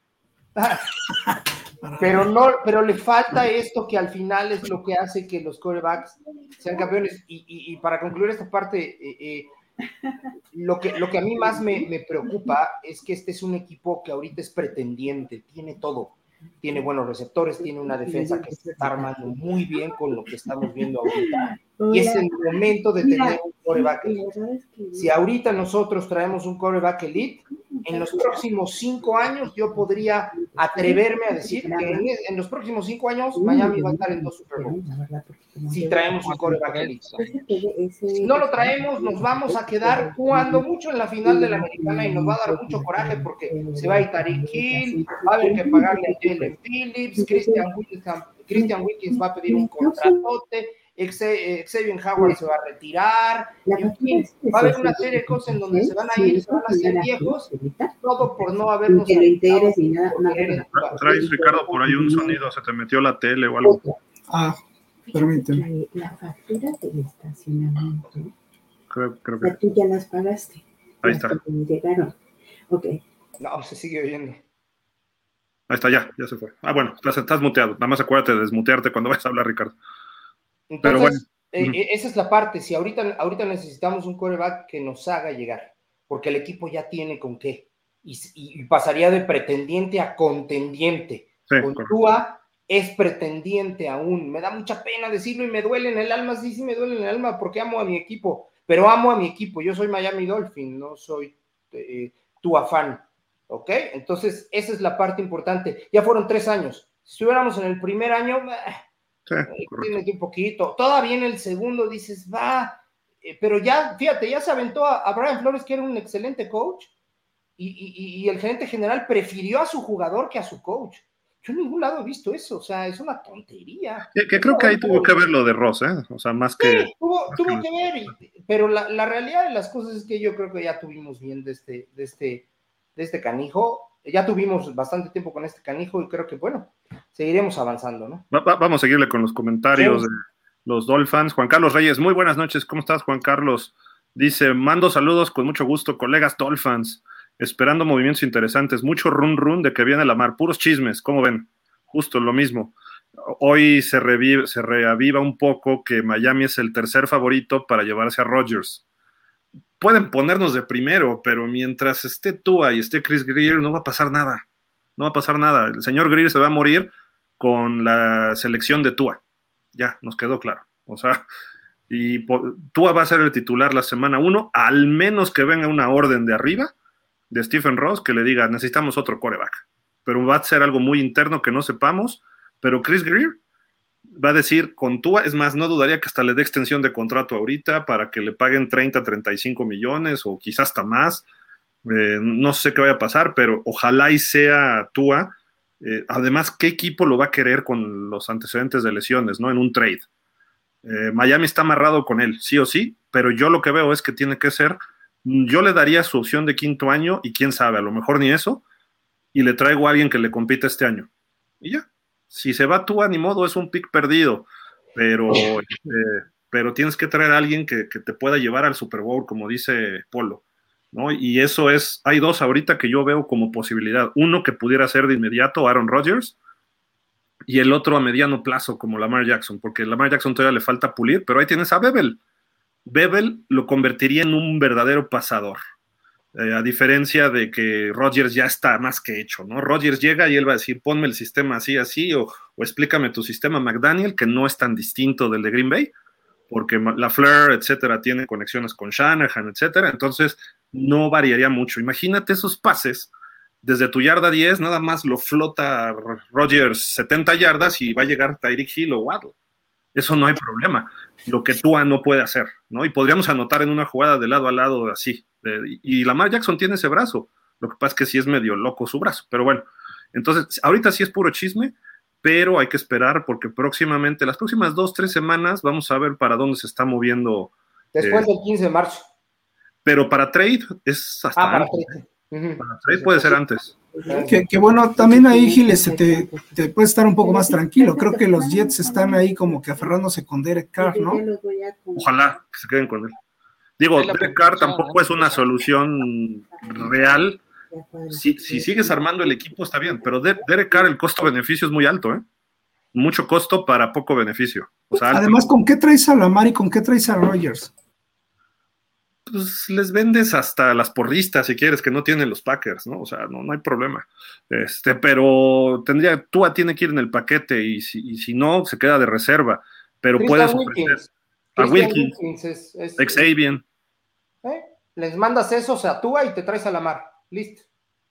Pero le falta esto que al final es lo que hace que los quarterbacks sean campeones. Y para concluir esta parte, lo que a mí más me preocupa es que este es un equipo que ahorita es pretendiente, tiene todo. Tiene buenos receptores, tiene una defensa que se está armando muy bien con lo que estamos viendo ahorita. Y es el momento de tener un quarterback elite. Si ahorita nosotros traemos un quarterback elite, en los próximos 5 años yo podría atreverme a decir que en los próximos 5 años Miami va a estar en 2 Super Bowls. Si traemos un quarterback elite. Si no lo traemos, nos vamos a quedar jugando mucho en la final de la Americana y nos va a dar mucho coraje porque se va a ir Tyreek Hill, va a haber que pagarle a Jalen Phillips, Christian Wilkins va a pedir un contratote, Xavier Howard se va a retirar, en fin, va a haber una serie de cosas en donde se van a ir, se van a hacer viejos, todo por no habernos traes, Ricardo, por ahí un sonido, se te metió la tele o algo. Permíteme. La factura del estacionamiento, creo que tú ya las pagaste. Ahí está. Llegaron. Ok. No, se sigue oyendo. Ahí está, ya se fue. Bueno, estás muteado, nada más acuérdate de desmutearte cuando vayas a hablar, Ricardo. Entonces, pero bueno. Esa es la parte. Si ahorita necesitamos un quarterback que nos haga llegar, porque el equipo ya tiene con qué, y pasaría de pretendiente a contendiente. con Tua es pretendiente aún. Me da mucha pena decirlo y me duele en el alma, sí me duele en el alma porque amo a mi equipo, pero amo a mi equipo. Yo soy Miami Dolphin, no soy Tua fan, ¿ok? Entonces, esa es la parte importante. Ya fueron 3 años. Si estuviéramos en el primer año, tienes un poquito. Todavía en el segundo dices, pero ya, fíjate, ya se aventó a Brian Flores, que era un excelente coach, y el gerente general prefirió a su jugador que a su coach. Yo en ningún lado he visto eso, o sea, es una tontería. Que creo que ahí tuvo que ver lo de Ross, o sea, más que... Sí, tuvo que ver, pero la realidad de las cosas es que yo creo que ya tuvimos bien de este canijo, ya tuvimos bastante tiempo con este canijo y creo que, bueno, seguiremos avanzando, ¿no? Vamos a seguirle con los comentarios de los Dolphins. Juan Carlos Reyes, muy buenas noches, ¿cómo estás, Juan Carlos? Dice, mando saludos con mucho gusto, colegas Dolphins. Esperando movimientos interesantes, mucho run de que viene Lamar, puros chismes, ¿cómo ven? Justo lo mismo. Hoy se reaviva un poco que Miami es el tercer favorito para llevarse a Rodgers. Pueden ponernos de primero, pero mientras esté Tua y esté Chris Greer, no va a pasar nada. No va a pasar nada. El señor Greer se va a morir con la selección de Tua. Ya, nos quedó claro. O sea, y Tua va a ser el titular la semana 1, al menos que venga una orden de arriba de Stephen Ross que le diga, necesitamos otro quarterback, pero va a ser algo muy interno que no sepamos, pero Chris Greer va a decir con Tua, es más, no dudaría que hasta le dé extensión de contrato ahorita para que le paguen 30, 35 millones o quizás hasta más, no sé qué vaya a pasar, pero ojalá y sea Tua, además, ¿qué equipo lo va a querer con los antecedentes de lesiones, ¿no? En un trade. Miami está amarrado con él, sí o sí, pero yo lo que veo es que tiene que ser, yo le daría su opción de 5º año y quién sabe, a lo mejor ni eso, y le traigo a alguien que le compita este año. Y ya, si se va Tua, ni modo, es un pick perdido, pero tienes que traer a alguien que te pueda llevar al Super Bowl, como dice Polo, ¿no? Y eso es, hay 2 ahorita que yo veo como posibilidad. Uno que pudiera ser de inmediato Aaron Rodgers, y el otro a mediano plazo como Lamar Jackson, porque Lamar Jackson todavía le falta pulir, pero ahí tienes a Bebel. Bebel lo convertiría en un verdadero pasador, a diferencia de que Rodgers ya está más que hecho, ¿no? Rodgers llega y él va a decir, ponme el sistema así, o explícame tu sistema McDaniel, que no es tan distinto del de Green Bay, porque LaFleur, etcétera, tiene conexiones con Shanahan, etcétera, entonces no variaría mucho. Imagínate esos pases, desde tu yarda 10, nada más lo flota Rodgers 70 yardas y va a llegar Tyreek Hill o Waddle. Eso no hay problema. Lo que Tua no puede hacer, ¿no? Y podríamos anotar en una jugada de lado a lado así. Y Lamar Jackson tiene ese brazo. Lo que pasa es que sí es medio loco su brazo. Pero bueno, entonces, ahorita sí es puro chisme, pero hay que esperar porque próximamente, las próximas 2-3 semanas, vamos a ver para dónde se está moviendo. Después del 15 de marzo. Pero para trade es hasta antes. Para trade puede ser antes. Que bueno, también ahí Giles te puede estar un poco más tranquilo. Creo que los Jets están ahí como que aferrándose con Derek Carr, ¿no? Ojalá que se queden con él. Digo, Derek Carr tampoco es una solución real. Si sigues armando el equipo está bien, pero Derek Carr el costo-beneficio es muy alto, ¿eh? Mucho costo para poco beneficio. O sea, además, ¿con qué traes a Lamar y con qué traes a Rodgers? Pues les vendes hasta las porristas si quieres, que no tienen los Packers, ¿no? O sea, no hay problema. Pero Tua tiene que ir en el paquete y si no, se queda de reserva. Pero puedes ofrecer a Wilkins, Xavier. Les mandas esos a Tua y te traes a Lamar. Listo.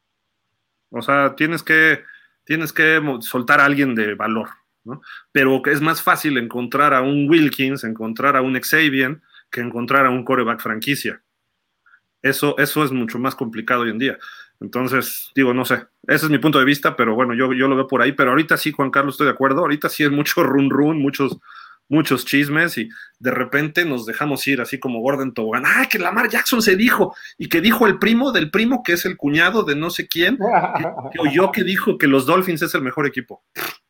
O sea, tienes que soltar a alguien de valor, ¿no? Pero es más fácil encontrar a un Wilkins, encontrar a un Xavier, que encontrar a un quarterback franquicia. Eso es mucho más complicado hoy en día. Entonces, digo, no sé, ese es mi punto de vista, pero bueno, yo lo veo por ahí, pero ahorita sí, Juan Carlos, estoy de acuerdo, ahorita sí es mucho run, muchos chismes y de repente nos dejamos ir así como Gordon Tobogán, que Lamar Jackson se dijo, y que dijo el primo del primo que es el cuñado de no sé quién, que oyó que dijo que los Dolphins es el mejor equipo.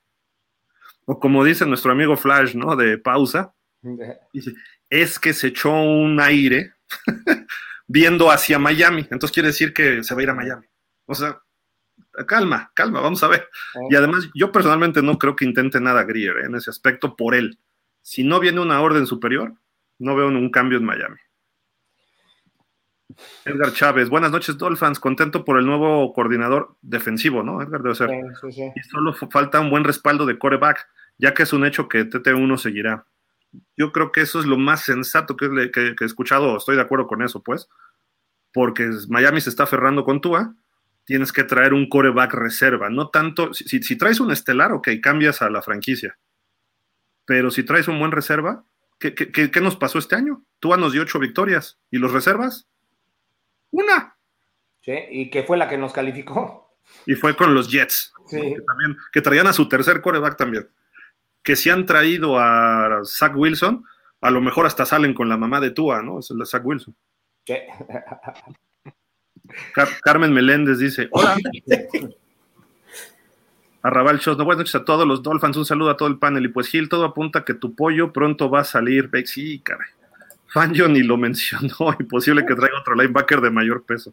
O como dice nuestro amigo Flash, ¿no? De pausa, dice, es que se echó un aire viendo hacia Miami, entonces quiere decir que se va a ir a Miami. O sea, calma, vamos a ver. Y además, yo personalmente no creo que intente nada Greer en ese aspecto por él. Si no viene una orden superior, no veo un cambio en Miami. Edgar Chávez, buenas noches, Dolphins. Contento por el nuevo coordinador defensivo, ¿no? Edgar debe ser. Sí. Y solo falta un buen respaldo de quarterback, ya que es un hecho que TT1 seguirá. Yo creo que eso es lo más sensato que he escuchado. Estoy de acuerdo con eso, pues. Porque Miami se está aferrando con Tua. Tienes que traer un quarterback reserva. No tanto. Si traes un estelar, ok, cambias a la franquicia. Pero si traes un buen reserva, ¿qué nos pasó este año? Tua nos dio 8 victorias. ¿Y los reservas? Una. Sí, y que fue la que nos calificó. Y fue con los Jets, Sí. ¿no? que traían a su tercer quarterback también. Que si han traído a Zach Wilson, a lo mejor hasta salen con la mamá de Tua, ¿no? Es el de Zach Wilson. Sí. Carmen Meléndez dice, hola. Arrabal Shows, buenas noches a todos los Dolphins, un saludo a todo el panel. Y pues Gil, todo apunta que tu pollo pronto va a salir. Sí, caray. Fangio ni lo mencionó, imposible que traiga otro linebacker de mayor peso.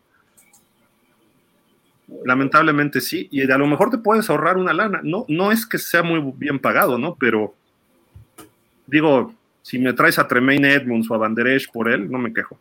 Lamentablemente sí, y a lo mejor te puedes ahorrar una lana. No es que sea muy bien pagado, ¿no? Pero digo, si me traes a Tremaine Edmunds o a Van Der Esch por él, no me quejo.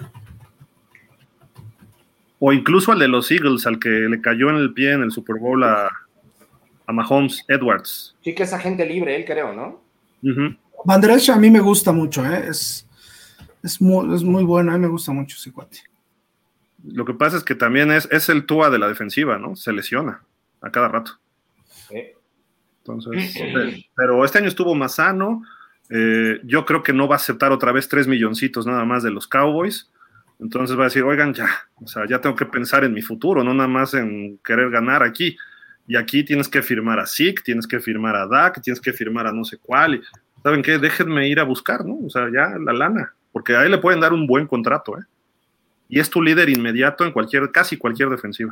O incluso al de los Eagles, al que le cayó en el pie en el Super Bowl a Mahomes, Edwards. Sí, que es agente libre, él creo, ¿no? Uh-huh. Van Der Esch a mí me gusta mucho, es muy bueno, a mí me gusta mucho ese cuate. Lo que pasa es que también es el Tua de la defensiva, ¿no? Se lesiona a cada rato. Entonces, pero este año estuvo más sano. Yo creo que no va a aceptar otra vez 3 milloncitos nada más de los Cowboys. Entonces va a decir, oigan, ya tengo que pensar en mi futuro, no nada más en querer ganar aquí. Y aquí tienes que firmar a Zeke, tienes que firmar a Dak, tienes que firmar a no sé cuál. Y, ¿saben qué? Déjenme ir a buscar, ¿no? O sea, ya la lana. Porque a él le pueden dar un buen contrato, ¿eh? Y es tu líder inmediato en casi cualquier defensiva.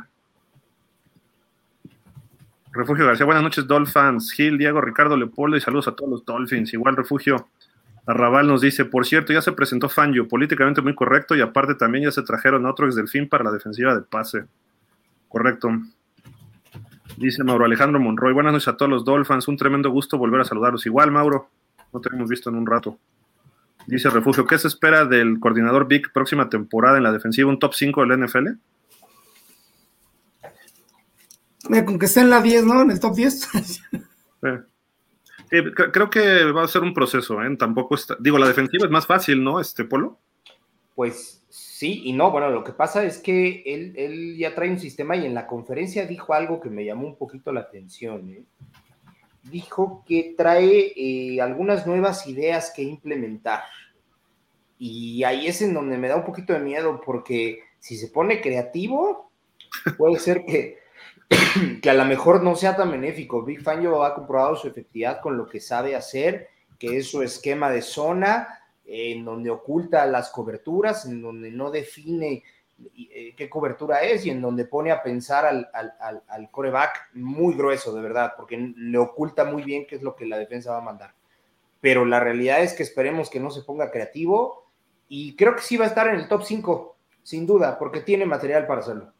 Refugio García, buenas noches, Dolphins. Gil, Diego, Ricardo, Leopoldo y saludos a todos los Dolphins. Igual Refugio Arrabal nos dice, por cierto, ya se presentó Fangio, políticamente muy correcto, y aparte también ya se trajeron a otro ex Delfín para la defensiva de pase. Correcto. Dice Mauro Alejandro Monroy, buenas noches a todos los Dolphins, un tremendo gusto volver a saludarlos. Igual, Mauro, no te hemos visto en un rato. Dice Refugio, ¿qué se espera del coordinador Vic próxima temporada en la defensiva? ¿Un top 5 del NFL? Mira, con que esté en la 10, ¿no? En el top 10. Creo que va a ser un proceso, ¿eh? Tampoco está... Digo, la defensiva es más fácil, ¿no, Polo? Pues sí y no. Bueno, lo que pasa es que él ya trae un sistema y en la conferencia dijo algo que me llamó un poquito la atención, ¿eh? Dijo que trae algunas nuevas ideas que implementar. Y ahí es en donde me da un poquito de miedo, porque si se pone creativo, puede ser que a lo mejor no sea tan benéfico. Big Fangio ha comprobado su efectividad con lo que sabe hacer, que es su esquema de zona, en donde oculta las coberturas, en donde no define qué cobertura es y en donde pone a pensar al quarterback muy grueso, de verdad, porque le oculta muy bien qué es lo que la defensa va a mandar. Pero la realidad es que esperemos que no se ponga creativo y creo que sí va a estar en el top 5, sin duda, porque tiene material para hacerlo.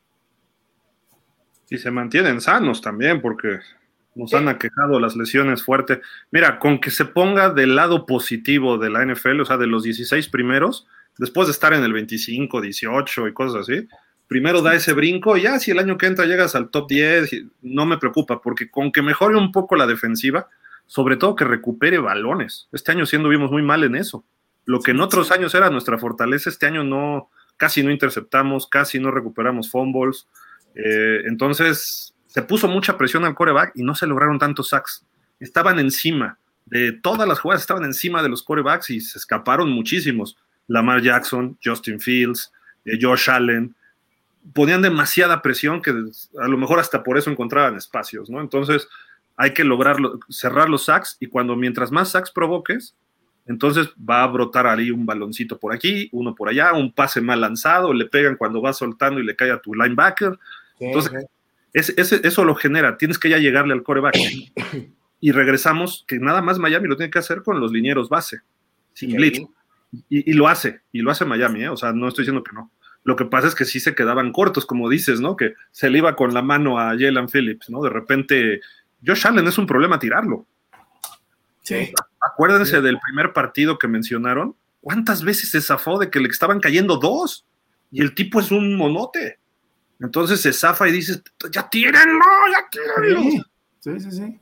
Y se mantienen sanos también, porque nos han aquejado las lesiones fuertes. Mira, con que se ponga del lado positivo de la NFL, o sea, de los 16 primeros, después de estar en el 25, 18 y cosas así, primero da ese brinco y ya si el año que entra llegas al top 10, no me preocupa, porque con que mejore un poco la defensiva, sobre todo que recupere balones. Este año sí anduvimos muy mal en eso. Lo que en otros años era nuestra fortaleza, este año casi no interceptamos, casi no recuperamos fumbles. Entonces se puso mucha presión al quarterback y no se lograron tantos sacks. Estaban encima de todas las jugadas, estaban encima de los quarterbacks y se escaparon muchísimos. Lamar Jackson, Justin Fields, Josh Allen, ponían demasiada presión que a lo mejor hasta por eso encontraban espacios, ¿no? Entonces hay que cerrar los sacks y mientras más sacks provoques, entonces va a brotar ahí un baloncito por aquí, uno por allá, un pase mal lanzado, le pegan cuando va soltando y le cae a tu linebacker. Entonces, eso lo genera, tienes que ya llegarle al quarterback. Y regresamos, que nada más Miami lo tiene que hacer con los linieros base, sin blitz. Y lo hace Miami, ¿eh? O sea, no estoy diciendo que no. Lo que pasa es que sí se quedaban cortos, como dices, ¿no? Que se le iba con la mano a Jalen Phillips, ¿no? De repente, Josh Allen es un problema tirarlo. Sí. Acuérdense del primer partido que mencionaron. ¿Cuántas veces se zafó de que le estaban cayendo 2? y el tipo es un monote. Entonces se zafa y dices, ya tírenlo. Sí.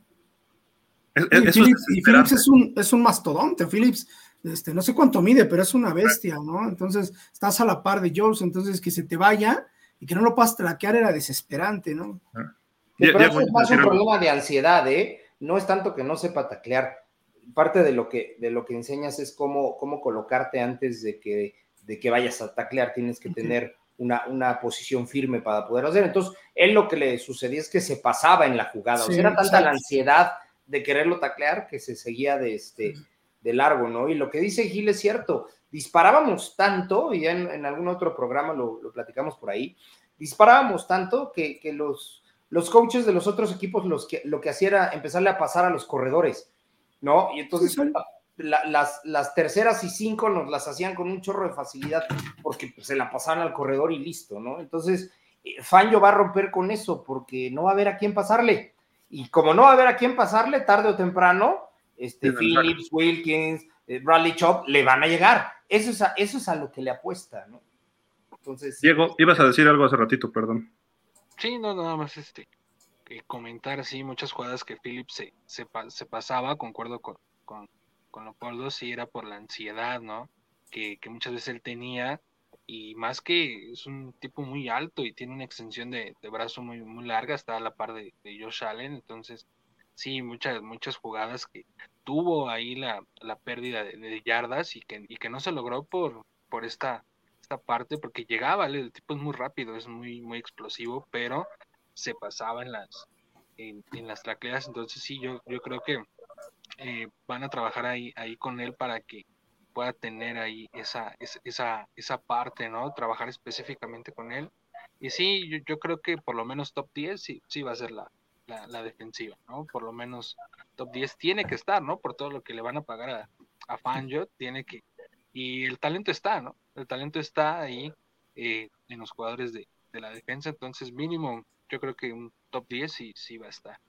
Eso Y Phillips es un mastodonte. Phillips, no sé cuánto mide, pero es una bestia, ¿no? Entonces estás a la par de Jones, entonces que se te vaya y que no lo puedas traquear era desesperante, ¿no? Pero eso es más un problema de ansiedad, ¿eh? No es tanto que no sepa taclear. Parte de lo que enseñas es cómo colocarte antes de que vayas a taclear. Tienes que tener una posición firme para poderlo hacer. Entonces, él lo que le sucedía es que se pasaba en la jugada. Sí, o sea, era tanta la ansiedad de quererlo taclear que se seguía de largo, ¿no? Y lo que dice Gil es cierto. Disparábamos tanto, y ya en algún otro programa lo platicamos por ahí, disparábamos tanto que los coaches de los otros equipos lo que hacía era empezarle a pasar a los corredores, ¿no? Y entonces las terceras y 5 nos las hacían con un chorro de facilidad porque se la pasaban al corredor y listo, ¿no? Entonces, Fangio va a romper con eso porque no va a haber a quién pasarle. Y como no va a haber a quién pasarle, tarde o temprano, Phillips, Wilkins, Bradley Chubb le van a llegar. Eso es a lo que le apuesta, ¿no? Entonces, Diego, ibas a decir algo hace ratito, perdón. Sí, no, nada más comentar así muchas jugadas que Phillips se pasaba, concuerdo con Leopoldo, sí era por la ansiedad, ¿no? Que muchas veces él tenía, y más que es un tipo muy alto y tiene una extensión de brazo muy, muy larga, está a la par de Josh Allen, entonces sí, muchas jugadas que tuvo ahí la pérdida de yardas y que no se logró por esta parte, porque llegaba, el tipo es muy rápido, es muy, muy explosivo, pero se pasaba en las tacleadas. Entonces sí, yo creo que van a trabajar ahí con él para que pueda tener ahí esa parte, ¿no? Trabajar específicamente con él. Y sí, yo creo que por lo menos top 10 sí va a ser la defensiva, ¿no? Por lo menos top 10 tiene que estar, ¿no? Por todo lo que le van a pagar a Fangio, tiene que. Y el talento está, ¿no? El talento está ahí en los jugadores de la defensa, entonces mínimo yo creo que un top 10 sí va a estar.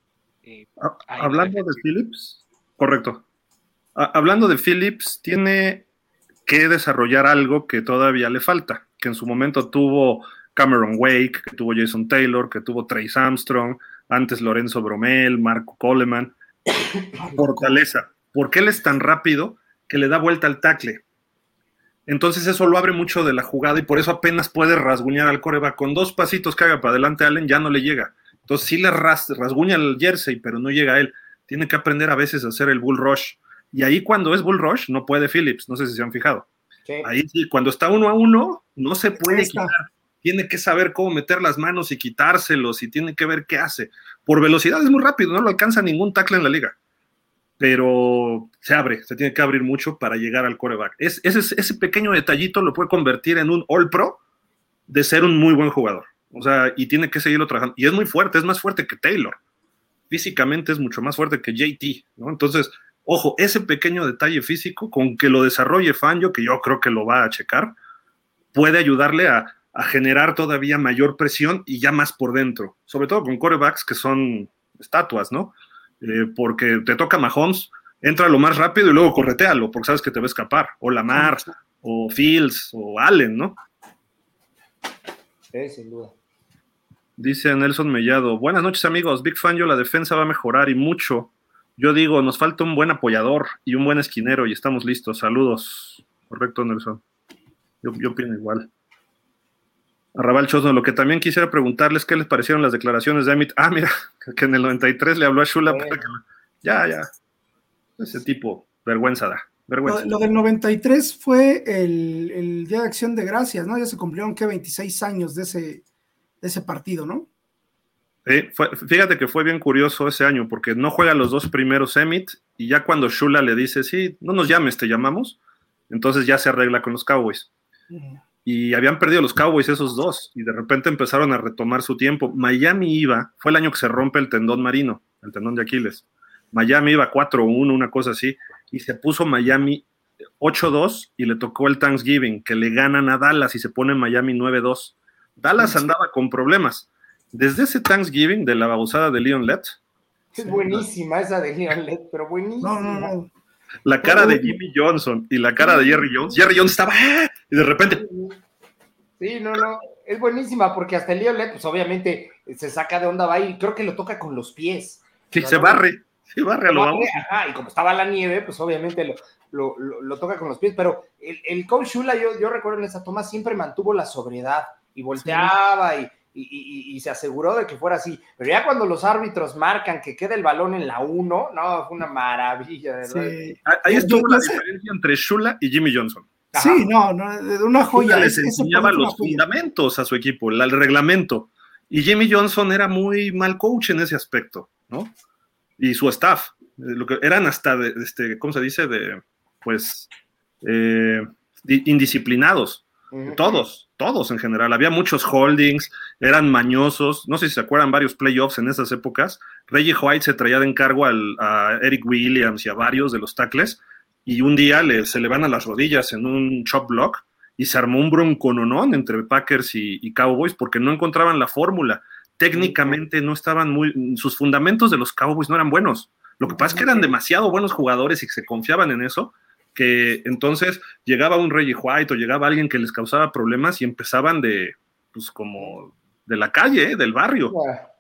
Hablando de Phillips, correcto. Hablando de Phillips, tiene que desarrollar algo que todavía le falta, que en su momento tuvo Cameron Wake, que tuvo Jason Taylor, que tuvo Trace Armstrong, antes Lorenzo Bromel, Marco Coleman. Fortaleza, porque él es tan rápido que le da vuelta al tackle. Entonces eso lo abre mucho de la jugada y por eso apenas puede rasguñar al quarterback. Con 2 pasitos que haga para adelante Allen ya no le llega. Entonces sí le rasguña el jersey, pero no llega a él. Tiene que aprender a veces a hacer el bull rush. Y ahí cuando es bull rush no puede Phillips, no sé si se han fijado. Sí. Ahí sí, cuando está 1-1 no se puede quitar. Tiene que saber cómo meter las manos y quitárselos y tiene que ver qué hace. Por velocidad es muy rápido, no lo alcanza ningún tackle en la liga. Pero se tiene que abrir mucho para llegar al quarterback. Ese pequeño detallito lo puede convertir en un All-Pro de ser un muy buen jugador. O sea, y tiene que seguirlo trabajando. Y es muy fuerte, es más fuerte que Taylor. Físicamente es mucho más fuerte que JT, ¿no? Entonces, ojo, ese pequeño detalle físico, con que lo desarrolle Fangio, que yo creo que lo va a checar, puede ayudarle a generar todavía mayor presión y ya más por dentro. Sobre todo con quarterbacks que son estatuas, ¿no? Porque te toca Mahomes, entra lo más rápido y luego corretealo, porque sabes que te va a escapar, o Lamar, o Fields, o Allen, ¿no? Sí, sin duda. Dice Nelson Mellado, buenas noches amigos, Big Fangio, la defensa va a mejorar y mucho. Yo digo, nos falta un buen apoyador y un buen esquinero y estamos listos, saludos. Correcto, Nelson. Yo opino igual. Arrabal Chosno, lo que también quisiera preguntarles, ¿qué les parecieron las declaraciones de Emmett? Mira, que en el 93 le habló a Shula para que... Ya. Ese tipo, vergüenza da. Vergüenza. Lo del 93 fue el Día de Acción de Gracias, ¿no? Ya se cumplieron, 26 años de ese partido, ¿no? Fíjate que fue bien curioso ese año, porque no juega los 2 primeros Emmett, y ya cuando Shula le dice, sí, no nos llames, te llamamos, entonces ya se arregla con los Cowboys. Y habían perdido los Cowboys esos 2, y de repente empezaron a retomar su tiempo. Miami fue el año que se rompe el tendón marino, el tendón de Aquiles. Miami iba 4-1, una cosa así, y se puso Miami 8-2, y le tocó el Thanksgiving, que le ganan a Dallas, y se pone Miami 9-2. Dallas andaba con problemas. Desde ese Thanksgiving, de la babosada de Leon Lett. Es buenísima esa de Leon Lett, pero buenísima. No. La cara de Jimmy Johnson y la cara de Jerry Jones. Jerry Jones estaba, y de repente, Sí, no, es buenísima porque hasta el Leon Lett, pues obviamente se saca de onda, va y creo que lo toca con los pies. Sí, se barre a lo vamos. Ajá, y como estaba la nieve, pues obviamente lo toca con los pies, pero el coach Shula, yo recuerdo en esa toma, siempre mantuvo la sobriedad y volteaba y se aseguró de que fuera así, pero ya cuando los árbitros marcan que queda el balón en la 1, no, fue una maravilla, de verdad. Sí. Ahí estuvo la diferencia entre Shula y Jimmy Johnson. Sí, no, una joya. Shula les enseñaba los fundamentos a su equipo, el reglamento, y Jimmy Johnson era muy mal coach en ese aspecto, ¿no? Y su staff, lo que eran hasta, ¿cómo se dice? Indisciplinados. Todos en general. Había muchos holdings, eran mañosos. No sé si se acuerdan varios playoffs en esas épocas. Reggie White se traía de encargo a Eric Williams y a varios de los tackles, y un día se le van a las rodillas en un chop block y se armó un broncononón entre Packers y Cowboys porque no encontraban la fórmula. Técnicamente no estaban sus fundamentos de los Cowboys no eran buenos. Lo que pasa es que eran demasiado buenos jugadores y que se confiaban en eso, que entonces llegaba un Reggie White o llegaba alguien que les causaba problemas y empezaban pues como de la calle, del barrio.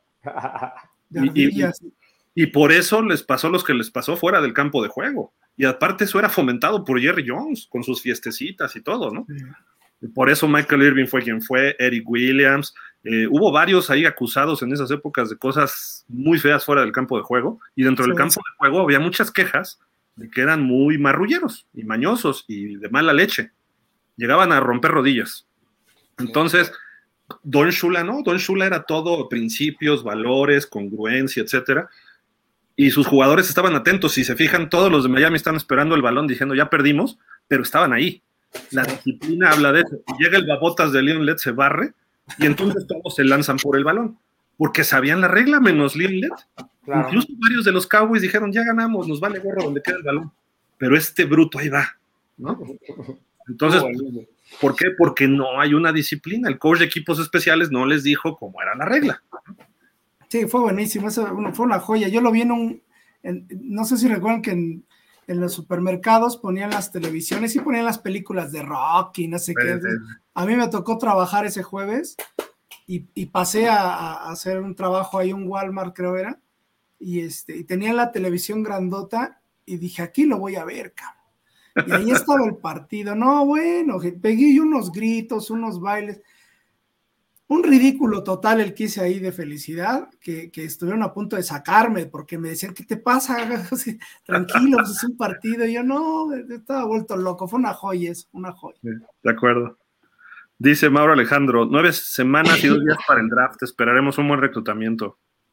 Y por eso les pasó los que les pasó fuera del campo de juego. Y aparte eso era fomentado por Jerry Jones, con sus fiestecitas y todo, ¿no? Sí. Por eso Michael Irvin fue quien fue, Eric Williams. Hubo varios ahí acusados en esas épocas de cosas muy feas fuera del campo de juego. Y dentro del campo de juego había muchas quejas de que eran muy marrulleros y mañosos y de mala leche. Llegaban a romper rodillas. Entonces, Don Shula no. Don Shula era todo principios, valores, congruencia, etcétera. Y sus jugadores estaban atentos. Si se fijan, todos los de Miami están esperando el balón diciendo ya perdimos, pero estaban ahí. La disciplina habla de eso. Llega el babotas de Leon Lett, se barre, y entonces todos se lanzan por el balón, porque sabían la regla menos Leon Lett. Claro. Incluso varios de los Cowboys dijeron, ya ganamos, nos vale gorro donde queda el balón. Pero este bruto ahí va, ¿no? Entonces, ¿por qué? Porque no hay una disciplina. El coach de equipos especiales no les dijo cómo era la regla. Sí, fue buenísimo, eso fue una joya. Yo lo vi no sé si recuerdan que en los supermercados ponían las televisiones y ponían las películas de Rocky, no sé qué. A mí me tocó trabajar ese jueves y pasé a hacer un trabajo ahí, un Walmart creo era, y tenía la televisión grandota y dije, aquí lo voy a ver, cabrón. Y ahí estaba el partido. No, bueno, pegué unos gritos, unos bailes. Un ridículo total el que hice ahí de felicidad, que estuvieron a punto de sacarme, porque me decían, ¿qué te pasa? Tranquilo, pues es un partido. Y yo, no, estaba vuelto loco. Fue una joya eso, una joya. De acuerdo. Dice Mauro Alejandro, 9 semanas y 2 días para el draft. Esperaremos un buen reclutamiento.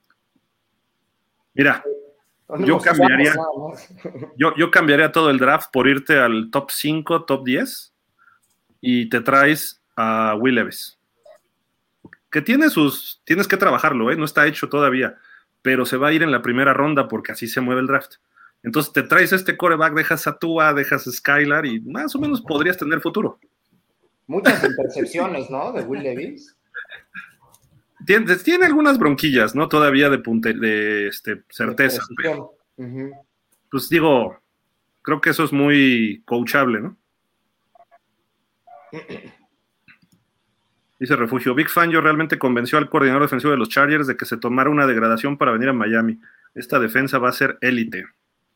Mira, yo cambiaría todo el draft por irte al top 5, top 10 y te traes a Will Levis. Que tienes que trabajarlo, no está hecho todavía, pero se va a ir en la primera ronda porque así se mueve el draft. Entonces te traes este quarterback, dejas a Tua, dejas a Skylar y más o menos podrías tener futuro. Muchas intercepciones, ¿no? De Will Levis. Tiene algunas bronquillas, ¿no? Todavía de certeza. Pero, pues digo, creo que eso es muy coachable, ¿no? Dice Refugio, Big Fan, yo realmente convenció al coordinador defensivo de los Chargers de que se tomara una degradación para venir a Miami. Esta defensa va a ser élite.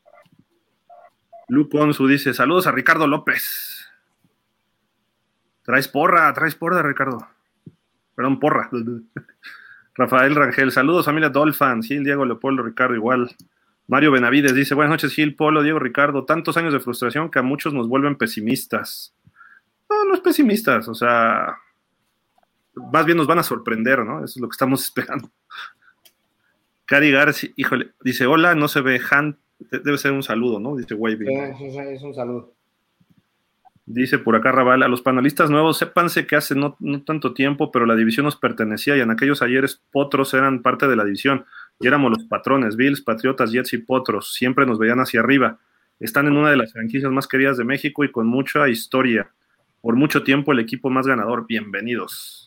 Luke Onsu dice, saludos a Ricardo López. Traes porra, Ricardo. Perdón, porra. Rafael Rangel, saludos familia Dolphins. Gil, Diego, Leopoldo, Ricardo, igual. Mario Benavides dice, buenas noches Gil, Polo, Diego, Ricardo. Tantos años de frustración que a muchos nos vuelven pesimistas. No es pesimistas, o sea... más bien nos van a sorprender, ¿no? Eso es lo que estamos esperando. Cari García, híjole, dice, hola, no se ve, Han, debe ser un saludo, ¿no? Dice Wavy. Sí, es un saludo. Dice por acá Raval, a los panelistas nuevos, sépanse que hace no tanto tiempo, pero la división nos pertenecía y en aquellos ayeres Potros eran parte de la división y éramos los patrones, Bills, Patriotas, Jets y Potros, siempre nos veían hacia arriba. Están en una de las franquicias más queridas de México y con mucha historia. Por mucho tiempo el equipo más ganador. Bienvenidos.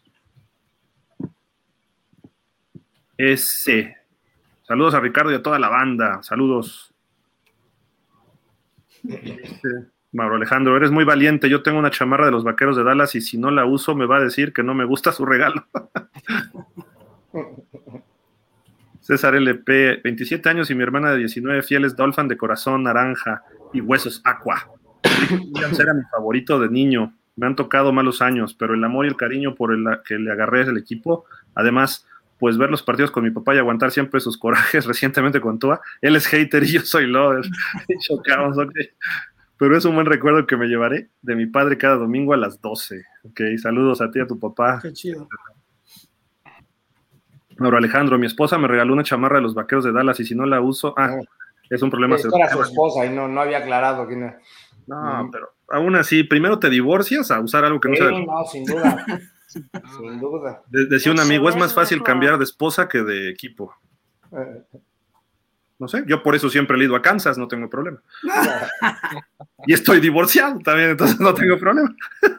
Saludos a Ricardo y a toda la banda. Saludos. Mauro Alejandro, eres muy valiente. Yo tengo una chamarra de los Vaqueros de Dallas y si no la uso me va a decir que no me gusta su regalo. César LP, 27 años y mi hermana de 19, fieles Dolphin de corazón naranja y huesos aqua. Williams era mi favorito de niño. Me han tocado malos años, pero el amor y el cariño por el que le agarré el equipo, además, pues ver los partidos con mi papá y aguantar siempre sus corajes recientemente con Tua. Él es hater y yo soy lover. Chocamos, ok. Pero es un buen recuerdo que me llevaré de mi padre cada domingo a las 12. Ok, saludos a ti y a tu papá. Qué chido. Mauro Alejandro, mi esposa me regaló una chamarra de los Vaqueros de Dallas y si no la uso, es un problema. Esto era su esposa y no había aclarado quién era. No, pero aún así, primero te divorcias a usar algo que no sea de... No, sin duda. Sin duda. Decía un amigo, es más fácil cambiar de esposa que de equipo. No sé, yo por eso siempre he ido a Kansas, no tengo problema. Y estoy divorciado también, entonces no tengo problema.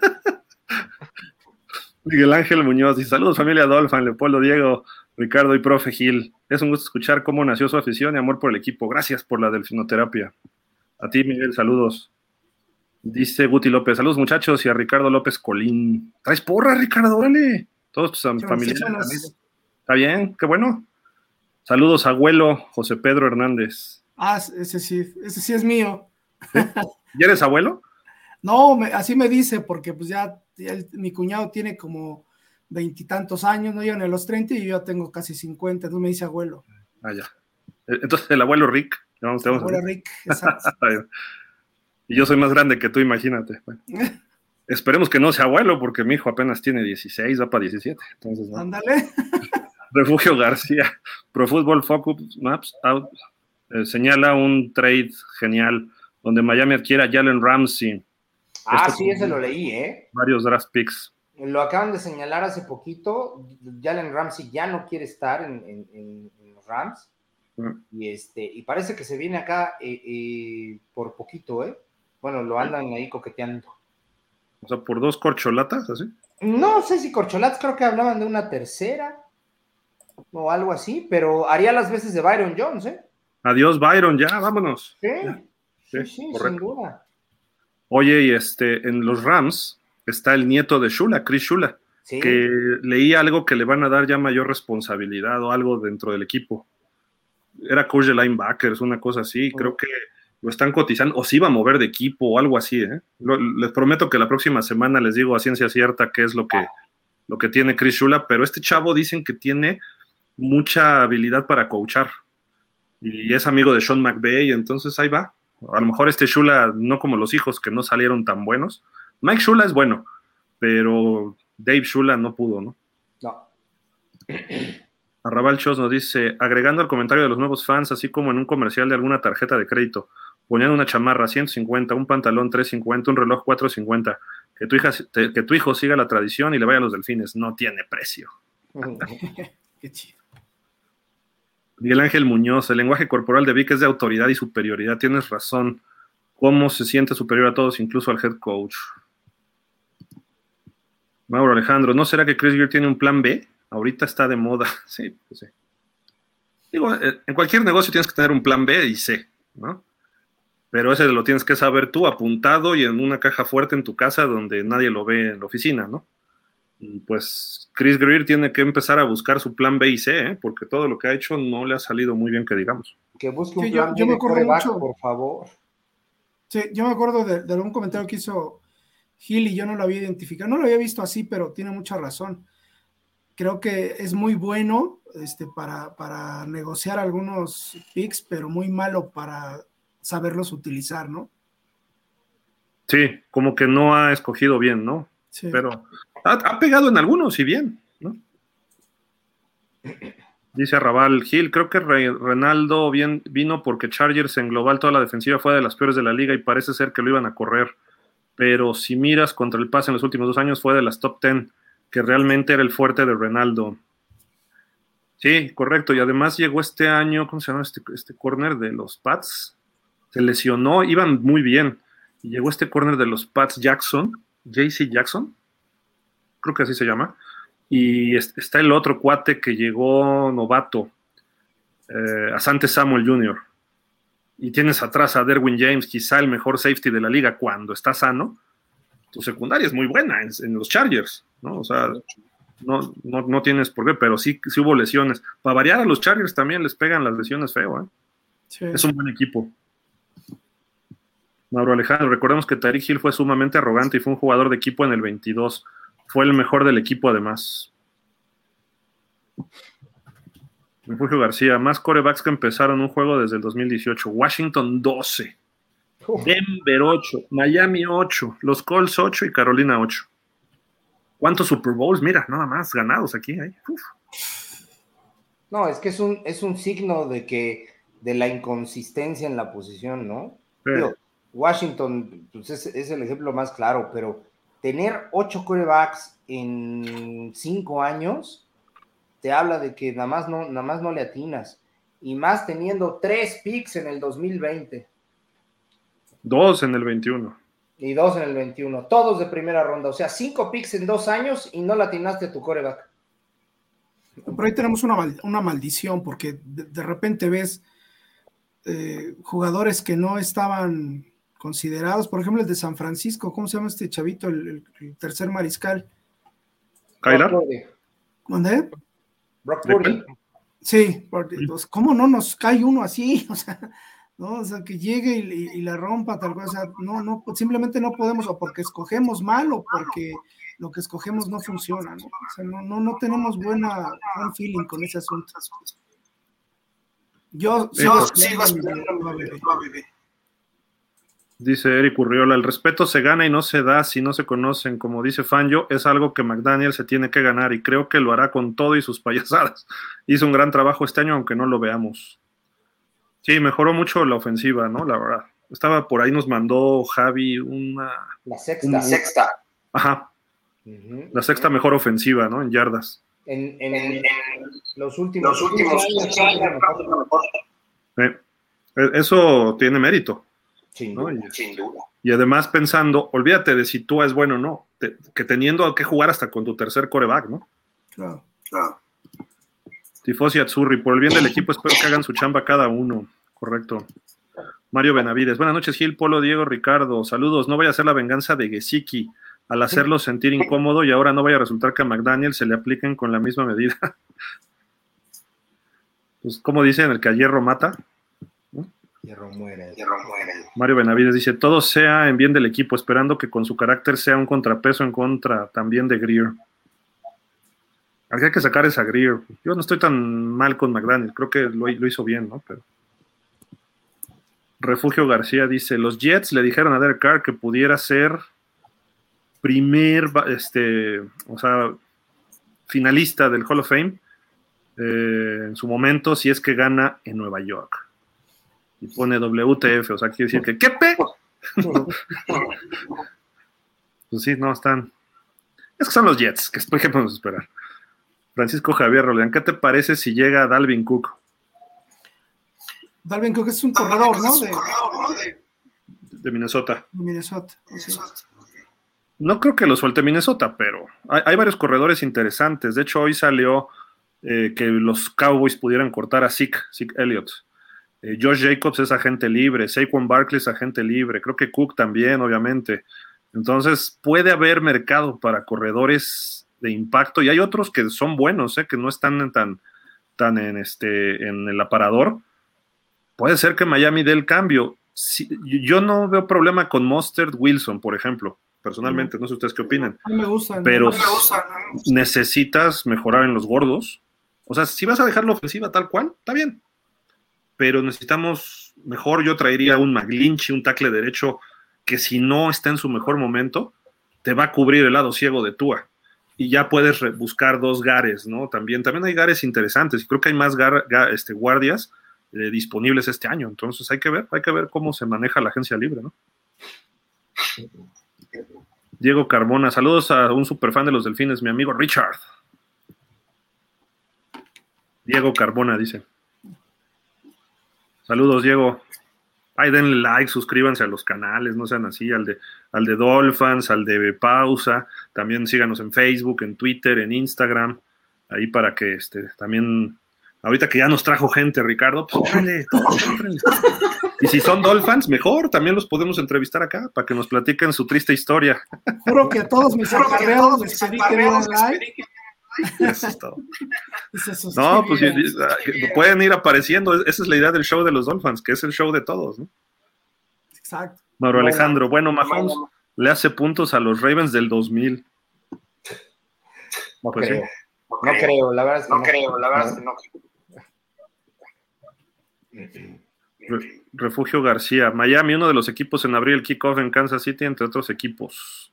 Miguel Ángel Muñoz dice, saludos familia Dolphin, Leopoldo, Diego, Ricardo y profe Gil. Es un gusto escuchar cómo nació su afición y amor por el equipo. Gracias por la delfinoterapia. A ti, Miguel, saludos. Dice Guti López, saludos muchachos, y a Ricardo López Colín. ¿Traes porra, Ricardo? Órale. Todos familiares. Está bien, qué bueno. Saludos, abuelo José Pedro Hernández. Ese sí es mío. ¿Sí? ¿Ya eres abuelo? No, así me dice, porque pues ya mi cuñado tiene como 20 y tantos años, no llegan a los 30 y yo ya tengo casi 50, entonces me dice abuelo. Ya. Entonces el abuelo Rick. El abuelo Rick, exacto. Y yo soy más grande que tú, imagínate. Bueno, esperemos que no sea abuelo, porque mi hijo apenas tiene 16, va para 17. Entonces, ¿no? Ándale. Refugio García, Pro Football Focus Maps Out, señala un trade genial donde Miami adquiere a Jalen Ramsey. Sí, ese lo leí, Varios draft picks. Lo acaban de señalar hace poquito. Jalen Ramsey ya no quiere estar en los Rams. Y parece que se viene acá por poquito, Bueno, lo andan ahí coqueteando. O sea, por 2 corcholatas, ¿así? No sé si corcholatas, creo que hablaban de una tercera o algo así, pero haría las veces de Byron Jones, Adiós, Byron, ya, vámonos. Sí, sin duda. Oye, y en los Rams está el nieto de Shula, Chris Shula, que leí algo que le van a dar ya mayor responsabilidad o algo dentro del equipo. Era coach de linebackers, una cosa así, creo que lo están cotizando, o se iba a mover de equipo o algo así, les prometo que la próxima semana les digo a ciencia cierta qué es lo que tiene Chris Shula, pero este chavo dicen que tiene mucha habilidad para coachar, y es amigo de Sean McVay, entonces ahí va. A lo mejor Shula, no como los hijos que no salieron tan buenos. Mike Shula es bueno, pero Dave Shula no pudo, ¿no? No. Arrabal Chos nos dice, agregando al comentario de los nuevos fans, así como en un comercial de alguna tarjeta de crédito, poniendo una chamarra 150, un pantalón 350, un reloj 450, que tu hijo siga la tradición y le vaya a los Delfines, no tiene precio. Qué chido. Miguel Ángel Muñoz, el lenguaje corporal de Vic es de autoridad y superioridad, tienes razón. ¿Cómo se siente superior a todos, incluso al head coach? Mauro Alejandro, ¿no será que Chris Greer tiene un plan B? Ahorita está de moda. Sí, pues sí. Digo, en cualquier negocio tienes que tener un plan B y C, ¿no? Pero ese lo tienes que saber tú, apuntado y en una caja fuerte en tu casa donde nadie lo ve en la oficina, ¿no? Y pues Chris Greer tiene que empezar a buscar su plan B y C, porque todo lo que ha hecho no le ha salido muy bien, que digamos. Que busque un plan B de quarterback, por favor. Sí, yo me acuerdo de algún comentario que hizo Gil y yo no lo había identificado, no lo había visto así, pero tiene mucha razón. Creo que es muy bueno para negociar algunos picks, pero muy malo para saberlos utilizar, ¿no? Sí, como que no ha escogido bien, ¿no? Sí. Pero ha pegado en algunos y bien, ¿no? Dice Arrabal Gil, creo que Renaldo vino porque Chargers en global toda la defensiva fue de las peores de la liga y parece ser que lo iban a correr, pero si miras contra el pase en los últimos 2 años fue de las top 10, que realmente era el fuerte de Renaldo. Sí, correcto, y además llegó este año, ¿cómo se llama este corner de los Pats? Se lesionó, iban muy bien, y llegó este corner de los Pats JC Jackson, creo que así se llama, y está el otro cuate que llegó novato, Asante Samuel Jr., y tienes atrás a Derwin James, quizá el mejor safety de la liga cuando está sano, tu secundaria es muy buena en los Chargers, ¿no? O sea, no tienes por qué, pero sí hubo lesiones. Para variar, a los Chargers también les pegan las lesiones feo, ¿eh? Sí. Es un buen equipo. Mauro Alejandro, recordemos que Tyreek Hill fue sumamente arrogante y fue un jugador de equipo en el 22. Fue el mejor del equipo además. Refugio García, más quarterbacks que empezaron un juego desde el 2018. Washington 12, Denver 8, Miami 8, los Colts 8 y Carolina 8. ¿Cuántos Super Bowls? Mira, nada más ganados aquí. No, es que es un signo de la inconsistencia en la posición, ¿no? Digo, Washington pues es el ejemplo más claro, pero tener 8 quarterbacks en 5 años te habla de que nada más no le atinas, y más teniendo 3 picks en el 2020. 2 en el 21. Y 2 en el 21, todos de primera ronda, o sea, 5 picks en 2 años y no le atinaste a tu quarterback. Pero ahí tenemos una maldición, porque de repente ves jugadores que no estaban considerados, por ejemplo el de San Francisco, ¿cómo se llama este chavito, el tercer mariscal? ¿Kyler? ¿Dónde? Brock Purdy. Sí, pues, ¿cómo no nos cae uno así? O sea, ¿no? O sea, que llegue y la rompa, tal cosa. No, simplemente no podemos, o porque escogemos mal, o porque lo que escogemos no funciona, ¿no? O sea, no tenemos buen feeling con ese asunto. Yo sigo Dice Eric Urriola, el respeto se gana y no se da si no se conocen. Como dice Fangio, es algo que McDaniel se tiene que ganar y creo que lo hará con todo y sus payasadas. Hizo un gran trabajo este año, aunque no lo veamos. Sí, mejoró mucho la ofensiva, ¿no? La verdad. Estaba por ahí, nos mandó Javi La sexta. Ajá. Uh-huh. La sexta mejor ofensiva, ¿no? En yardas. En los últimos años. Eso tiene mérito. Sin duda. Y además pensando, olvídate de si tú es bueno o no, que teniendo que jugar hasta con tu tercer quarterback, ¿no? Claro. Tifosi Azzurri, por el bien del equipo espero que hagan su chamba cada uno. Correcto. Mario Benavides, buenas noches Gil, Polo, Diego, Ricardo, saludos. No vaya a ser la venganza de Gesicki al hacerlo sentir incómodo y ahora no vaya a resultar que a McDaniel se le apliquen con la misma medida. Pues como dicen, el que a hierro mata. Hierro muere. Mario Benavides dice, todo sea en bien del equipo, esperando que con su carácter sea un contrapeso en contra también de Greer. Aquí hay que sacar esa Greer. Yo no estoy tan mal con McDaniel, creo que lo hizo bien, ¿no? Pero Refugio García dice, los Jets le dijeron a Derek Carr que pudiera ser finalista del Hall of Fame en su momento, si es que gana en Nueva York. Y pone WTF, o sea, quiere decir que ¿qué pe? Pues sí, no, están. Es que son los Jets, ¿qué podemos esperar? Francisco Javier Roldán, ¿qué te parece si llega Dalvin Cook? Dalvin Cook es un corredor, ¿no? De Minnesota. De Minnesota, sí. No creo que lo suelte Minnesota, pero hay varios corredores interesantes. De hecho, hoy salió que los Cowboys pudieran cortar a Zeke Elliott. Josh Jacobs es agente libre, Saquon Barkley es agente libre, creo que Cook también, obviamente. Entonces, puede haber mercado para corredores de impacto y hay otros que son buenos, que no están tan en el aparador. Puede ser que Miami dé el cambio. Sí, yo no veo problema con Mostert, Wilson, por ejemplo, personalmente, no sé ustedes qué opinan. A mí me gustan. Pero necesitas mejorar en los gordos. O sea, si vas a dejar la ofensiva tal cual, está bien. Pero necesitamos mejor. Yo traería un McGlinchey, un tackle derecho que si no está en su mejor momento, te va a cubrir el lado ciego de Tua. Y ya puedes buscar 2 Gares, ¿no? También hay Gares interesantes. Y creo que hay más guardias disponibles este año. Entonces hay que ver cómo se maneja la agencia libre, ¿no? Diego Carbona, saludos a un superfan de los Delfines, mi amigo Richard. Diego Carbona dice. Saludos, Diego. Ay, denle like, suscríbanse a los canales, no sean así, al de Dolphins, al de Pausa, también síganos en Facebook, en Twitter, en Instagram, ahí para que también Ahorita que ya nos trajo gente, Ricardo, pues órale, órale. Y si son Dolphins, mejor, también los podemos entrevistar acá para que nos platiquen su triste historia. Juro que a todos mis acarreados les pedí que dieran like. Eso es todo. No, pues pueden ir apareciendo. Esa es la idea del show de los Dolphins, que es el show de todos, ¿no? Exacto. Mauro Alejandro, bueno, Mahomes le hace puntos a los Ravens del 2000. No Pues creo. sí. No creo, la verdad es que No creo, la verdad es que no. Refugio García, Miami, uno de los equipos en abrir el kickoff en Kansas City, entre otros equipos.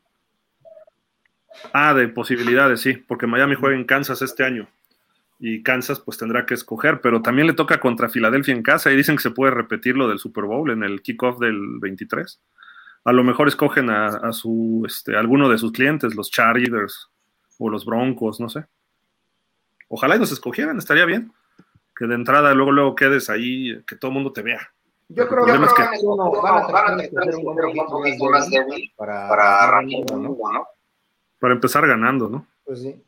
De posibilidades, sí, porque Miami juega en Kansas este año. Y Kansas pues tendrá que escoger, pero también le toca contra Filadelfia en casa y dicen que se puede repetir lo del Super Bowl en el kickoff del 23. A lo mejor escogen a su alguno de sus clientes, los Chargers o los Broncos, no sé. Ojalá y nos escogieran, estaría bien. Que de entrada luego quedes ahí, que todo el mundo te vea. Yo creo que van a tratar de hacer un poquito más débil para arrancar, ¿no? Para empezar ganando, ¿no? Pues sí.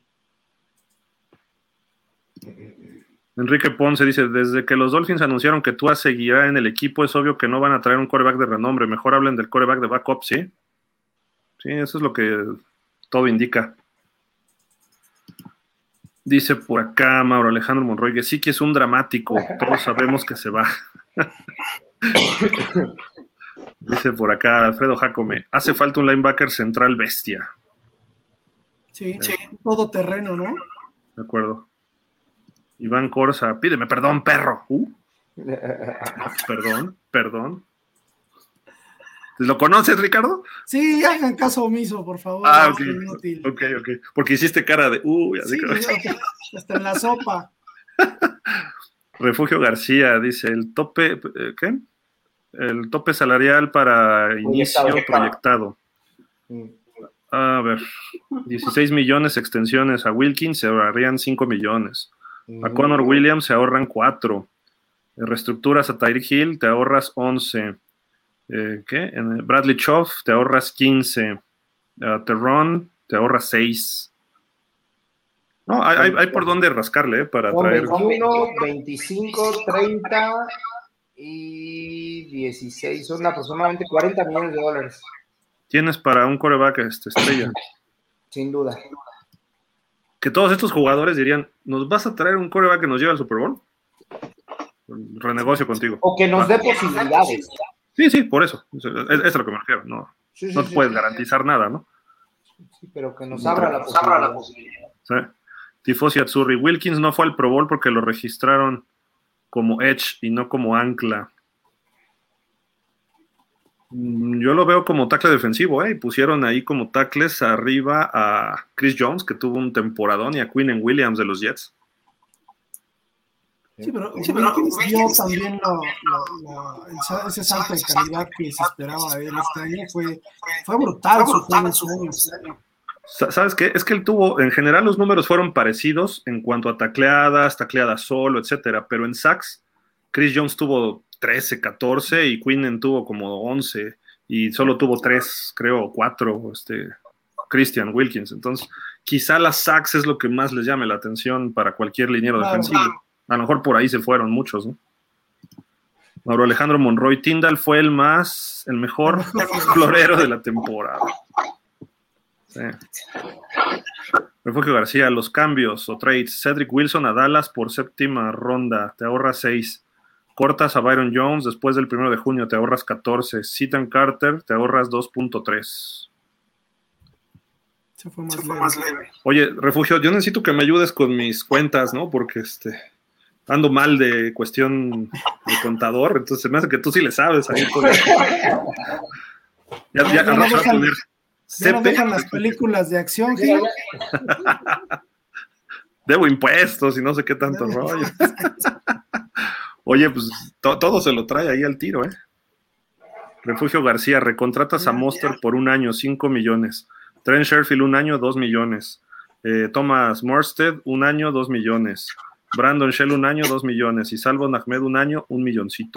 Enrique Ponce dice, desde que los Dolphins anunciaron que Tua seguirá en el equipo, es obvio que no van a traer un quarterback de renombre, mejor hablen del quarterback de backup, ¿sí? Sí, eso es lo que todo indica. Dice por acá Mauro Alejandro Monroy, que sí que es un dramático, todos sabemos que se va. Dice por acá Alfredo Jacome, hace falta un linebacker central bestia. Sí, todo terreno, ¿no? De acuerdo. Iván Corsa, pídeme perdón, perro. Perdón. ¿Lo conoces, Ricardo? Sí, hagan caso omiso, por favor. Ok. Ok. Porque hiciste cara de... sí, hasta en la sopa. Refugio García dice, el tope... ¿Qué? El tope salarial para inicio proyectado. A ver, 16 millones extensiones a Wilkins, se ahorrarían 5 millones. A Connor Williams se ahorran 4. Reestructuras a Tyreek Hill, te ahorras 11. En Bradley Choff te ahorras 15. A Terron te ahorras 6. No, hay por dónde rascarle para traer. 21, 25, 30 y 16. Son aproximadamente 40 millones de dólares. Tienes para un quarterback estrella. Sin duda. Que todos estos jugadores dirían, ¿nos vas a traer un quarterback que nos lleve al Super Bowl? Renegocio contigo. O que nos dé posibilidades. Sí, por eso. Es a lo que me refiero. No te puedes garantizar nada, ¿no? Sí, pero que nos abra la posibilidad. Sí. Tifosi Azzurri. Wilkins no fue al Pro Bowl porque lo registraron como Edge y no como ancla. Yo lo veo como tackle defensivo, y pusieron ahí como tackles arriba a Chris Jones, que tuvo un temporadón, y a Quinnen Williams de los Jets. Sí, pero Wilkins dio también ese salto de calidad que se esperaba de él este año. Fue brutal su juego este año. ¿Sabes qué? Es que él tuvo, en general los números fueron parecidos en cuanto a tacleadas solo, etcétera, pero en sacks, Chris Jones tuvo 13, 14 y Quinnen tuvo como 11 y solo tuvo 3, creo, 4, Christian Wilkins. Entonces, quizá las sacks es lo que más les llame la atención para cualquier liniero defensivo. A lo mejor por ahí se fueron muchos, ¿no? Mauro Alejandro Monroy, Tyndall fue el mejor florero de la temporada. Sí. Refugio García, los cambios o trades. Cedric Wilson a Dallas por 7ª ronda, te ahorras 6. Cortas a Byron Jones después del 1 de junio, te ahorras 14. Seaton Carter, te ahorras 2.3. Se fue más leve. Oye, Refugio, yo necesito que me ayudes con mis cuentas, ¿no? Porque ando mal de cuestión de contador, entonces me hace que tú sí le sabes ahí. Ya no dejan las películas de acción, Gil. Debo impuestos y no sé qué tanto rollo. Oye, pues todo se lo trae ahí al tiro, Refugio García, recontratas a Mostert por 1 año, 5 millones. Trent Sherfield 1 año, 2 millones. Thomas Morstead 1 año, 2 millones. Brandon Shell 1 año, 2 millones. Y Salvon Ahmed 1 año, 1 milloncito.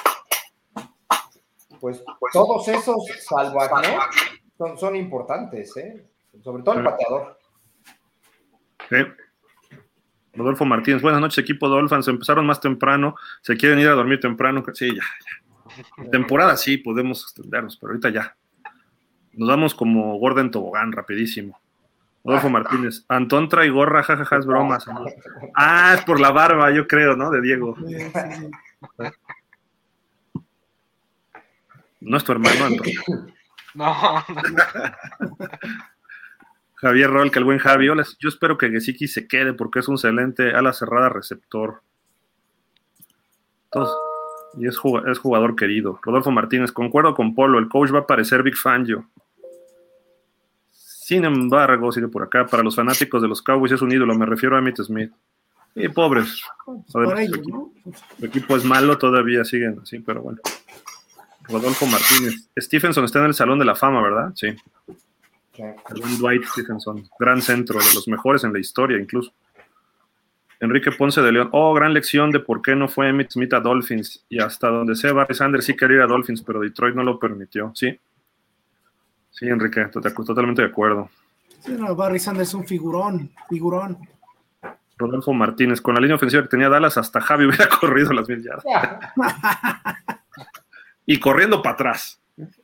Pues todos esos, salvo Ahmed, son importantes, sobre todo el pateador. Sí. Rodolfo Martínez, buenas noches, equipo Dolphins. Empezaron más temprano, se quieren ir a dormir temprano. Sí, ya. Temporada sí, podemos extendernos, pero ahorita ya. Nos vamos como Gordon Tobogán, rapidísimo. Rodolfo Martínez, Antón trae gorra, jajaja, es broma. Ah, es por la barba, yo creo, ¿no? De Diego. Sí. No es tu hermano, Antón. No. Javier Rolca, el buen Javi. Hola, yo espero que Gesicki se quede porque es un excelente ala cerrada receptor. Entonces, y es jugador querido. Rodolfo Martínez, concuerdo con Polo, el coach va a parecer Big Fangio. Sin embargo, sigue por acá, para los fanáticos de los Cowboys es un ídolo, me refiero a Emmitt Smith. Y pobres. El equipo es malo, todavía siguen así, pero bueno. Rodolfo Martínez. Stephenson está en el Salón de la Fama, ¿verdad? Sí. El buen Dwight Stephenson, gran centro, de los mejores en la historia incluso. Enrique Ponce de León, gran lección de por qué no fue Emmitt Smith a Dolphins, y hasta donde sé, Barry Sanders sí quería ir a Dolphins, pero Detroit no lo permitió, sí, Enrique, totalmente de acuerdo. Sí, no, Barry Sanders es un figurón. Rodolfo Martínez, con la línea ofensiva que tenía Dallas, hasta Javi hubiera corrido las 1000 yardas. Y corriendo para atrás.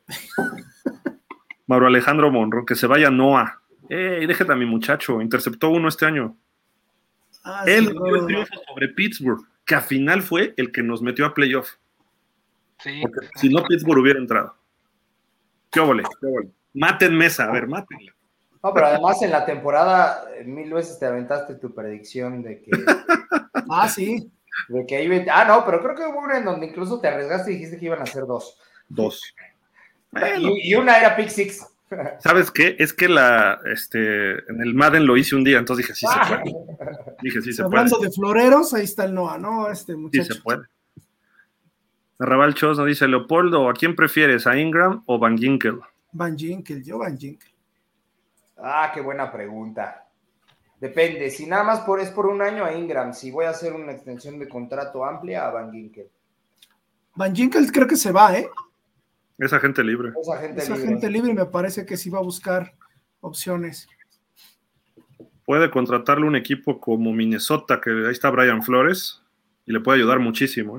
Mauro Alejandro Monroe, que se vaya Noah. Déjate a mi muchacho, interceptó uno este año. Él dio el triunfo sobre Pittsburgh, que al final fue el que nos metió a playoff. Sí. Porque si no, Pittsburgh hubiera entrado. ¿Qué óvole? Maten Mesa, a ver, mátenla. No, pero además en la temporada 1000 veces te aventaste tu predicción de que... Sí. De que iba... no, pero creo que hubo una en donde incluso te arriesgaste y dijiste que iban a ser 2. Bueno. Y una era pick six. ¿Sabes qué? Es que en el Madden lo hice un día, entonces dije, sí se puede. Hablando de floreros, ahí está el Noah, ¿no? Muchacho. Sí se puede. Arrabal Chos nos dice, Leopoldo, ¿a quién prefieres, a Ingram o Van Ginkel? Yo Van Ginkel. Qué buena pregunta. Depende, si nada más es por un año a Ingram, si voy a hacer una extensión de contrato amplia a Van Ginkel. Van Ginkel creo que se va, ¿eh? Es agente libre. Es agente libre y me parece que sí va a buscar opciones. Puede contratarle un equipo como Minnesota, que ahí está Brian Flores, y le puede ayudar muchísimo, ¿eh?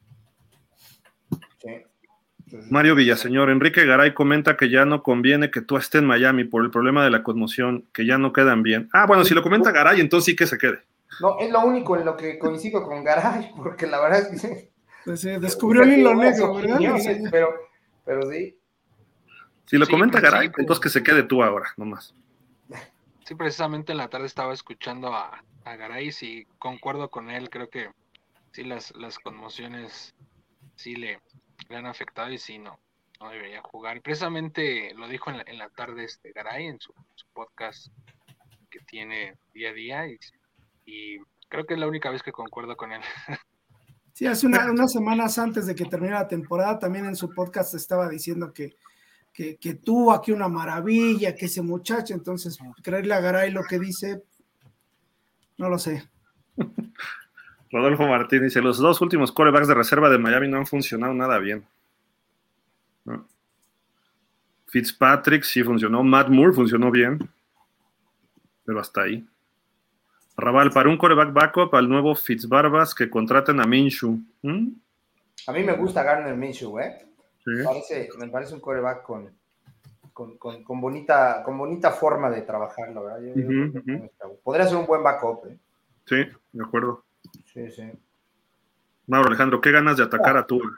Sí. Mario Villaseñor, Enrique Garay comenta que ya no conviene que tú estés en Miami por el problema de la conmoción, que ya no quedan bien. Bueno, si lo comenta Garay, entonces sí que se quede. No, es lo único en lo que coincido con Garay, porque la verdad es que... Pues descubrió el hilo negro, ¿verdad? Pero sí. Si lo comenta Garay, entonces que se quede tú ahora, nomás. Sí, precisamente en la tarde estaba escuchando a Garay y concuerdo con él, creo que sí las conmociones sí le han afectado y sí no debería jugar. Y precisamente lo dijo en la tarde Garay en su podcast que tiene día a día y creo que es la única vez que concuerdo con él. Sí, hace unas semanas antes de que termine la temporada, también en su podcast estaba diciendo que tuvo aquí una maravilla, que ese muchacho, entonces creerle a Garay lo que dice, no lo sé. Rodolfo Martínez dice, los 2 últimos quarterbacks de reserva de Miami no han funcionado nada bien. ¿No? Fitzpatrick sí funcionó, Matt Moore funcionó bien, pero hasta ahí. Raval, para un quarterback backup al nuevo Fitzbarbas que contraten a Minshew. A mí me gusta Gardner Minshew, ¿eh? Sí. Me parece un quarterback con bonita forma de trabajar, la verdad. Podría ser un buen backup, ¿eh? Sí, de acuerdo. Sí. Mauro Alejandro, qué ganas de atacar a Tua.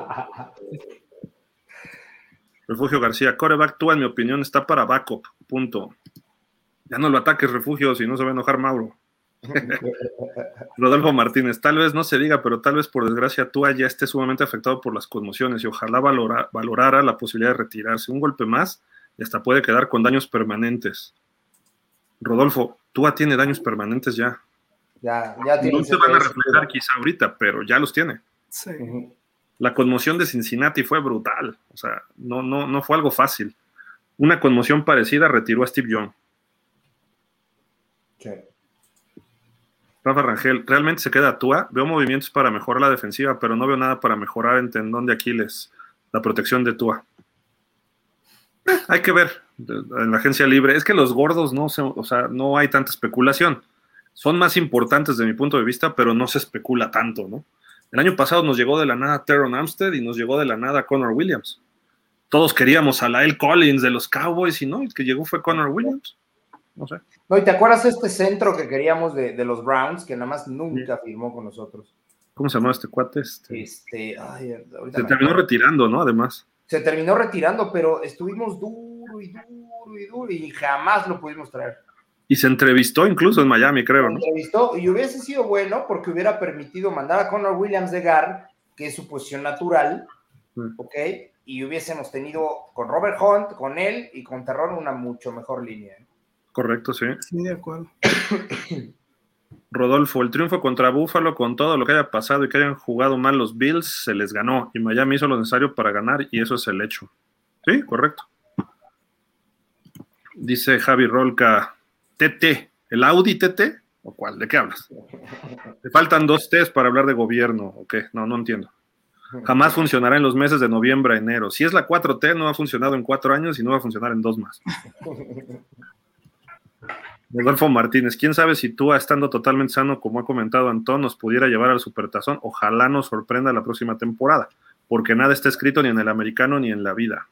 Refugio García, quarterback Tua, en mi opinión, está para backup, punto. Ya no lo ataques, Refugio, si no se va a enojar Mauro. Rodolfo Martínez, tal vez no se diga, pero tal vez por desgracia Tua ya esté sumamente afectado por las conmociones y ojalá valorara la posibilidad de retirarse. Un golpe más y hasta puede quedar con daños permanentes. Rodolfo, Tua tiene daños permanentes ya. Ya no se van a reflejar quizá ahorita, pero ya los tiene. Sí. La conmoción de Cincinnati fue brutal, o sea, no fue algo fácil. Una conmoción parecida retiró a Steve Young. Sí. Rafa Rangel, realmente se queda Tua. Veo movimientos para mejorar la defensiva, pero no veo nada para mejorar el tendón de Aquiles, la protección de Tua. Hay que ver en la agencia libre. Es que los gordos no hay tanta especulación. son más importantes de mi punto de vista, pero no se especula tanto, ¿no? El año pasado nos llegó de la nada Teron Armstead y nos llegó de la nada Connor Williams. Todos queríamos a Lael Collins de los Cowboys y no, el que llegó fue Connor Williams. No sé. No, ¿y te acuerdas este centro que queríamos de los Browns, que nada más nunca firmó con nosotros? ¿Cómo se llama este cuate? Ahorita se terminó retirando, ¿no? Además. Se terminó retirando, pero estuvimos duro y jamás lo pudimos traer. Y se entrevistó incluso en Miami, creo, ¿no? Se entrevistó y hubiese sido bueno porque hubiera permitido mandar a Connor Williams de guard, que es su posición natural, ¿ok? Y hubiésemos tenido con Robert Hunt, con él y con Terron una mucho mejor línea. Correcto, sí. Sí, de acuerdo. Rodolfo, el triunfo contra Buffalo, con todo lo que haya pasado y que hayan jugado mal los Bills, se les ganó. Y Miami hizo lo necesario para ganar y eso es el hecho. Sí, correcto. Dice Javi Rolca, TT, ¿el Audi TT? ¿O cuál? ¿De qué hablas? Te faltan 2 T's para hablar de gobierno. ¿O qué? No entiendo. Jamás funcionará en los meses de noviembre a enero. Si es la 4T, no ha funcionado en 4 años y no va a funcionar en 2 más. Rodolfo Martínez, ¿quién sabe si Tua, estando totalmente sano, como ha comentado Antón, nos pudiera llevar al Supertazón? Ojalá nos sorprenda la próxima temporada, porque nada está escrito ni en el americano ni en la vida.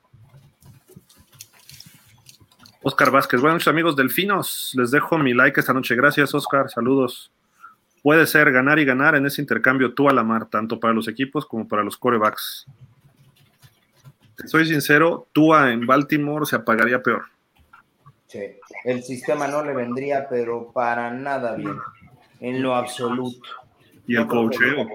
Oscar Vázquez, buenas noches amigos delfinos, les dejo mi like esta noche, gracias Oscar, saludos. Puede ser ganar y ganar en ese intercambio Tua Lamar, tanto para los equipos como para los quarterbacks. Soy sincero, Tua en Baltimore se apagaría peor. Sí, el sistema no le vendría, pero para nada bien, en lo absoluto. Y el coacheo.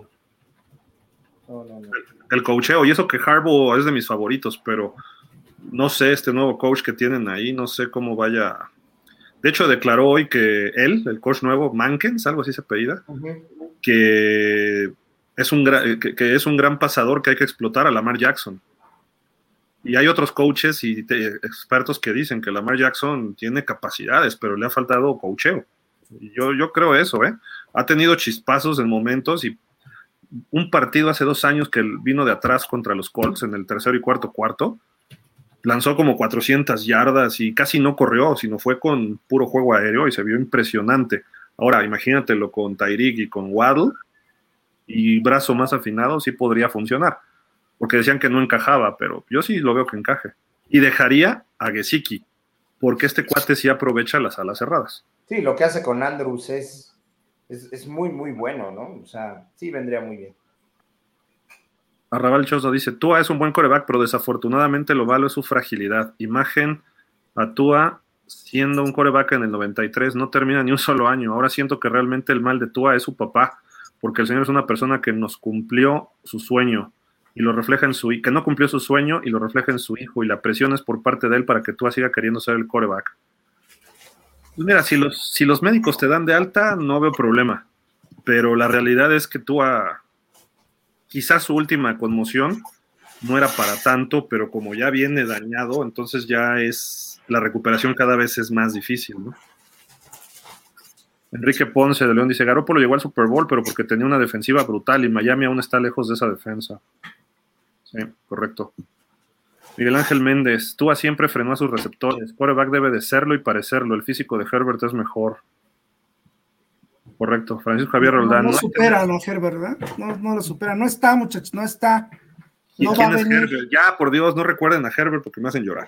El coacheo, y eso que Harbaugh es de mis favoritos, pero no sé, este nuevo coach que tienen ahí, no sé cómo vaya. De hecho, declaró hoy que él, el coach nuevo, Mankins, algo así se apellida, que es un gran pasador que hay que explotar a Lamar Jackson. Y hay otros coaches y expertos que dicen que Lamar Jackson tiene capacidades, pero le ha faltado coacheo. Y yo creo eso, ¿eh? Ha tenido chispazos en momentos y un partido hace 2 años que vino de atrás contra los Colts en el tercero y cuarto, lanzó como 400 yardas y casi no corrió, sino fue con puro juego aéreo y se vio impresionante. Ahora, imagínatelo con Tyreek y con Waddle y brazo más afinado, sí podría funcionar. Porque decían que no encajaba, pero yo sí lo veo que encaje. Y dejaría a Gesicki, porque este cuate sí aprovecha las alas cerradas. Sí, lo que hace con Andrews es muy, muy bueno, ¿no? O sea, sí vendría muy bien. Arrabal Choso dice, Tua es un buen quarterback, pero desafortunadamente lo malo es su fragilidad. Imagen a Tua siendo un quarterback en el 93, no termina ni un solo año. Ahora siento que realmente el mal de Tua es su papá, porque el señor es una persona que nos cumplió su sueño y lo refleja en que no cumplió su sueño y lo refleja en su hijo, y la presión es por parte de él para que Tua siga queriendo ser el quarterback. Pues mira, si los médicos te dan de alta, no veo problema, pero la realidad es que Tua, quizás su última conmoción no era para tanto, pero como ya viene dañado, entonces ya la recuperación cada vez es más difícil, ¿no? Enrique Ponce de León dice, Garoppolo llegó al Super Bowl, pero porque tenía una defensiva brutal y Miami aún está lejos de esa defensa. Sí, correcto. Miguel Ángel Méndez, Tua siempre frenó a sus receptores. Quarterback debe de serlo y parecerlo. El físico de Herbert es mejor. Correcto. Francisco Javier Roldán. No supera a Herbert, ¿verdad? No lo supera. No está, muchachos, no está. ¿Y quién es Herbert? Ya, por Dios, no recuerden a Herbert porque me hacen llorar.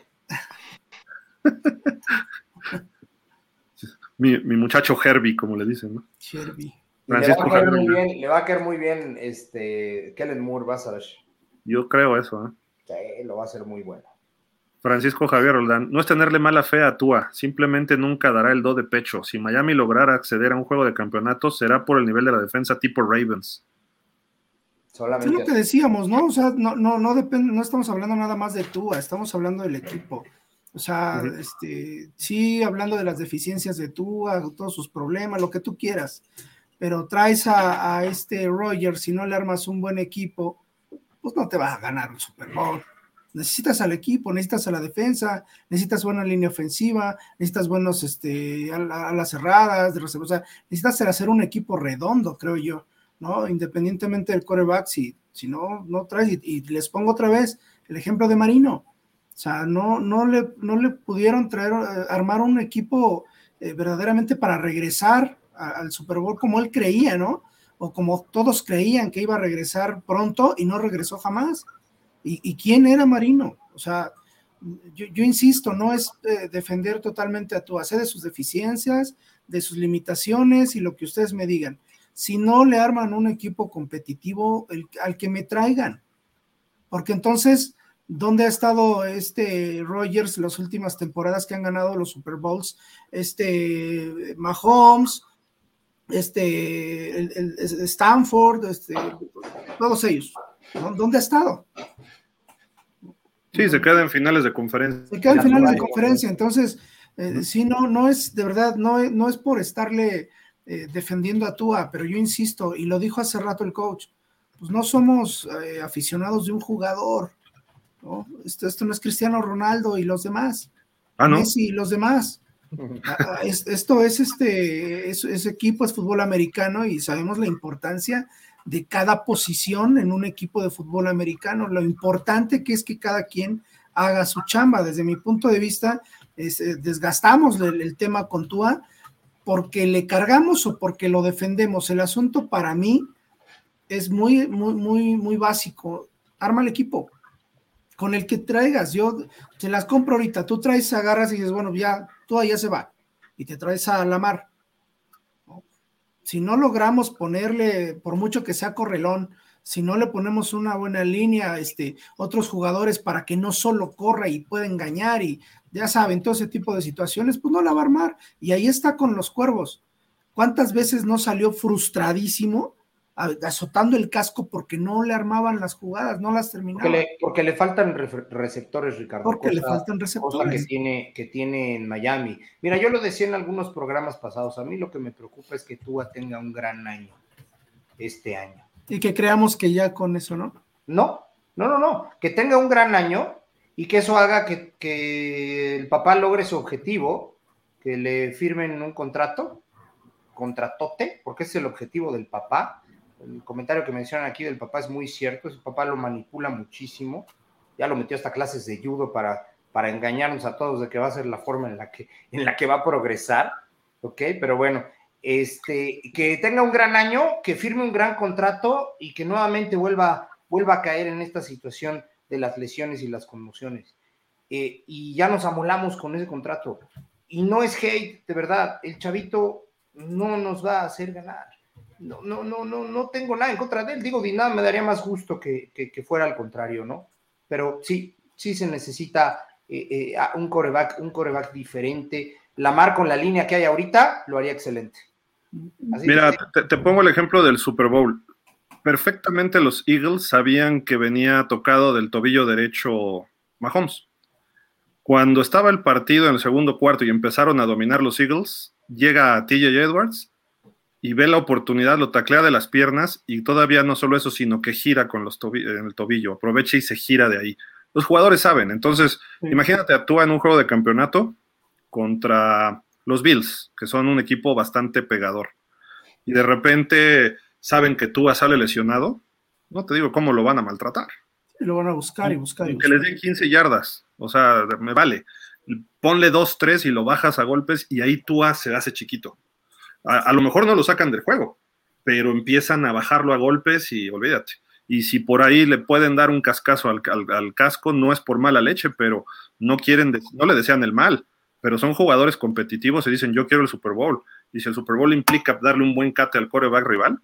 mi muchacho Herbie, como le dicen, ¿no? Herbie. Francisco Javier Roldán. Le va a caer muy bien Kellen Moore, vas a ver. Yo creo eso, ¿eh? Sí, lo va a hacer muy bueno. Francisco Javier Roldán, no es tenerle mala fe a Tua, simplemente nunca dará el do de pecho. Si Miami lograra acceder a un juego de campeonato, será por el nivel de la defensa tipo Ravens. Solamente es lo que decíamos, ¿no? O sea, no depende, no estamos hablando nada más de Tua, estamos hablando del equipo. O sea, sí, hablando de las deficiencias de Tua, todos sus problemas, lo que tú quieras, pero traes a Rodgers, si no le armas un buen equipo, pues no te vas a ganar un Super Bowl. Necesitas al equipo, necesitas a la defensa, necesitas buena línea ofensiva, necesitas buenos alas cerradas, o sea, necesitas hacer un equipo redondo, creo yo, ¿no? Independientemente del quarterback, si no traes, y les pongo otra vez el ejemplo de Marino. O sea, no le pudieron armar un equipo verdaderamente para regresar al Super Bowl como él creía, ¿no? O como todos creían que iba a regresar pronto y no regresó jamás. ¿Y quién era Marino? O sea, yo insisto, no es defender totalmente a Tua, sé de sus deficiencias, de sus limitaciones y lo que ustedes me digan. Si no le arman un equipo competitivo, al que me traigan. Porque entonces, ¿dónde ha estado Rodgers las últimas temporadas que han ganado los Super Bowls? Mahomes, Stanford, todos ellos. ¿Dónde ha estado? Sí, se queda en finales de conferencia. Se queda en finales de conferencia, entonces, sí, no es, de verdad, no es por estarle defendiendo a Tua, pero yo insisto, y lo dijo hace rato el coach, pues no somos aficionados de un jugador, ¿no? Esto no es Cristiano Ronaldo y los demás, ¿no? Messi y los demás. Esto es equipo, es fútbol americano y sabemos la importancia de cada posición en un equipo de fútbol americano, lo importante que es que cada quien haga su chamba. Desde mi punto de vista, desgastamos el tema con Tua porque le cargamos o porque lo defendemos. El asunto para mí es muy, muy, muy, muy básico. Arma el equipo con el que traigas. Yo te las compro ahorita. Tú traes, agarras y dices, bueno, ya, Tua ya se va. Y te traes a Lamar. Si no logramos ponerle, por mucho que sea correlón, si no le ponemos una buena línea, otros jugadores para que no solo corra y pueda engañar y ya saben, todo ese tipo de situaciones, pues no la va a armar. Y ahí está con los Cuervos. ¿Cuántas veces no salió frustradísimo azotando el casco porque no le armaban las jugadas, no las terminaban? Porque le faltan receptores, Ricardo. Porque le faltan receptores. Cosa que tiene en Miami. Mira, yo lo decía en algunos programas pasados, a mí lo que me preocupa es que Tua tenga un gran año este año. Y que creamos que ya con eso, ¿no? No, que tenga un gran año y que eso haga que el papá logre su objetivo, que le firmen un contratote, porque ese es el objetivo del papá. El comentario que mencionan aquí del papá es muy cierto, ese papá lo manipula muchísimo, ya lo metió hasta clases de judo para engañarnos a todos de que va a ser la forma en la que va a progresar, ¿ok? Pero bueno, que tenga un gran año, que firme un gran contrato y que nuevamente vuelva a caer en esta situación de las lesiones y las conmociones. Y ya nos amolamos con ese contrato. Y no es hate, de verdad, el chavito no nos va a hacer ganar. No tengo nada en contra de él. Digo, nada me daría más gusto que fuera al contrario, ¿no? Pero sí se necesita un quarterback diferente. Lamar con la línea que hay ahorita lo haría excelente. Así mira, te pongo el ejemplo del Super Bowl. Perfectamente los Eagles sabían que venía tocado del tobillo derecho Mahomes. Cuando estaba el partido en el segundo cuarto y empezaron a dominar los Eagles, llega TJ Edwards y ve la oportunidad, lo taclea de las piernas y todavía no solo eso, sino que gira con en el tobillo, aprovecha y se gira de ahí. Los jugadores saben, entonces imagínate a Tua en un juego de campeonato contra los Bills, que son un equipo bastante pegador, y de repente saben que Tua sale lesionado, no te digo cómo lo van a maltratar. Lo van a buscar y buscar. Que les den 15 yardas, o sea, me vale. Ponle 2-3 y lo bajas a golpes y ahí Tua se hace chiquito. A lo mejor no lo sacan del juego, pero empiezan a bajarlo a golpes y olvídate. Y si por ahí le pueden dar un cascazo al casco, no es por mala leche, pero no le desean el mal, pero son jugadores competitivos y dicen yo quiero el Super Bowl. Y si el Super Bowl implica darle un buen cate al quarterback rival,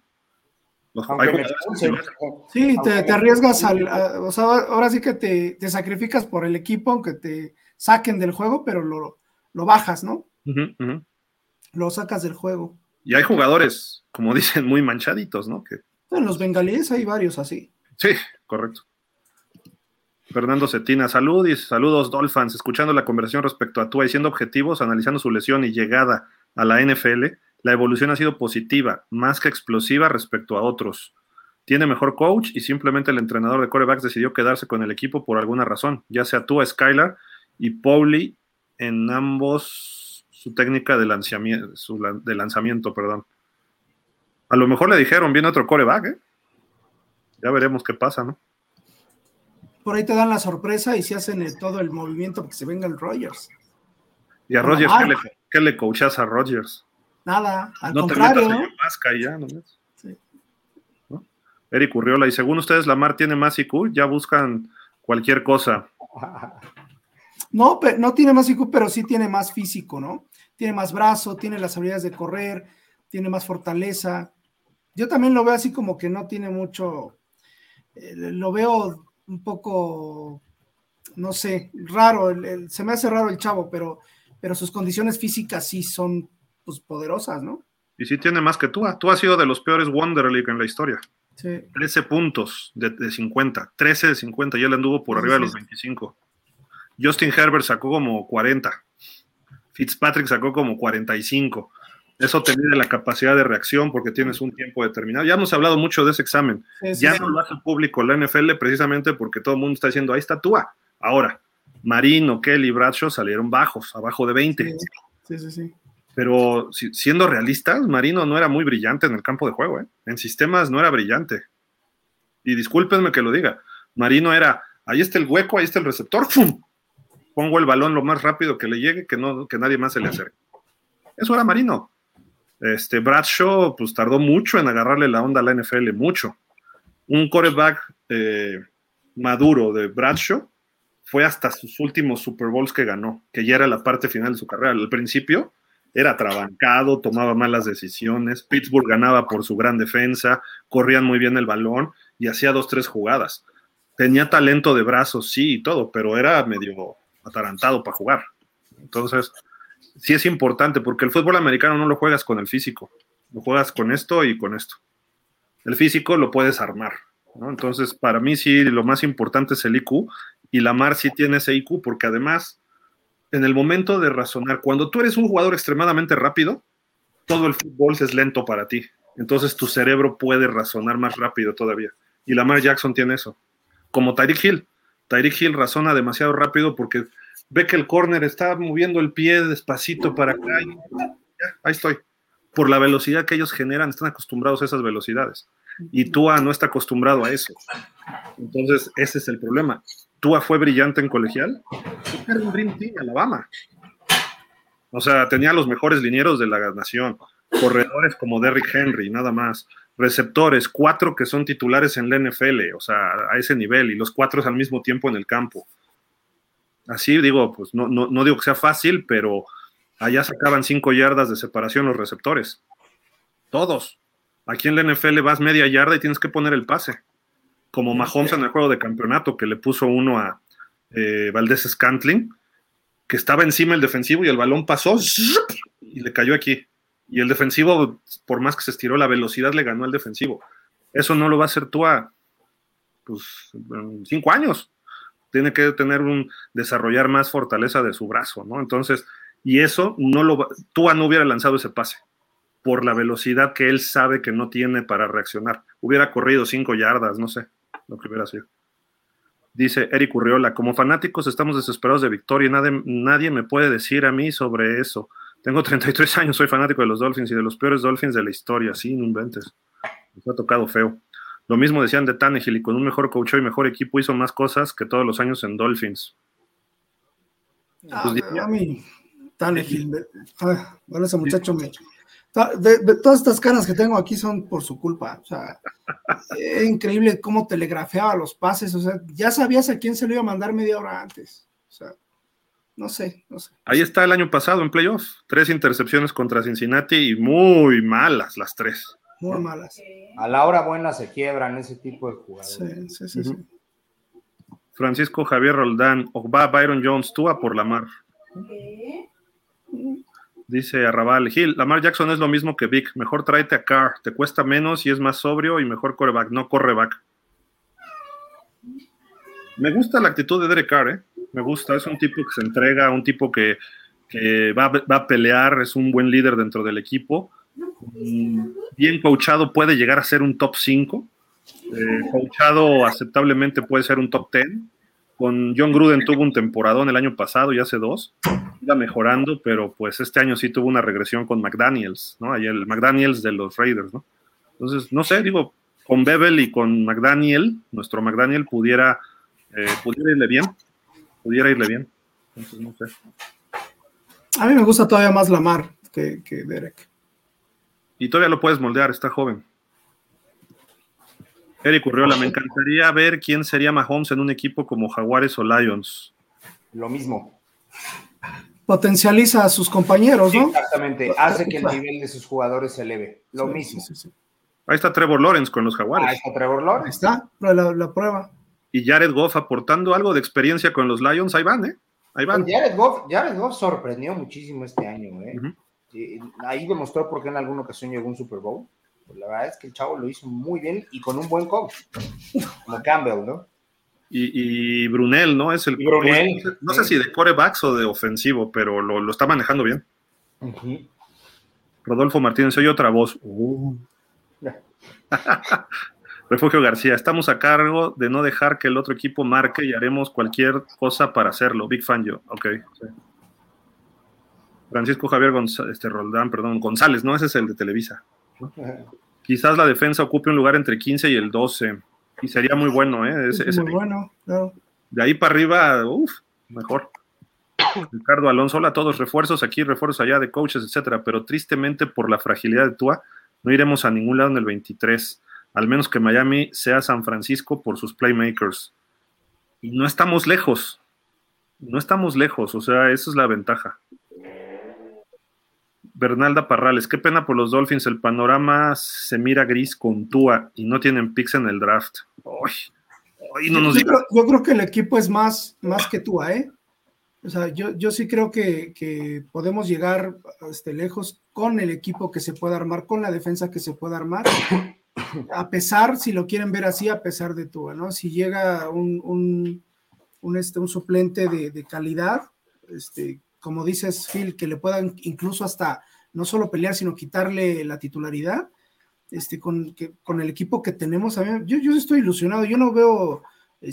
sí, te arriesgas o sea, ahora sí que te sacrificas por el equipo, aunque te saquen del juego, pero lo bajas, ¿no? Lo sacas del juego. Y hay jugadores, como dicen, muy manchaditos, ¿no? En los bengalíes hay varios así. Sí, correcto. Fernando Cetina, saludos Dolphins, escuchando la conversación respecto a Tua y siendo objetivos, analizando su lesión y llegada a la NFL, la evolución ha sido positiva, más que explosiva respecto a otros. Tiene mejor coach y simplemente el entrenador de quarterbacks decidió quedarse con el equipo por alguna razón, ya sea Tua, Skylar y Pauli en ambos su técnica de lanzamiento, perdón. A lo mejor le dijeron, viene otro quarterback, ¿eh? Ya veremos qué pasa, ¿no? Por ahí te dan la sorpresa y se hacen todo el movimiento para que se venga el Rodgers. ¿Y a Rodgers qué le coachas a Rodgers? Nada, al No te contrario. metas en Pasca y ya, ¿no? Sí. ¿No? Eric Urriola, y según ustedes, Lamar tiene más IQ, ya buscan cualquier cosa. No, no tiene más IQ, pero sí tiene más físico, ¿no? Tiene más brazo, tiene las habilidades de correr, tiene más fortaleza. Yo también lo veo así como que no tiene mucho, lo veo un poco, no sé, raro, se me hace raro el chavo, pero sus condiciones físicas sí son pues poderosas, ¿no? Y sí tiene más que Tua. Tua ha sido de los peores Wonder League en la historia. Sí. 13 puntos de 50. 13 de 50. Ya le anduvo por arriba de los 25. Justin Herbert sacó como 40. Fitzpatrick sacó como 45. Eso te mide la capacidad de reacción porque tienes un tiempo determinado. Ya hemos hablado mucho de ese examen. Ya no lo hace público la NFL precisamente porque todo el mundo está diciendo, ahí está Tua. Ahora, Marino, Kelly, Bradshaw salieron bajos, abajo de 20. Sí. Pero siendo realistas, Marino no era muy brillante en el campo de juego, ¿eh? En sistemas no era brillante. Y discúlpenme que lo diga. Marino era, ahí está el hueco, ahí está el receptor, ¡fum! Pongo el balón lo más rápido que le llegue, que nadie más se le acerque. Eso era Marino. Bradshaw, pues tardó mucho en agarrarle la onda a la NFL, mucho. Un quarterback maduro de Bradshaw fue hasta sus últimos Super Bowls que ganó, que ya era la parte final de su carrera. Al principio era atrabancado, tomaba malas decisiones, Pittsburgh ganaba por su gran defensa, corrían muy bien el balón y hacía 2-3 jugadas. Tenía talento de brazos, sí, y todo, pero era medio atarantado para jugar. Entonces, sí es importante, porque el fútbol americano no lo juegas con el físico, lo juegas con esto y con esto. El físico lo puedes armar, ¿no? Entonces, para mí sí, lo más importante es el IQ, y Lamar sí tiene ese IQ, porque además, en el momento de razonar, cuando tú eres un jugador extremadamente rápido, todo el fútbol es lento para ti. Entonces tu cerebro puede razonar más rápido todavía. Y Lamar Jackson tiene eso. Como Tyreek Hill. Tyreek Hill razona demasiado rápido porque ve que el corner está moviendo el pie despacito para acá y ya, ahí estoy. Por la velocidad que ellos generan, están acostumbrados a esas velocidades. Y Tua no está acostumbrado a eso. Entonces, ese es el problema. Tua fue brillante en colegial. Era un Dream Team, Alabama. O sea, tenía los mejores linieros de la nación. Corredores como Derrick Henry, nada más. Receptores, 4 que son titulares en la NFL, o sea, a ese nivel, y los 4 al mismo tiempo en el campo. Así digo, pues no digo que sea fácil, pero allá sacaban 5 yardas de separación los receptores. Todos. Aquí en la NFL vas media yarda y tienes que poner el pase. Como Mahomes en el juego de campeonato, que le puso uno a Valdez Scantling, que estaba encima el defensivo y el balón pasó y le cayó aquí. Y el defensivo, por más que se estiró, la velocidad le ganó al defensivo. Eso no lo va a hacer Tua, pues, en 5 años. Tiene que desarrollar más fortaleza de su brazo, ¿no? Entonces, y eso Tua no hubiera lanzado ese pase por la velocidad que él sabe que no tiene para reaccionar. Hubiera corrido 5 yardas, no sé, lo que hubiera sido. Dice Eric Urriola, como fanáticos estamos desesperados de victoria y nadie me puede decir a mí sobre eso. Tengo 33 años, soy fanático de los Dolphins y de los peores Dolphins de la historia. Sí, no inventes. Nos ha tocado feo. Lo mismo decían de Tannehill, y con un mejor coach y mejor equipo hizo más cosas que todos los años en Dolphins. Pues a mí, Tannehill, bueno, ese muchacho de todas estas caras que tengo aquí son por su culpa. O sea, es increíble cómo telegrafeaba los pases. O sea, ya sabías a quién se lo iba a mandar media hora antes. O sea, no sé. Ahí está el año pasado en playoffs. 3 intercepciones contra Cincinnati y muy malas las 3. Muy malas. A la hora buena se quiebran ese tipo de jugadores. Sí. Francisco Javier Roldán, Ogba, Byron Jones, Tua por Lamar. Dice Arrabal, Gil, Lamar Jackson es lo mismo que Vic, mejor tráete a Carr, te cuesta menos y es más sobrio y mejor quarterback, no correback. Me gusta la actitud de Derek Carr, me gusta, es un tipo que se entrega, un tipo que va a pelear, es un buen líder dentro del equipo, bien coachado puede llegar a ser un top 5, coachado aceptablemente puede ser un top 10. Con John Gruden tuvo un temporadón el año pasado y hace 2, iba mejorando, pero pues este año sí tuvo una regresión con McDaniels, ¿no? Ahí el McDaniels de los Raiders, ¿no? Entonces, no sé, digo, con Bebel y con McDaniel, nuestro McDaniel pudiera irle bien, entonces no sé. A mí me gusta todavía más Lamar que Derek. y todavía lo puedes moldear, está joven. Eric Urriola, me encantaría ver quién sería Mahomes en un equipo como Jaguares o Lions. Lo mismo. Potencializa a sus compañeros, ¿no? Exactamente, hace que el nivel de sus jugadores se eleve. Lo mismo. Sí. Ahí está Trevor Lawrence con los Jaguares. Ahí está Trevor Lawrence. Ahí está, la prueba. Y Jared Goff aportando algo de experiencia con los Lions, ahí van, ¿eh? Ahí van. Jared Goff sorprendió muchísimo este año, ¿eh? Uh-huh. Ahí demostró por qué en alguna ocasión llegó a un Super Bowl. Pues la verdad es que el chavo lo hizo muy bien y con un buen coach, como Campbell, ¿no? Y Brunel, ¿no? Es el Brunel, no sé si de quarterbacks o de ofensivo, pero lo está manejando bien. Uh-huh. Rodolfo Martínez, oye otra voz. Refugio García, estamos a cargo de no dejar que el otro equipo marque y haremos cualquier cosa para hacerlo. Big fan yo. Ok. Sí. Francisco Javier González, ¿no? Ese es el de Televisa, ¿no? Quizás la defensa ocupe un lugar entre 15 y el 12. Y sería muy bueno, ¿eh? Muy bueno, claro. De ahí para arriba, mejor. Ricardo Alonso, hola a todos, refuerzos aquí, refuerzos allá de coaches, etcétera, pero tristemente por la fragilidad de Tua, no iremos a ningún lado en el 23, al menos que Miami sea San Francisco por sus playmakers. Y no estamos lejos, o sea, esa es la ventaja. Bernalda Parrales, qué pena por los Dolphins, el panorama se mira gris con Tua y no tienen picks en el draft. Yo creo que el equipo es más que Tua, ¿eh? O sea, yo sí creo que podemos llegar lejos con el equipo que se pueda armar, con la defensa que se pueda armar, a pesar, si lo quieren ver así, a pesar de Tua, ¿no? Si llega un suplente de calidad, como dices, Phil, que le puedan incluso hasta no solo pelear, sino quitarle la titularidad, con el equipo que tenemos. A mí, yo estoy ilusionado, yo no veo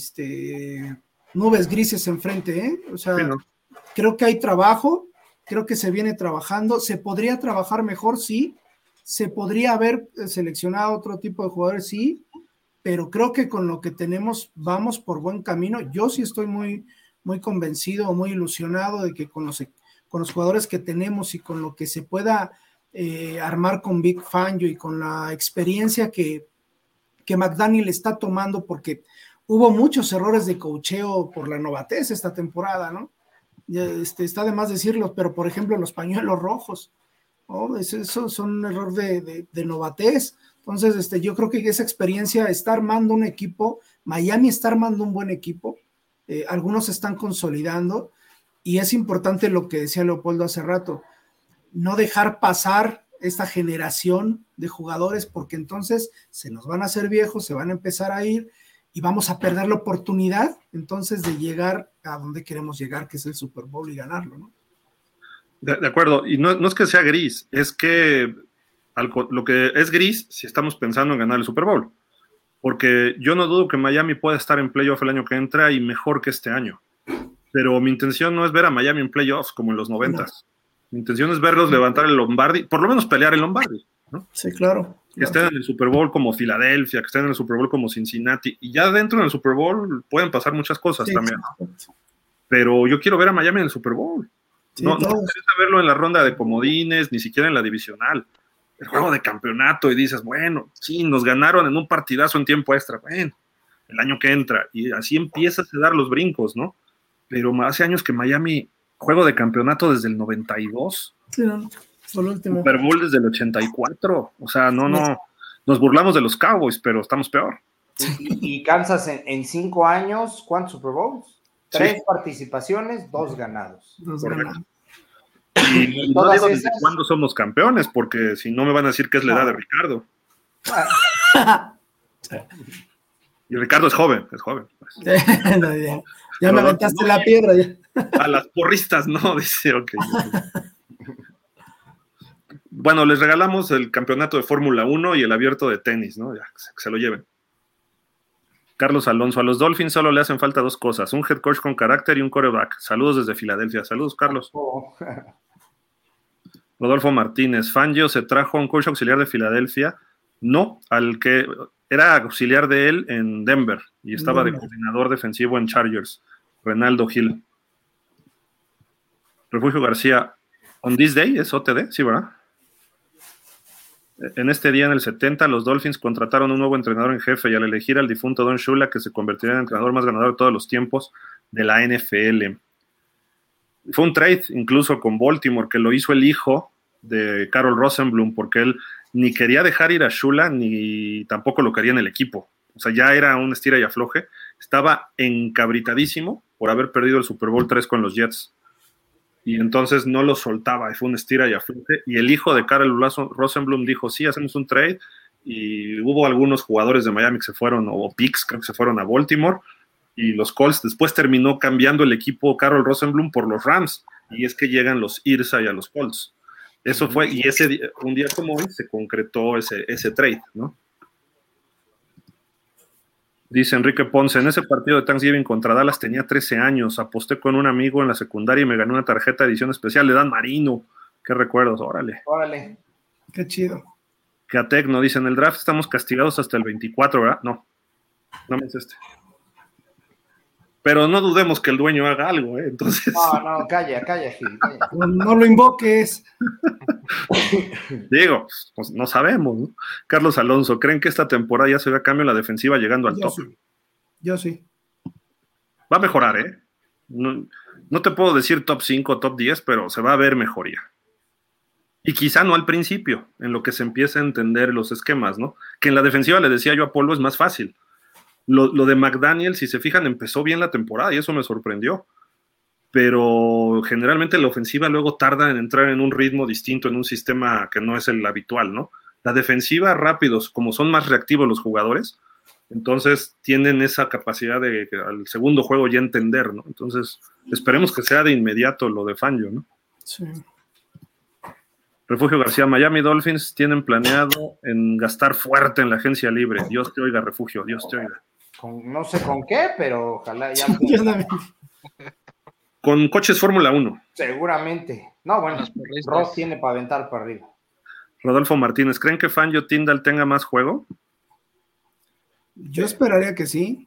nubes grises enfrente, ¿eh? O sea, sí, ¿no? Creo que hay trabajo, creo que se viene trabajando, se podría trabajar mejor, sí, se podría haber seleccionado otro tipo de jugadores, sí, pero creo que con lo que tenemos vamos por buen camino. Yo sí estoy muy, muy convencido, muy ilusionado de que con los jugadores que tenemos y con lo que se pueda armar con Vic Fangio y con la experiencia que McDaniel está tomando, porque hubo muchos errores de coacheo por la novatez esta temporada, ¿no? Está de más decirlo, pero por ejemplo los pañuelos rojos, ¿no? Eso son un error de novatez. Entonces, yo creo que esa experiencia está armando un equipo, Miami está armando un buen equipo, algunos se están consolidando, y es importante lo que decía Leopoldo hace rato, no dejar pasar esta generación de jugadores, porque entonces se nos van a hacer viejos, se van a empezar a ir, y vamos a perder la oportunidad, entonces, de llegar a donde queremos llegar, que es el Super Bowl, y ganarlo, ¿no? De acuerdo, y no es que sea gris, es que lo que es gris si estamos pensando en ganar el Super Bowl, porque yo no dudo que Miami pueda estar en playoff el año que entra y mejor que este año, pero mi intención no es ver a Miami en playoffs como en los 90s, no. Mi intención es verlos levantar el Lombardi, por lo menos pelear el Lombardi, ¿no? Sí, claro. Que estén en el Super Bowl como Filadelfia, que estén en el Super Bowl como Cincinnati, y ya dentro del Super Bowl pueden pasar muchas cosas, sí, también, ¿no? Pero yo quiero ver a Miami en el Super Bowl. Sí, no me interesa verlo en la ronda de comodines, ni siquiera en la divisional. El juego de campeonato, y dices, bueno, sí, nos ganaron en un partidazo en tiempo extra, bueno, el año que entra, y así empiezas a dar los brincos, ¿no? Pero hace años que Miami, juego de campeonato desde el 92, sí, no, fue el último. Super Bowl desde el 84, o sea, no, nos burlamos de los Cowboys, pero estamos peor. Y Kansas en 5 años, ¿cuántos Super Bowls? 3 participaciones, 2 ganados. 2 ganados. Y no digo desde cuándo somos campeones, porque si no me van a decir que es la edad de Ricardo. Y Ricardo es joven. Pues. Ya me aventaste la piedra. Ya. A las porristas, no, dice, ok. Bueno, les regalamos el campeonato de Fórmula 1 y el abierto de tenis, ¿no? Ya, que se lo lleven. Carlos Alonso, a los Dolphins solo le hacen falta 2 cosas, un head coach con carácter y un quarterback. Saludos desde Filadelfia. Saludos, Carlos. Rodolfo Martínez, Fangio se trajo a un coach auxiliar de Filadelfia, no, al que era auxiliar de él en Denver, y estaba de coordinador defensivo en Chargers, Renaldo Hill. Refugio García, on this day, ¿es OTD? Sí, ¿verdad? En este día, en el 70, los Dolphins contrataron un nuevo entrenador en jefe y al elegir al difunto Don Shula, que se convertiría en el entrenador más ganador de todos los tiempos de la NFL. Fue un trade incluso con Baltimore, que lo hizo el hijo de Carroll Rosenblum, porque él ni quería dejar ir a Shula, ni tampoco lo quería en el equipo. O sea, ya era un estira y afloje. Estaba encabritadísimo por haber perdido el Super Bowl 3 con los Jets. Y entonces no lo soltaba, y fue un estira y afloje. Y el hijo de Carroll Rosenblum dijo, sí, hacemos un trade. Y hubo algunos jugadores de Miami que se fueron, o picks, creo que se fueron a Baltimore. Y los Colts, después terminó cambiando el equipo Carroll Rosenblum por los Rams. Y es que llegan los Irsa y a los Colts. Eso fue, y un día como hoy se concretó ese trade, ¿no? Dice Enrique Ponce, en ese partido de Thanksgiving contra Dallas tenía 13 años, aposté con un amigo en la secundaria y me gané una tarjeta de edición especial de Dan Marino. Qué recuerdos, órale. Órale. Qué chido. Que a Tecno, dice, en el draft estamos castigados hasta el 24, ¿verdad? No es este. Pero no dudemos que el dueño haga algo, ¿eh? Entonces... No, calla, Gil, calla. No lo invoques. Digo, pues no sabemos, ¿no? Carlos Alonso, ¿creen que esta temporada ya se ve a cambio en la defensiva llegando al top? Sí. Yo sí. Va a mejorar, ¿eh? No te puedo decir top 5, top 10, pero se va a ver mejoría. Y quizá no al principio, en lo que se empieza a entender los esquemas, ¿no? Que en la defensiva, le decía yo a Polo, es más fácil. Lo de McDaniel, si se fijan, empezó bien la temporada y eso me sorprendió. Pero generalmente la ofensiva luego tarda en entrar en un ritmo distinto, en un sistema que no es el habitual, ¿no? La defensiva, rápidos, como son más reactivos los jugadores, entonces tienen esa capacidad de al segundo juego ya entender, ¿no? Entonces, esperemos que sea de inmediato lo de Fangio, ¿no? Sí. Refugio García, Miami Dolphins tienen planeado en gastar fuerte en la agencia libre. Dios te oiga, Refugio, Dios te oiga. No sé con qué, pero ojalá ya. Con coches Fórmula 1. Seguramente. No, bueno, Ross tiene para aventar para arriba. Rodolfo Martínez, ¿creen que Fangio Tyndall tenga más juego? Yo esperaría que sí.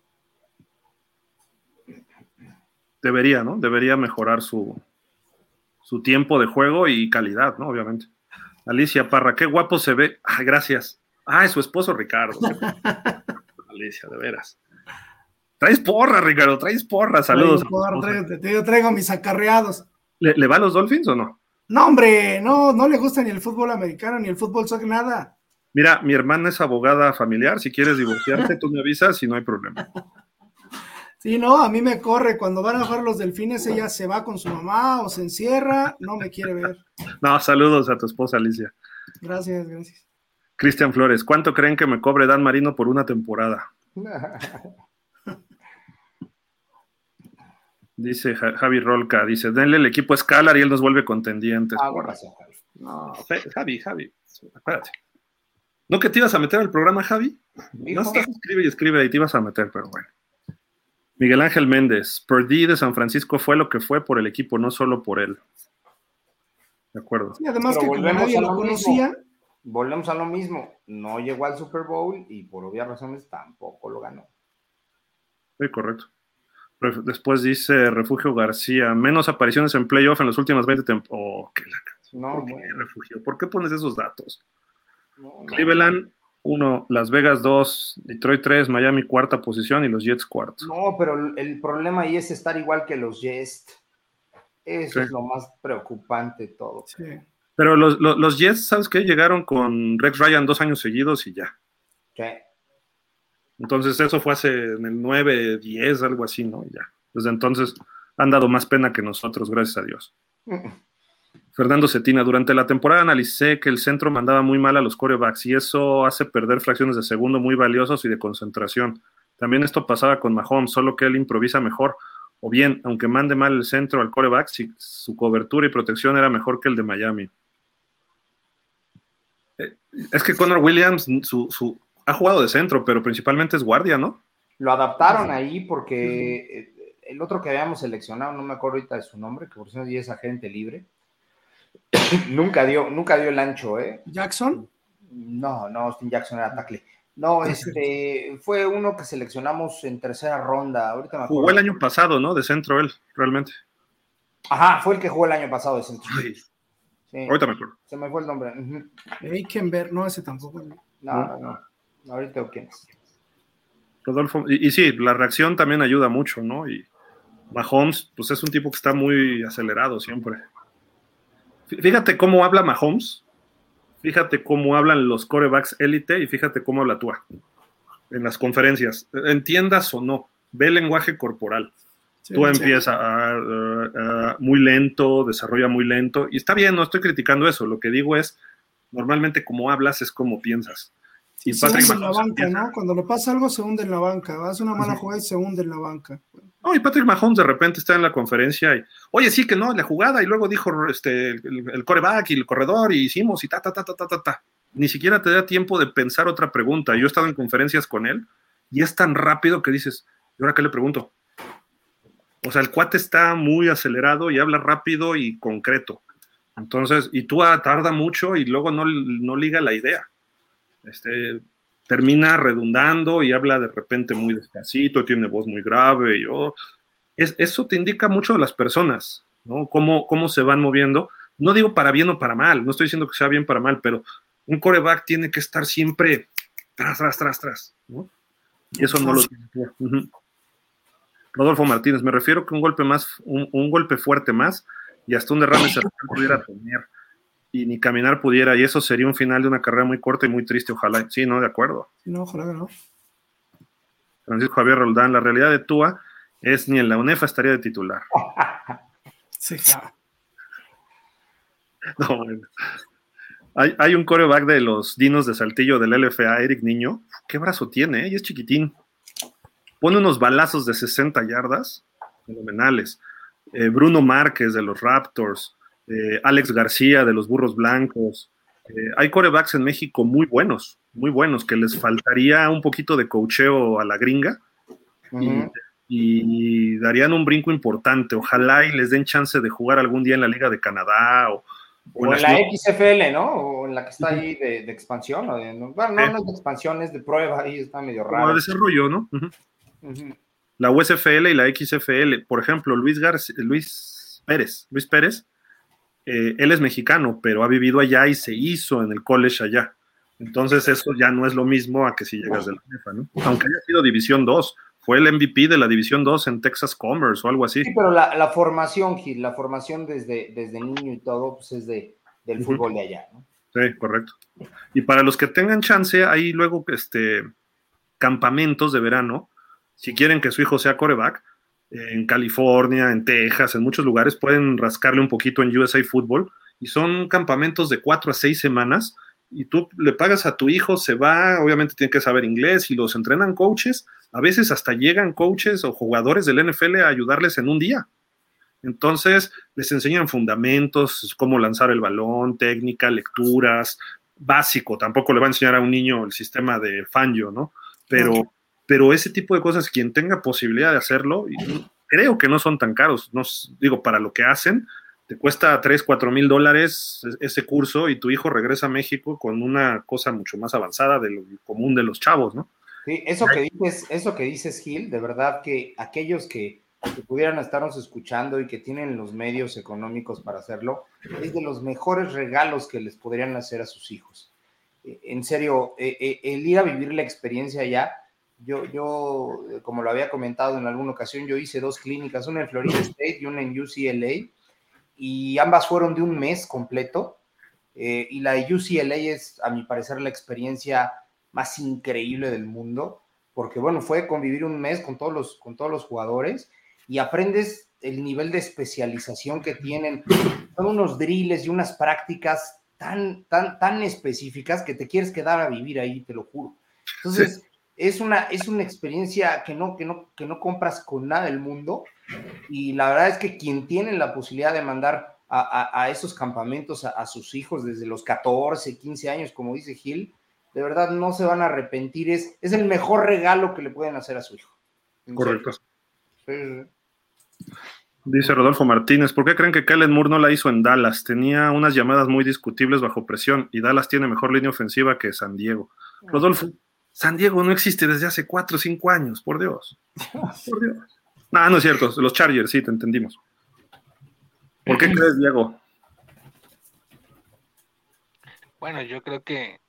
Debería, ¿no? Debería mejorar su tiempo de juego y calidad, ¿no? Obviamente. Alicia Parra, qué guapo se ve. Ay, gracias. Es su esposo Ricardo. Alicia, de veras. Traes porra, Ricardo, traes porra. Saludos. Yo traigo mis acarreados. ¿Le va a los Dolphins o no? No, hombre, no le gusta ni el fútbol americano, ni el fútbol soccer, nada. Mira, mi hermana es abogada familiar. Si quieres divorciarte, tú me avisas y no hay problema. Sí, no, a mí me corre. Cuando van a jugar los Delfines, ella se va con su mamá o se encierra, no me quiere ver. No, saludos a tu esposa, Alicia. Gracias. Cristian Flores, ¿cuánto creen que me cobre Dan Marino por una temporada? Dice Javi Rolca, dice, denle el equipo a Scalar y él nos vuelve contendientes. No, Javi, espérate. ¿No que te ibas a meter al programa, Javi? No estás escribe y te ibas a meter, pero bueno. Miguel Ángel Méndez, Purdy de San Francisco fue lo que fue por el equipo, no solo por él. De acuerdo. Y además pero que como nadie lo conocía. Volvemos a lo mismo. No llegó al Super Bowl y por obvias razones tampoco lo ganó. Sí, correcto. Después dice Refugio García, menos apariciones en playoff en las últimas 20 temporadas. ¿Por qué, Refugio? ¿Por qué pones esos datos? Cleveland 1, Las Vegas 2, Detroit 3, Miami 4ª posición y los Jets 4º. No, pero el problema ahí es estar igual que los Jets. Eso es lo más preocupante de todo. Sí. Pero los Jets, ¿sabes qué? Llegaron con Rex Ryan 2 años seguidos y ya. Sí. Entonces eso fue en el 9, 10, algo así, ¿no? Y ya. Desde entonces han dado más pena que nosotros, gracias a Dios. Fernando Cetina, durante la temporada analicé que el centro mandaba muy mal a los quarterbacks y eso hace perder fracciones de segundo muy valiosos y de concentración. También esto pasaba con Mahomes, solo que él improvisa mejor. O bien, aunque mande mal el centro al quarterback, si su cobertura y protección era mejor que el de Miami. Es que Connor Williams ha jugado de centro, pero principalmente es guardia, ¿no? Lo adaptaron ahí porque el otro que habíamos seleccionado, no me acuerdo ahorita de su nombre, que por cierto es agente libre, nunca dio el ancho, ¿eh? ¿Jackson? No, Austin Jackson era tackle. No, fue uno que seleccionamos en tercera ronda. Ahorita me acuerdo. Jugó el año pasado, ¿no? De centro él, realmente. Ajá, fue el que jugó el año pasado de centro. Sí. Ahorita me acuerdo. Se me fue el nombre. Eikenberg, no, ese tampoco. No. Ahorita quién es. Rodolfo, y sí, la reacción también ayuda mucho, ¿no? Y Mahomes, pues es un tipo que está muy acelerado siempre. Fíjate cómo habla Mahomes, fíjate cómo hablan los quarterbacks élite y fíjate cómo habla Tua en las conferencias. Entiendas o no, ve el lenguaje corporal. Sí, Tua empieza muy lento, desarrolla muy lento, y está bien, no estoy criticando eso, lo que digo es, normalmente como hablas es como piensas. Sí, Y se hunde en la Mahomes banca, empieza... ¿no? Cuando le pasa algo, se hunde en la banca. Hace una mala jugada y se hunde en la banca. No, y Patrick Mahomes de repente está en la conferencia y, oye, sí que no, la jugada, y luego dijo el quarterback y el corredor, y hicimos, y ta. Ni siquiera te da tiempo de pensar otra pregunta. Yo he estado en conferencias con él, y es tan rápido que dices, ¿y ahora qué le pregunto? O sea, el cuate está muy acelerado y habla rápido y concreto. Entonces, y tú tarda mucho y luego no liga la idea. Termina redundando y habla de repente muy despacito, tiene voz muy grave. Eso te indica mucho de las personas, ¿no? Cómo se van moviendo. No digo para bien o para mal, no estoy diciendo que sea bien para mal, pero un quarterback tiene que estar siempre tras, ¿no? Y eso no lo tiene. Rodolfo Martínez, me refiero que un golpe fuerte más y hasta un derrame cerebral pudiera tener y ni caminar pudiera, y eso sería un final de una carrera muy corta y muy triste, ojalá. Sí, no, de acuerdo. No, ojalá que no. Francisco Javier Roldán, la realidad de Tua es ni en la UNEFA estaría de titular. Sí. No, bueno. Hay un quarterback de los Dinos de Saltillo del LFA, Eric Niño. ¿Qué brazo tiene? Y es chiquitín. Pone unos balazos de 60 yardas, fenomenales. Bruno Márquez de los Raptors, Alex García de los Burros Blancos. Hay quarterbacks en México muy buenos, que les faltaría un poquito de coacheo a la gringa y darían un brinco importante. Ojalá y les den chance de jugar algún día en la Liga de Canadá o en la XFL, ¿no? O en la que está ahí de expansión. No es de expansión, es de prueba, ahí está medio raro. Como de desarrollo, ¿no? La USFL y la XFL. Por ejemplo, Luis Pérez, él es mexicano, pero ha vivido allá y se hizo en el college allá. Entonces eso ya no es lo mismo a que si llegas de la UNEFA, ¿no? Aunque haya sido División 2, fue el MVP de la División 2 en Texas Commerce o algo así. Sí, pero la formación, Gil, la formación desde niño y todo, pues es del fútbol de allá, ¿no? Sí, correcto. Y para los que tengan chance, hay luego campamentos de verano, si quieren que su hijo sea quarterback, en California, en Texas, en muchos lugares, pueden rascarle un poquito en USA Football, y son campamentos de 4 a 6 semanas, y tú le pagas a tu hijo, se va, obviamente tiene que saber inglés, y los entrenan coaches, a veces hasta llegan coaches o jugadores del NFL a ayudarles en un día. Entonces, les enseñan fundamentos, cómo lanzar el balón, técnica, lecturas, básico, tampoco le va a enseñar a un niño el sistema de Fangio, ¿no? Pero ese tipo de cosas, quien tenga posibilidad de hacerlo, creo que no son tan caros, no, digo, para lo que hacen, te cuesta $3,000-4,000 ese curso y tu hijo regresa a México con una cosa mucho más avanzada de lo común de los chavos, ¿no? Sí, eso que dices, Gil, de verdad que aquellos que pudieran estarnos escuchando y que tienen los medios económicos para hacerlo, es de los mejores regalos que les podrían hacer a sus hijos. En serio, el ir a vivir la experiencia allá, yo, como lo había comentado en alguna ocasión, yo hice 2 clínicas, una en Florida State y una en UCLA, y ambas fueron de un mes completo, y la de UCLA es, a mi parecer, la experiencia más increíble del mundo, porque bueno, fue convivir un mes con todos los jugadores y aprendes el nivel de especialización que tienen. Son unos drills y unas prácticas tan específicas que te quieres quedar a vivir ahí, te lo juro. Entonces, sí, es una experiencia que no compras con nada del mundo, y la verdad es que quien tiene la posibilidad de mandar a esos campamentos a sus hijos desde los 14, 15 años, como dice Gil, de verdad no se van a arrepentir, es el mejor regalo que le pueden hacer a su hijo. Correcto. Sí. Dice Rodolfo Martínez, ¿por qué creen que Kellen Moore no la hizo en Dallas? Tenía unas llamadas muy discutibles bajo presión y Dallas tiene mejor línea ofensiva que San Diego. Rodolfo, San Diego no existe desde hace 4 o 5 años, por Dios. Por Dios. No es cierto, los Chargers, sí, te entendimos. ¿Por qué crees, Diego? Bueno, yo creo que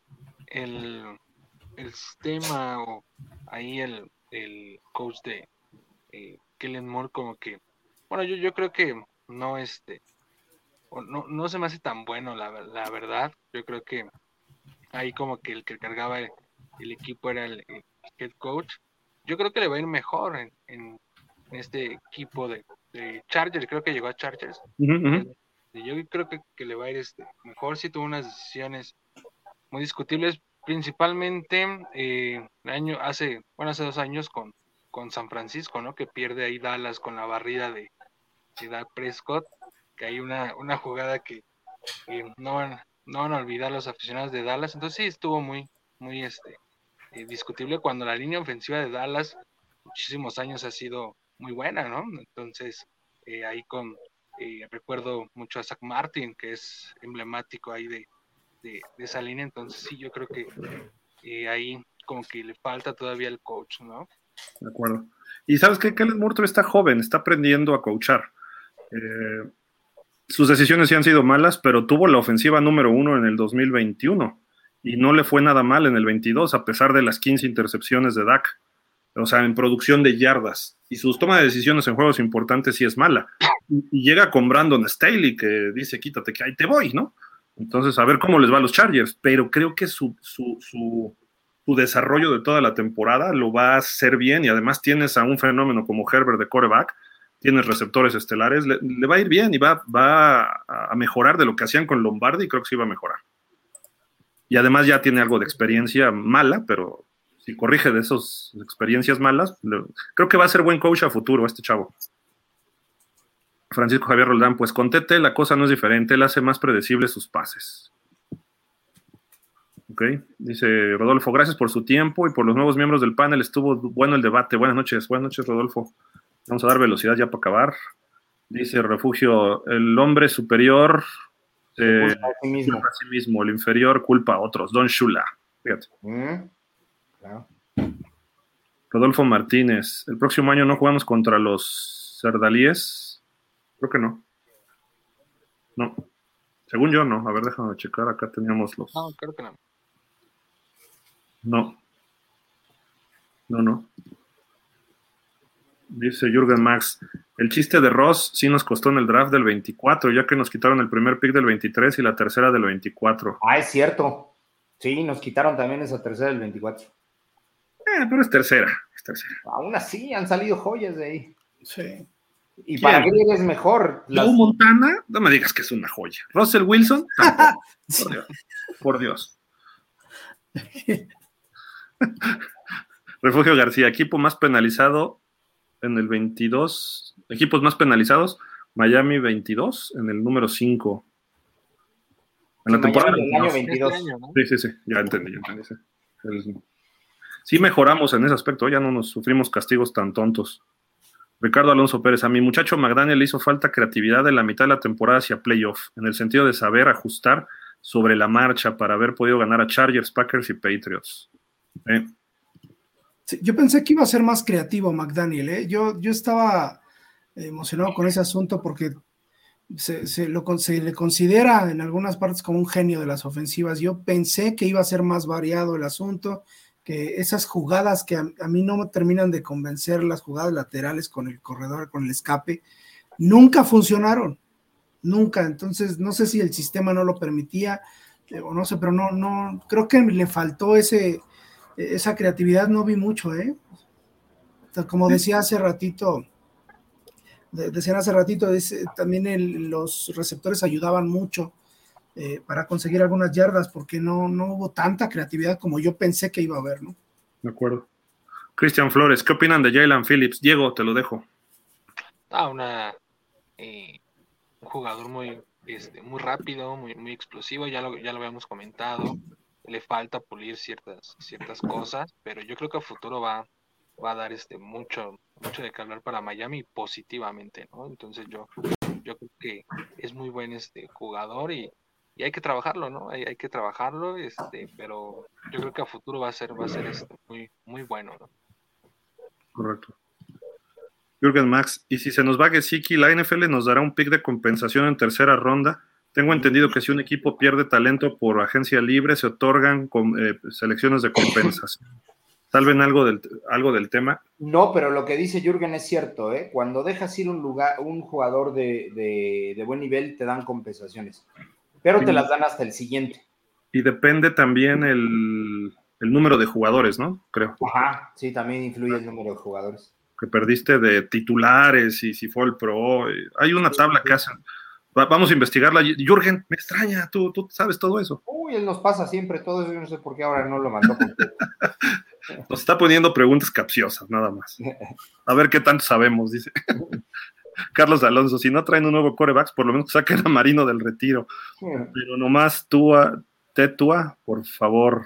el sistema o ahí el coach de Kellen Moore como que, bueno, yo creo que no o no se me hace tan bueno la verdad. Yo creo que ahí como que el que cargaba el equipo era el head coach. Yo creo que le va a ir mejor en este equipo de Chargers, creo que llegó a Chargers. Ujú, ujú. Yo creo que le va a ir mejor si tuvo unas decisiones muy discutibles, principalmente hace 2 años con San Francisco, ¿no? Que pierde ahí Dallas con la barrida de Dak Prescott, que hay una jugada que no van a olvidar los aficionados de Dallas. Entonces sí estuvo muy discutible cuando la línea ofensiva de Dallas muchísimos años ha sido muy buena, ¿no? Entonces ahí recuerdo mucho a Zach Martin, que es emblemático ahí de esa línea. Entonces sí, yo creo que ahí como que le falta todavía el coach, ¿no? De acuerdo. Y ¿sabes qué? Kellen Moore está joven, está aprendiendo a coachar. Sus decisiones sí han sido malas, pero tuvo la ofensiva número 1 en el 2021 y no le fue nada mal en el 22, a pesar de las 15 intercepciones de Dak. O sea, en producción de yardas. Y su toma de decisiones en juegos importantes sí es mala. Y llega con Brandon Staley, que dice, quítate que ahí te voy, ¿no? Entonces, a ver cómo les va a los Chargers. Pero creo que su desarrollo de toda la temporada lo va a hacer bien. Y además tienes a un fenómeno como Herbert de quarterback, tienes receptores estelares, le va a ir bien y va a mejorar de lo que hacían con Lombardi, y creo que sí va a mejorar. Y además ya tiene algo de experiencia mala, pero si corrige de esas experiencias malas, creo que va a ser buen coach a futuro este chavo. Francisco Javier Roldán, pues con Tete la cosa no es diferente, él hace más predecibles sus pases. Ok, dice Rodolfo, gracias por su tiempo y por los nuevos miembros del panel, estuvo bueno el debate. Buenas noches Rodolfo. Vamos a dar velocidad ya para acabar. Dice Refugio, el hombre superior se culpa a sí mismo, el inferior culpa a otros. Don Shula, fíjate. Claro. Rodolfo Martínez, el próximo año no jugamos contra los Cerdalíes. Creo que no. No. Según yo, no. A ver, déjame checar. Acá teníamos los. No, creo que no. No. Dice Jürgen Max, el chiste de Ross sí nos costó en el draft del 24, ya que nos quitaron el primer pick del 23 y la tercera del 24. Ah, es cierto. Sí, nos quitaron también esa tercera del 24. Pero es tercera. Aún así, han salido joyas de ahí. Sí. ¿Y para qué es mejor? Joe Montana, no me digas que es una joya. Russell Wilson, tampoco. Por Dios. Refugio García, equipo más penalizado en el 22. Equipos más penalizados, Miami 22 en el número 5. En la temporada del año 22. Este año, ¿no? Sí, ya entendí. Sí mejoramos en ese aspecto, ya no nos sufrimos castigos tan tontos. Ricardo Alonso Pérez, a mi muchacho McDaniel le hizo falta creatividad en la mitad de la temporada hacia playoff, en el sentido de saber ajustar sobre la marcha para haber podido ganar a Chargers, Packers y Patriots. Sí, yo pensé que iba a ser más creativo McDaniel, ¿eh? Yo estaba emocionado con ese asunto porque se le considera en algunas partes como un genio de las ofensivas. Yo pensé que iba a ser más variado el asunto, que esas jugadas que a mí no me terminan de convencer, las jugadas laterales con el corredor, con el escape, nunca funcionaron, nunca. Entonces no sé si el sistema no lo permitía o no sé, pero no creo que le faltó esa creatividad. No vi mucho, como decía hace ratito, también los receptores ayudaban mucho para conseguir algunas yardas, porque no hubo tanta creatividad como yo pensé que iba a haber, ¿no? De acuerdo. Cristian Flores, ¿qué opinan de Jalen Phillips? Diego, te lo dejo. Un jugador muy rápido, muy explosivo, ya lo habíamos comentado. Le falta pulir ciertas cosas, pero yo creo que a futuro va a dar mucho de qué hablar para Miami positivamente, ¿no? Entonces yo creo que es muy buen jugador y hay que trabajarlo, ¿no? Hay que trabajarlo, pero yo creo que a futuro va a ser muy bueno, ¿no? Correcto. Jürgen Max, y si se nos va Gesicki, la NFL nos dará un pick de compensación en tercera ronda Tengo entendido que si un equipo pierde talento por agencia libre, se otorgan selecciones de compensación. ¿Saben algo del tema? No, pero lo que dice Jürgen es cierto, ¿eh? Cuando dejas ir un jugador de buen nivel, te dan compensaciones, pero te las dan hasta el siguiente. Y depende también el número de jugadores, ¿no? Creo. Ajá, sí, también influye el número de jugadores. Que perdiste de titulares y si fue el pro. Hay una tabla que hacen. Vamos a investigarla. Jürgen, me extraña, tú sabes todo eso. Uy, él nos pasa siempre todo eso, yo no sé por qué ahora no lo mandó completo. Nos está poniendo preguntas capciosas, nada más. A ver qué tanto sabemos, dice. Carlos Alonso, si no traen un nuevo quarterback, por lo menos saquen a Marino del retiro. Pero nomás Tetua, por favor.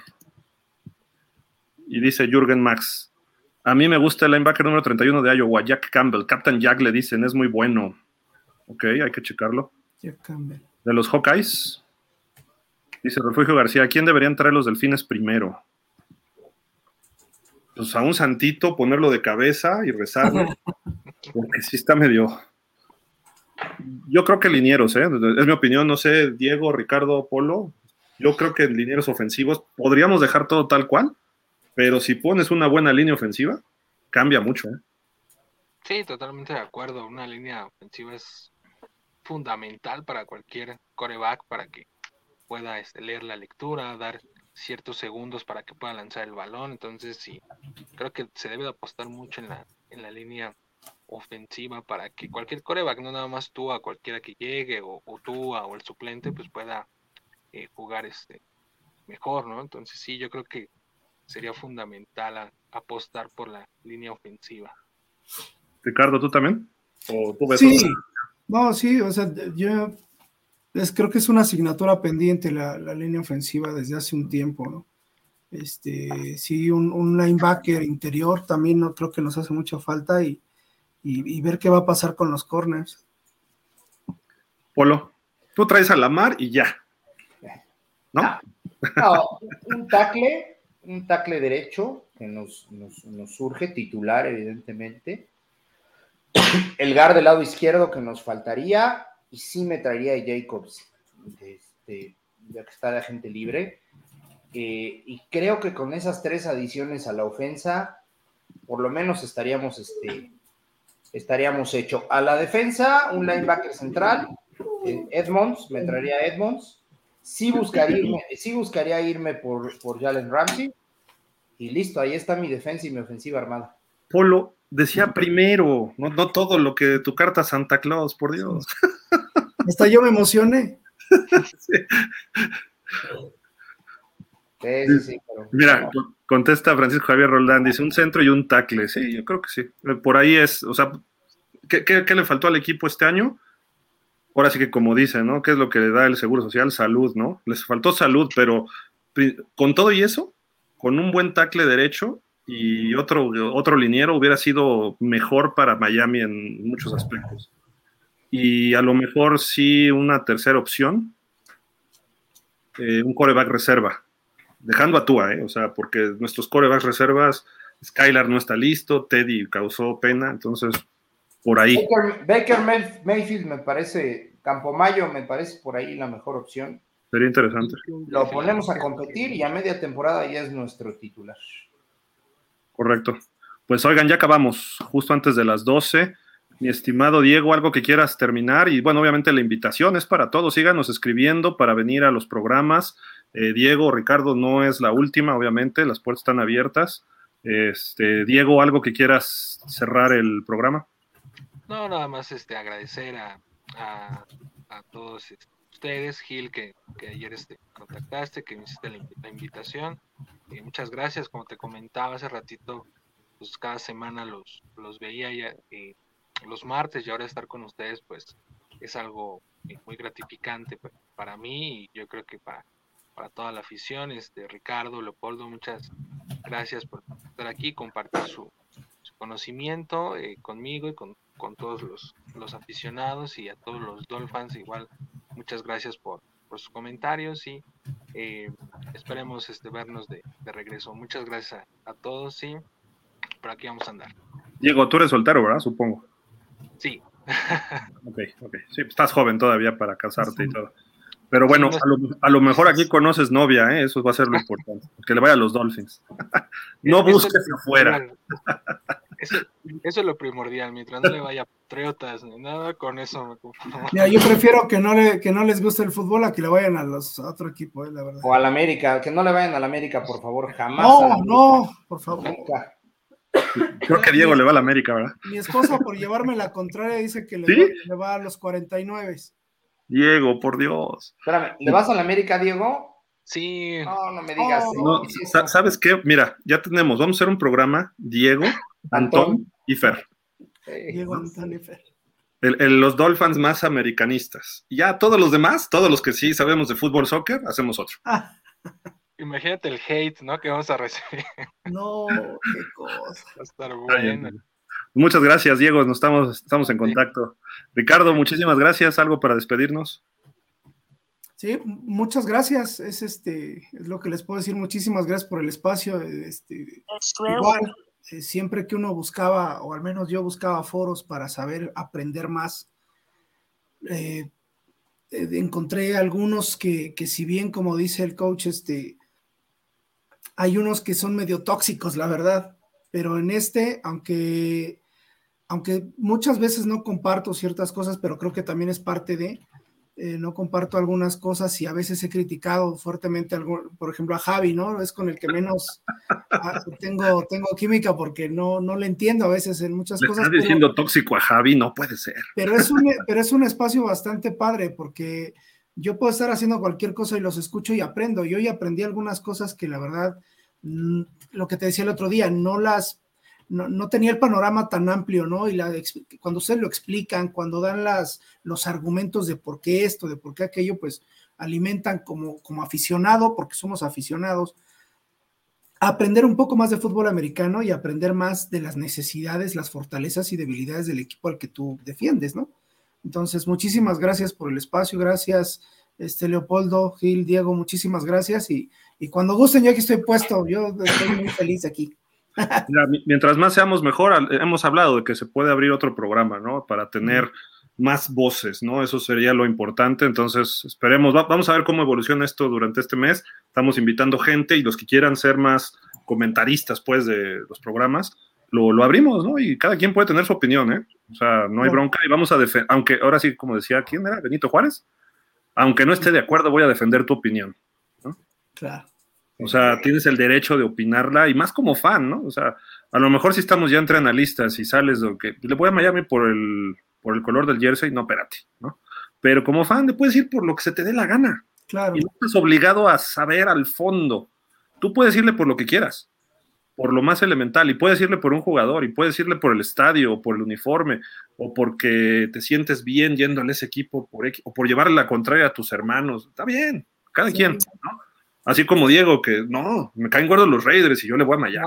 Y dice Jürgen Max, a mí me gusta el linebacker número 31 de Iowa, Jack Campbell. Captain Jack le dicen, es muy bueno. Ok, hay que checarlo. Jack Campbell. De los Hawkeyes, dice Refugio García, ¿a quién deberían traer los Delfines primero? Pues a un santito, ponerlo de cabeza y rezarle, porque sí está medio... Yo creo que linieros, es mi opinión, no sé, Diego, Ricardo, Polo, yo creo que en linieros ofensivos podríamos dejar todo tal cual, pero si pones una buena línea ofensiva, cambia mucho, Sí, totalmente de acuerdo. Una línea ofensiva es fundamental para cualquier quarterback para que pueda leer la lectura, dar ciertos segundos para que pueda lanzar el balón. Entonces, sí, creo que se debe de apostar mucho en la línea ofensiva para que cualquier quarterback, no nada más tú, a cualquiera que llegue, o tú, o el suplente, pues pueda jugar mejor, ¿no? Entonces, sí, yo creo que sería fundamental apostar por la línea ofensiva. Ricardo, ¿tú también? ¿O tú ves Sí, otra? no, sí, o sea, yo creo que es una asignatura pendiente la línea ofensiva desde hace un tiempo, ¿no? Sí, un linebacker interior también no creo que nos hace mucha falta y ver qué va a pasar con los corners. Polo, tú traes a Lamar y ya, ¿no? No, un tackle derecho que nos surge, titular evidentemente, el guard del lado izquierdo que nos faltaría, y sí me traería a Jacobs, ya que está la gente libre, y creo que con esas 3 adiciones a la ofensa, por lo menos estaríamos hecho. A la defensa, un linebacker central, Edmonds, me traería a Edmonds. Sí buscaría irme por Jalen Ramsey, y listo, ahí está mi defensa y mi ofensiva armada. Polo, decía primero, no todo lo que tu carta Santa Claus, por Dios. Hasta yo me emocioné. Sí, pero... Mira, contesta Francisco Javier Roldán, dice un centro y un tackle. Sí, yo creo que sí. Por ahí es, o sea, ¿qué le faltó al equipo este año? Ahora sí que como dice, ¿no? ¿Qué es lo que le da el Seguro Social? Salud, ¿no? Les faltó salud, pero con todo y eso, con un buen tackle derecho y otro liniero hubiera sido mejor para Miami en muchos aspectos. Y a lo mejor sí una tercera opción, un quarterback reserva, dejando a Tua, o sea, porque nuestros quarterbacks reservas, Skylar no está listo, Teddy causó pena, entonces por ahí. Baker Mayfield me parece, Campomayo me parece por ahí la mejor opción. Sería interesante. Lo ponemos a competir y a media temporada ya es nuestro titular. Correcto. Pues oigan, ya acabamos, justo antes de las 12. Mi estimado Diego, algo que quieras terminar, y bueno, obviamente la invitación es para todos, síganos escribiendo para venir a los programas. Diego, Ricardo, no es la última, obviamente, las puertas están abiertas. Diego, algo que quieras cerrar el programa. No, nada más agradecer a todos ustedes, Gil, que ayer contactaste, que me hiciste la invitación. Muchas gracias, como te comentaba hace ratito, pues cada semana los veía ya, los martes, y ahora estar con ustedes pues es algo muy gratificante para mí, y yo creo que para toda la afición. Ricardo, Leopoldo, muchas gracias por estar aquí, compartir su conocimiento conmigo y con todos los aficionados, y a todos los Dolphins igual, muchas gracias por sus comentarios, y esperemos vernos de regreso. Muchas gracias a todos, y por aquí vamos a andar. Diego, tú eres soltero, ¿verdad? Supongo. Sí. Ok. Sí, estás joven todavía para casarte y todo. Pero bueno, Sí, a lo mejor aquí conoces novia, ¿eh? Eso va a ser lo importante. Que le vaya a los Dolphins. No eso es busques lo afuera. primordial. Eso es lo primordial, mientras no le vaya a Patriotas ni nada, con eso me conformo. Mira, yo prefiero que no les guste el fútbol a que le vayan a otro equipo, la verdad. O al América, que no le vayan al América, por favor, jamás. No, por favor. Nunca. Creo que Diego le va a la América, ¿verdad? Mi esposa, por llevarme la contraria, dice que ¿Sí? le va a los 49. Diego, por Dios. Espérame, ¿le vas al América, Diego? Sí, No me digas. No, ¿Sabes qué? Mira, ya tenemos, vamos a hacer un programa, Diego, Antón y Fer. Diego Antonio Fer. Los Dolphins más americanistas. Y ya todos los demás, todos los que sí sabemos de fútbol, soccer, hacemos otro. imagínate el hate, ¿no? Que vamos a recibir. No, qué cosa. Va a estar bueno. Muchas gracias, Diego. Estamos en contacto. Ricardo, muchísimas gracias. ¿Algo para despedirnos? Sí, muchas gracias. Es lo que les puedo decir. Muchísimas gracias por el espacio. Igual, siempre que uno buscaba, o al menos yo buscaba foros para saber aprender más, encontré algunos que si bien, como dice el coach, hay unos que son medio tóxicos, la verdad, pero en aunque muchas veces no comparto ciertas cosas, pero creo que también es parte de, no comparto algunas cosas y a veces he criticado fuertemente, por ejemplo, a Javi, ¿no? Es con el que menos tengo química porque no le entiendo a veces en muchas cosas. ¿Estás diciendo tóxico a Javi? No puede ser. Pero es un espacio bastante padre porque yo puedo estar haciendo cualquier cosa y los escucho y aprendo. Yo ya aprendí algunas cosas que la verdad, lo que te decía el otro día, no tenía el panorama tan amplio, ¿no? Y cuando ustedes lo explican, cuando dan los argumentos de por qué esto, de por qué aquello, pues alimentan como aficionado, porque somos aficionados, a aprender un poco más de fútbol americano y aprender más de las necesidades, las fortalezas y debilidades del equipo al que tú defiendes, ¿no? Entonces, muchísimas gracias por el espacio, gracias, Leopoldo, Gil, Diego, muchísimas gracias y cuando gusten, yo aquí estoy puesto, yo estoy muy feliz aquí. Mira, mientras más seamos mejor, hemos hablado de que se puede abrir otro programa, ¿no? Para tener más voces, ¿no? Eso sería lo importante, entonces esperemos, vamos a ver cómo evoluciona esto durante este mes, estamos invitando gente y los que quieran ser más comentaristas, pues, de los programas, lo abrimos, ¿no? Y cada quien puede tener su opinión, ¿eh? O sea, no hay bronca y vamos a defender, aunque ahora sí, como decía, ¿quién era? Benito Juárez. Aunque no esté de acuerdo, voy a defender tu opinión, ¿no? Claro. O sea, tienes el derecho de opinarla y más como fan, ¿no? O sea, a lo mejor si estamos ya entre analistas y sales de que le voy a Miami por el color del jersey, no, espérate, ¿no? Pero como fan te puedes ir por lo que se te dé la gana. Claro. Y no estás obligado a saber al fondo. Tú puedes irle por lo que quieras, por lo más elemental, y puedes irle por un jugador, y puedes irle por el estadio, o por el uniforme, o porque te sientes bien yendo en ese equipo, o por llevarle la contraria a tus hermanos. Está bien, cada quien, ¿no? Así como Diego, que no, me caen gordos los Raiders y yo le voy a Miami.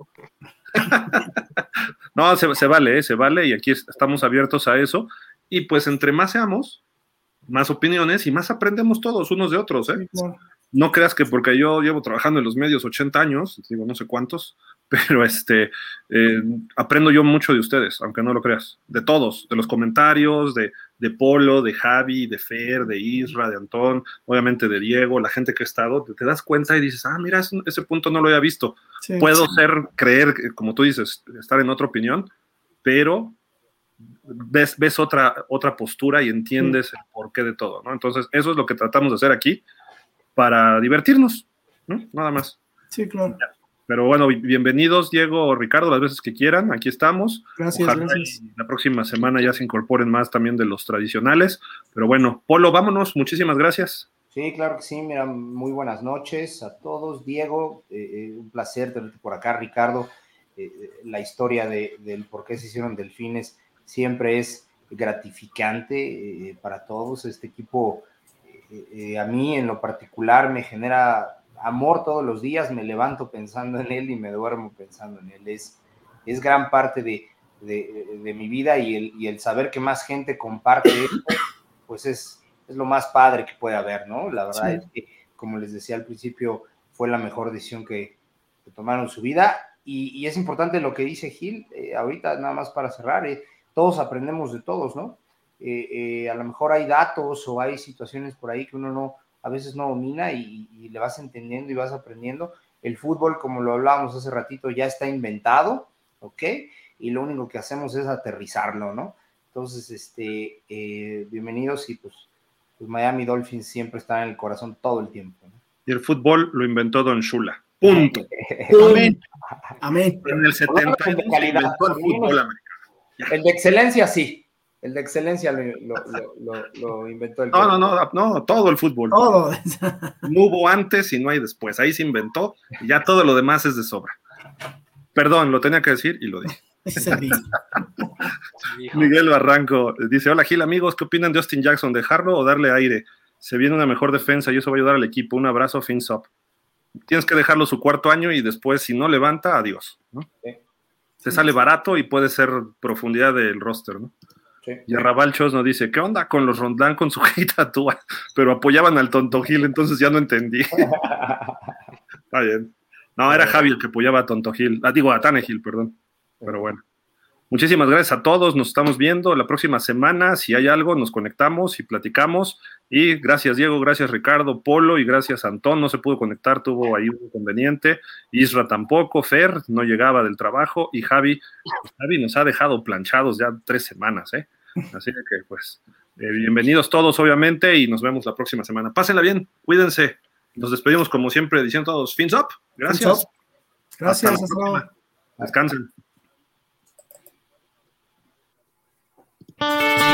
No, se vale, y aquí estamos abiertos a eso. Y pues entre más seamos, más opiniones y más aprendemos todos unos de otros, ¿eh? Sí, claro. No creas que porque yo llevo trabajando en los medios 80 años, digo no sé cuántos, pero aprendo yo mucho de ustedes, aunque no lo creas, de todos, de los comentarios, de Polo, de Javi, de Fer, de Isra, de Antón, obviamente de Diego, la gente que ha estado, te das cuenta y dices, mira, ese punto no lo había visto. Sí, puedo creer, como tú dices, estar en otra opinión, pero ves otra postura y entiendes el porqué de todo, ¿no? Entonces, eso es lo que tratamos de hacer aquí para divertirnos, ¿no? Nada más. Sí, claro. Pero bueno, bienvenidos, Diego o Ricardo, las veces que quieran, aquí estamos. Gracias, ojalá gracias. La próxima semana ya se incorporen más también de los tradicionales. Pero bueno, Polo, vámonos, muchísimas gracias. Sí, claro que sí, mira, muy buenas noches a todos. Diego, un placer tenerte por acá, Ricardo. La historia del por qué se hicieron Delfines siempre es gratificante para todos. Este equipo, a mí en lo particular, me genera amor todos los días, me levanto pensando en él y me duermo pensando en él. Es gran parte de mi vida y el saber que más gente comparte esto, pues es lo más padre que puede haber, ¿no? La verdad es que, como les decía al principio, fue la mejor decisión que tomaron en su vida y es importante lo que dice Gil, ahorita nada más para cerrar, todos aprendemos de todos, ¿no? a lo mejor hay datos o hay situaciones por ahí que uno a veces no domina y le vas entendiendo y vas aprendiendo. El fútbol, como lo hablábamos hace ratito, ya está inventado, ¿ok? Y lo único que hacemos es aterrizarlo, ¿no? Entonces, bienvenidos y pues Miami Dolphins siempre está en el corazón todo el tiempo, ¿no? Y el fútbol lo inventó Don Shula. Punto. Amén. Amén. En el 72 se inventó el fútbol americano. El de excelencia, sí. El de excelencia lo inventó el No, todo el fútbol. Todo. No hubo antes y no hay después. Ahí se inventó y ya todo lo demás es de sobra. Perdón, lo tenía que decir y lo dije. Miguel Barranco dice: hola Gil, amigos, ¿qué opinan de Austin Jackson? ¿Dejarlo o darle aire? Se viene una mejor defensa y eso va a ayudar al equipo. Un abrazo, fins up. Tienes que dejarlo su cuarto año y después, si no levanta, adiós, ¿no? Sí. Se sale barato y puede ser profundidad del roster, ¿no? Sí. Y Arrabal Chos nos dice: ¿qué onda con los Rondán con su hate a Tua? Pero apoyaban al Tonto Gil, entonces ya no entendí. Está bien. No, era Javi el que apoyaba a Tonto Gil. Digo, a Tannehill, perdón. Pero bueno. Muchísimas gracias a todos. Nos estamos viendo la próxima semana. Si hay algo, nos conectamos y platicamos. Y gracias, Diego. Gracias, Ricardo, Polo. Y gracias, Antón. No se pudo conectar, tuvo ahí un inconveniente. Isra tampoco. Fer no llegaba del trabajo. Y Javi nos ha dejado planchados ya 3 semanas, ¿eh? Así que, pues, bienvenidos todos, obviamente. Y nos vemos la próxima semana. Pásenla bien. Cuídense. Nos despedimos, como siempre, diciendo todos: fins up. Gracias. Fins up. Gracias. Hasta la próxima. Descansen.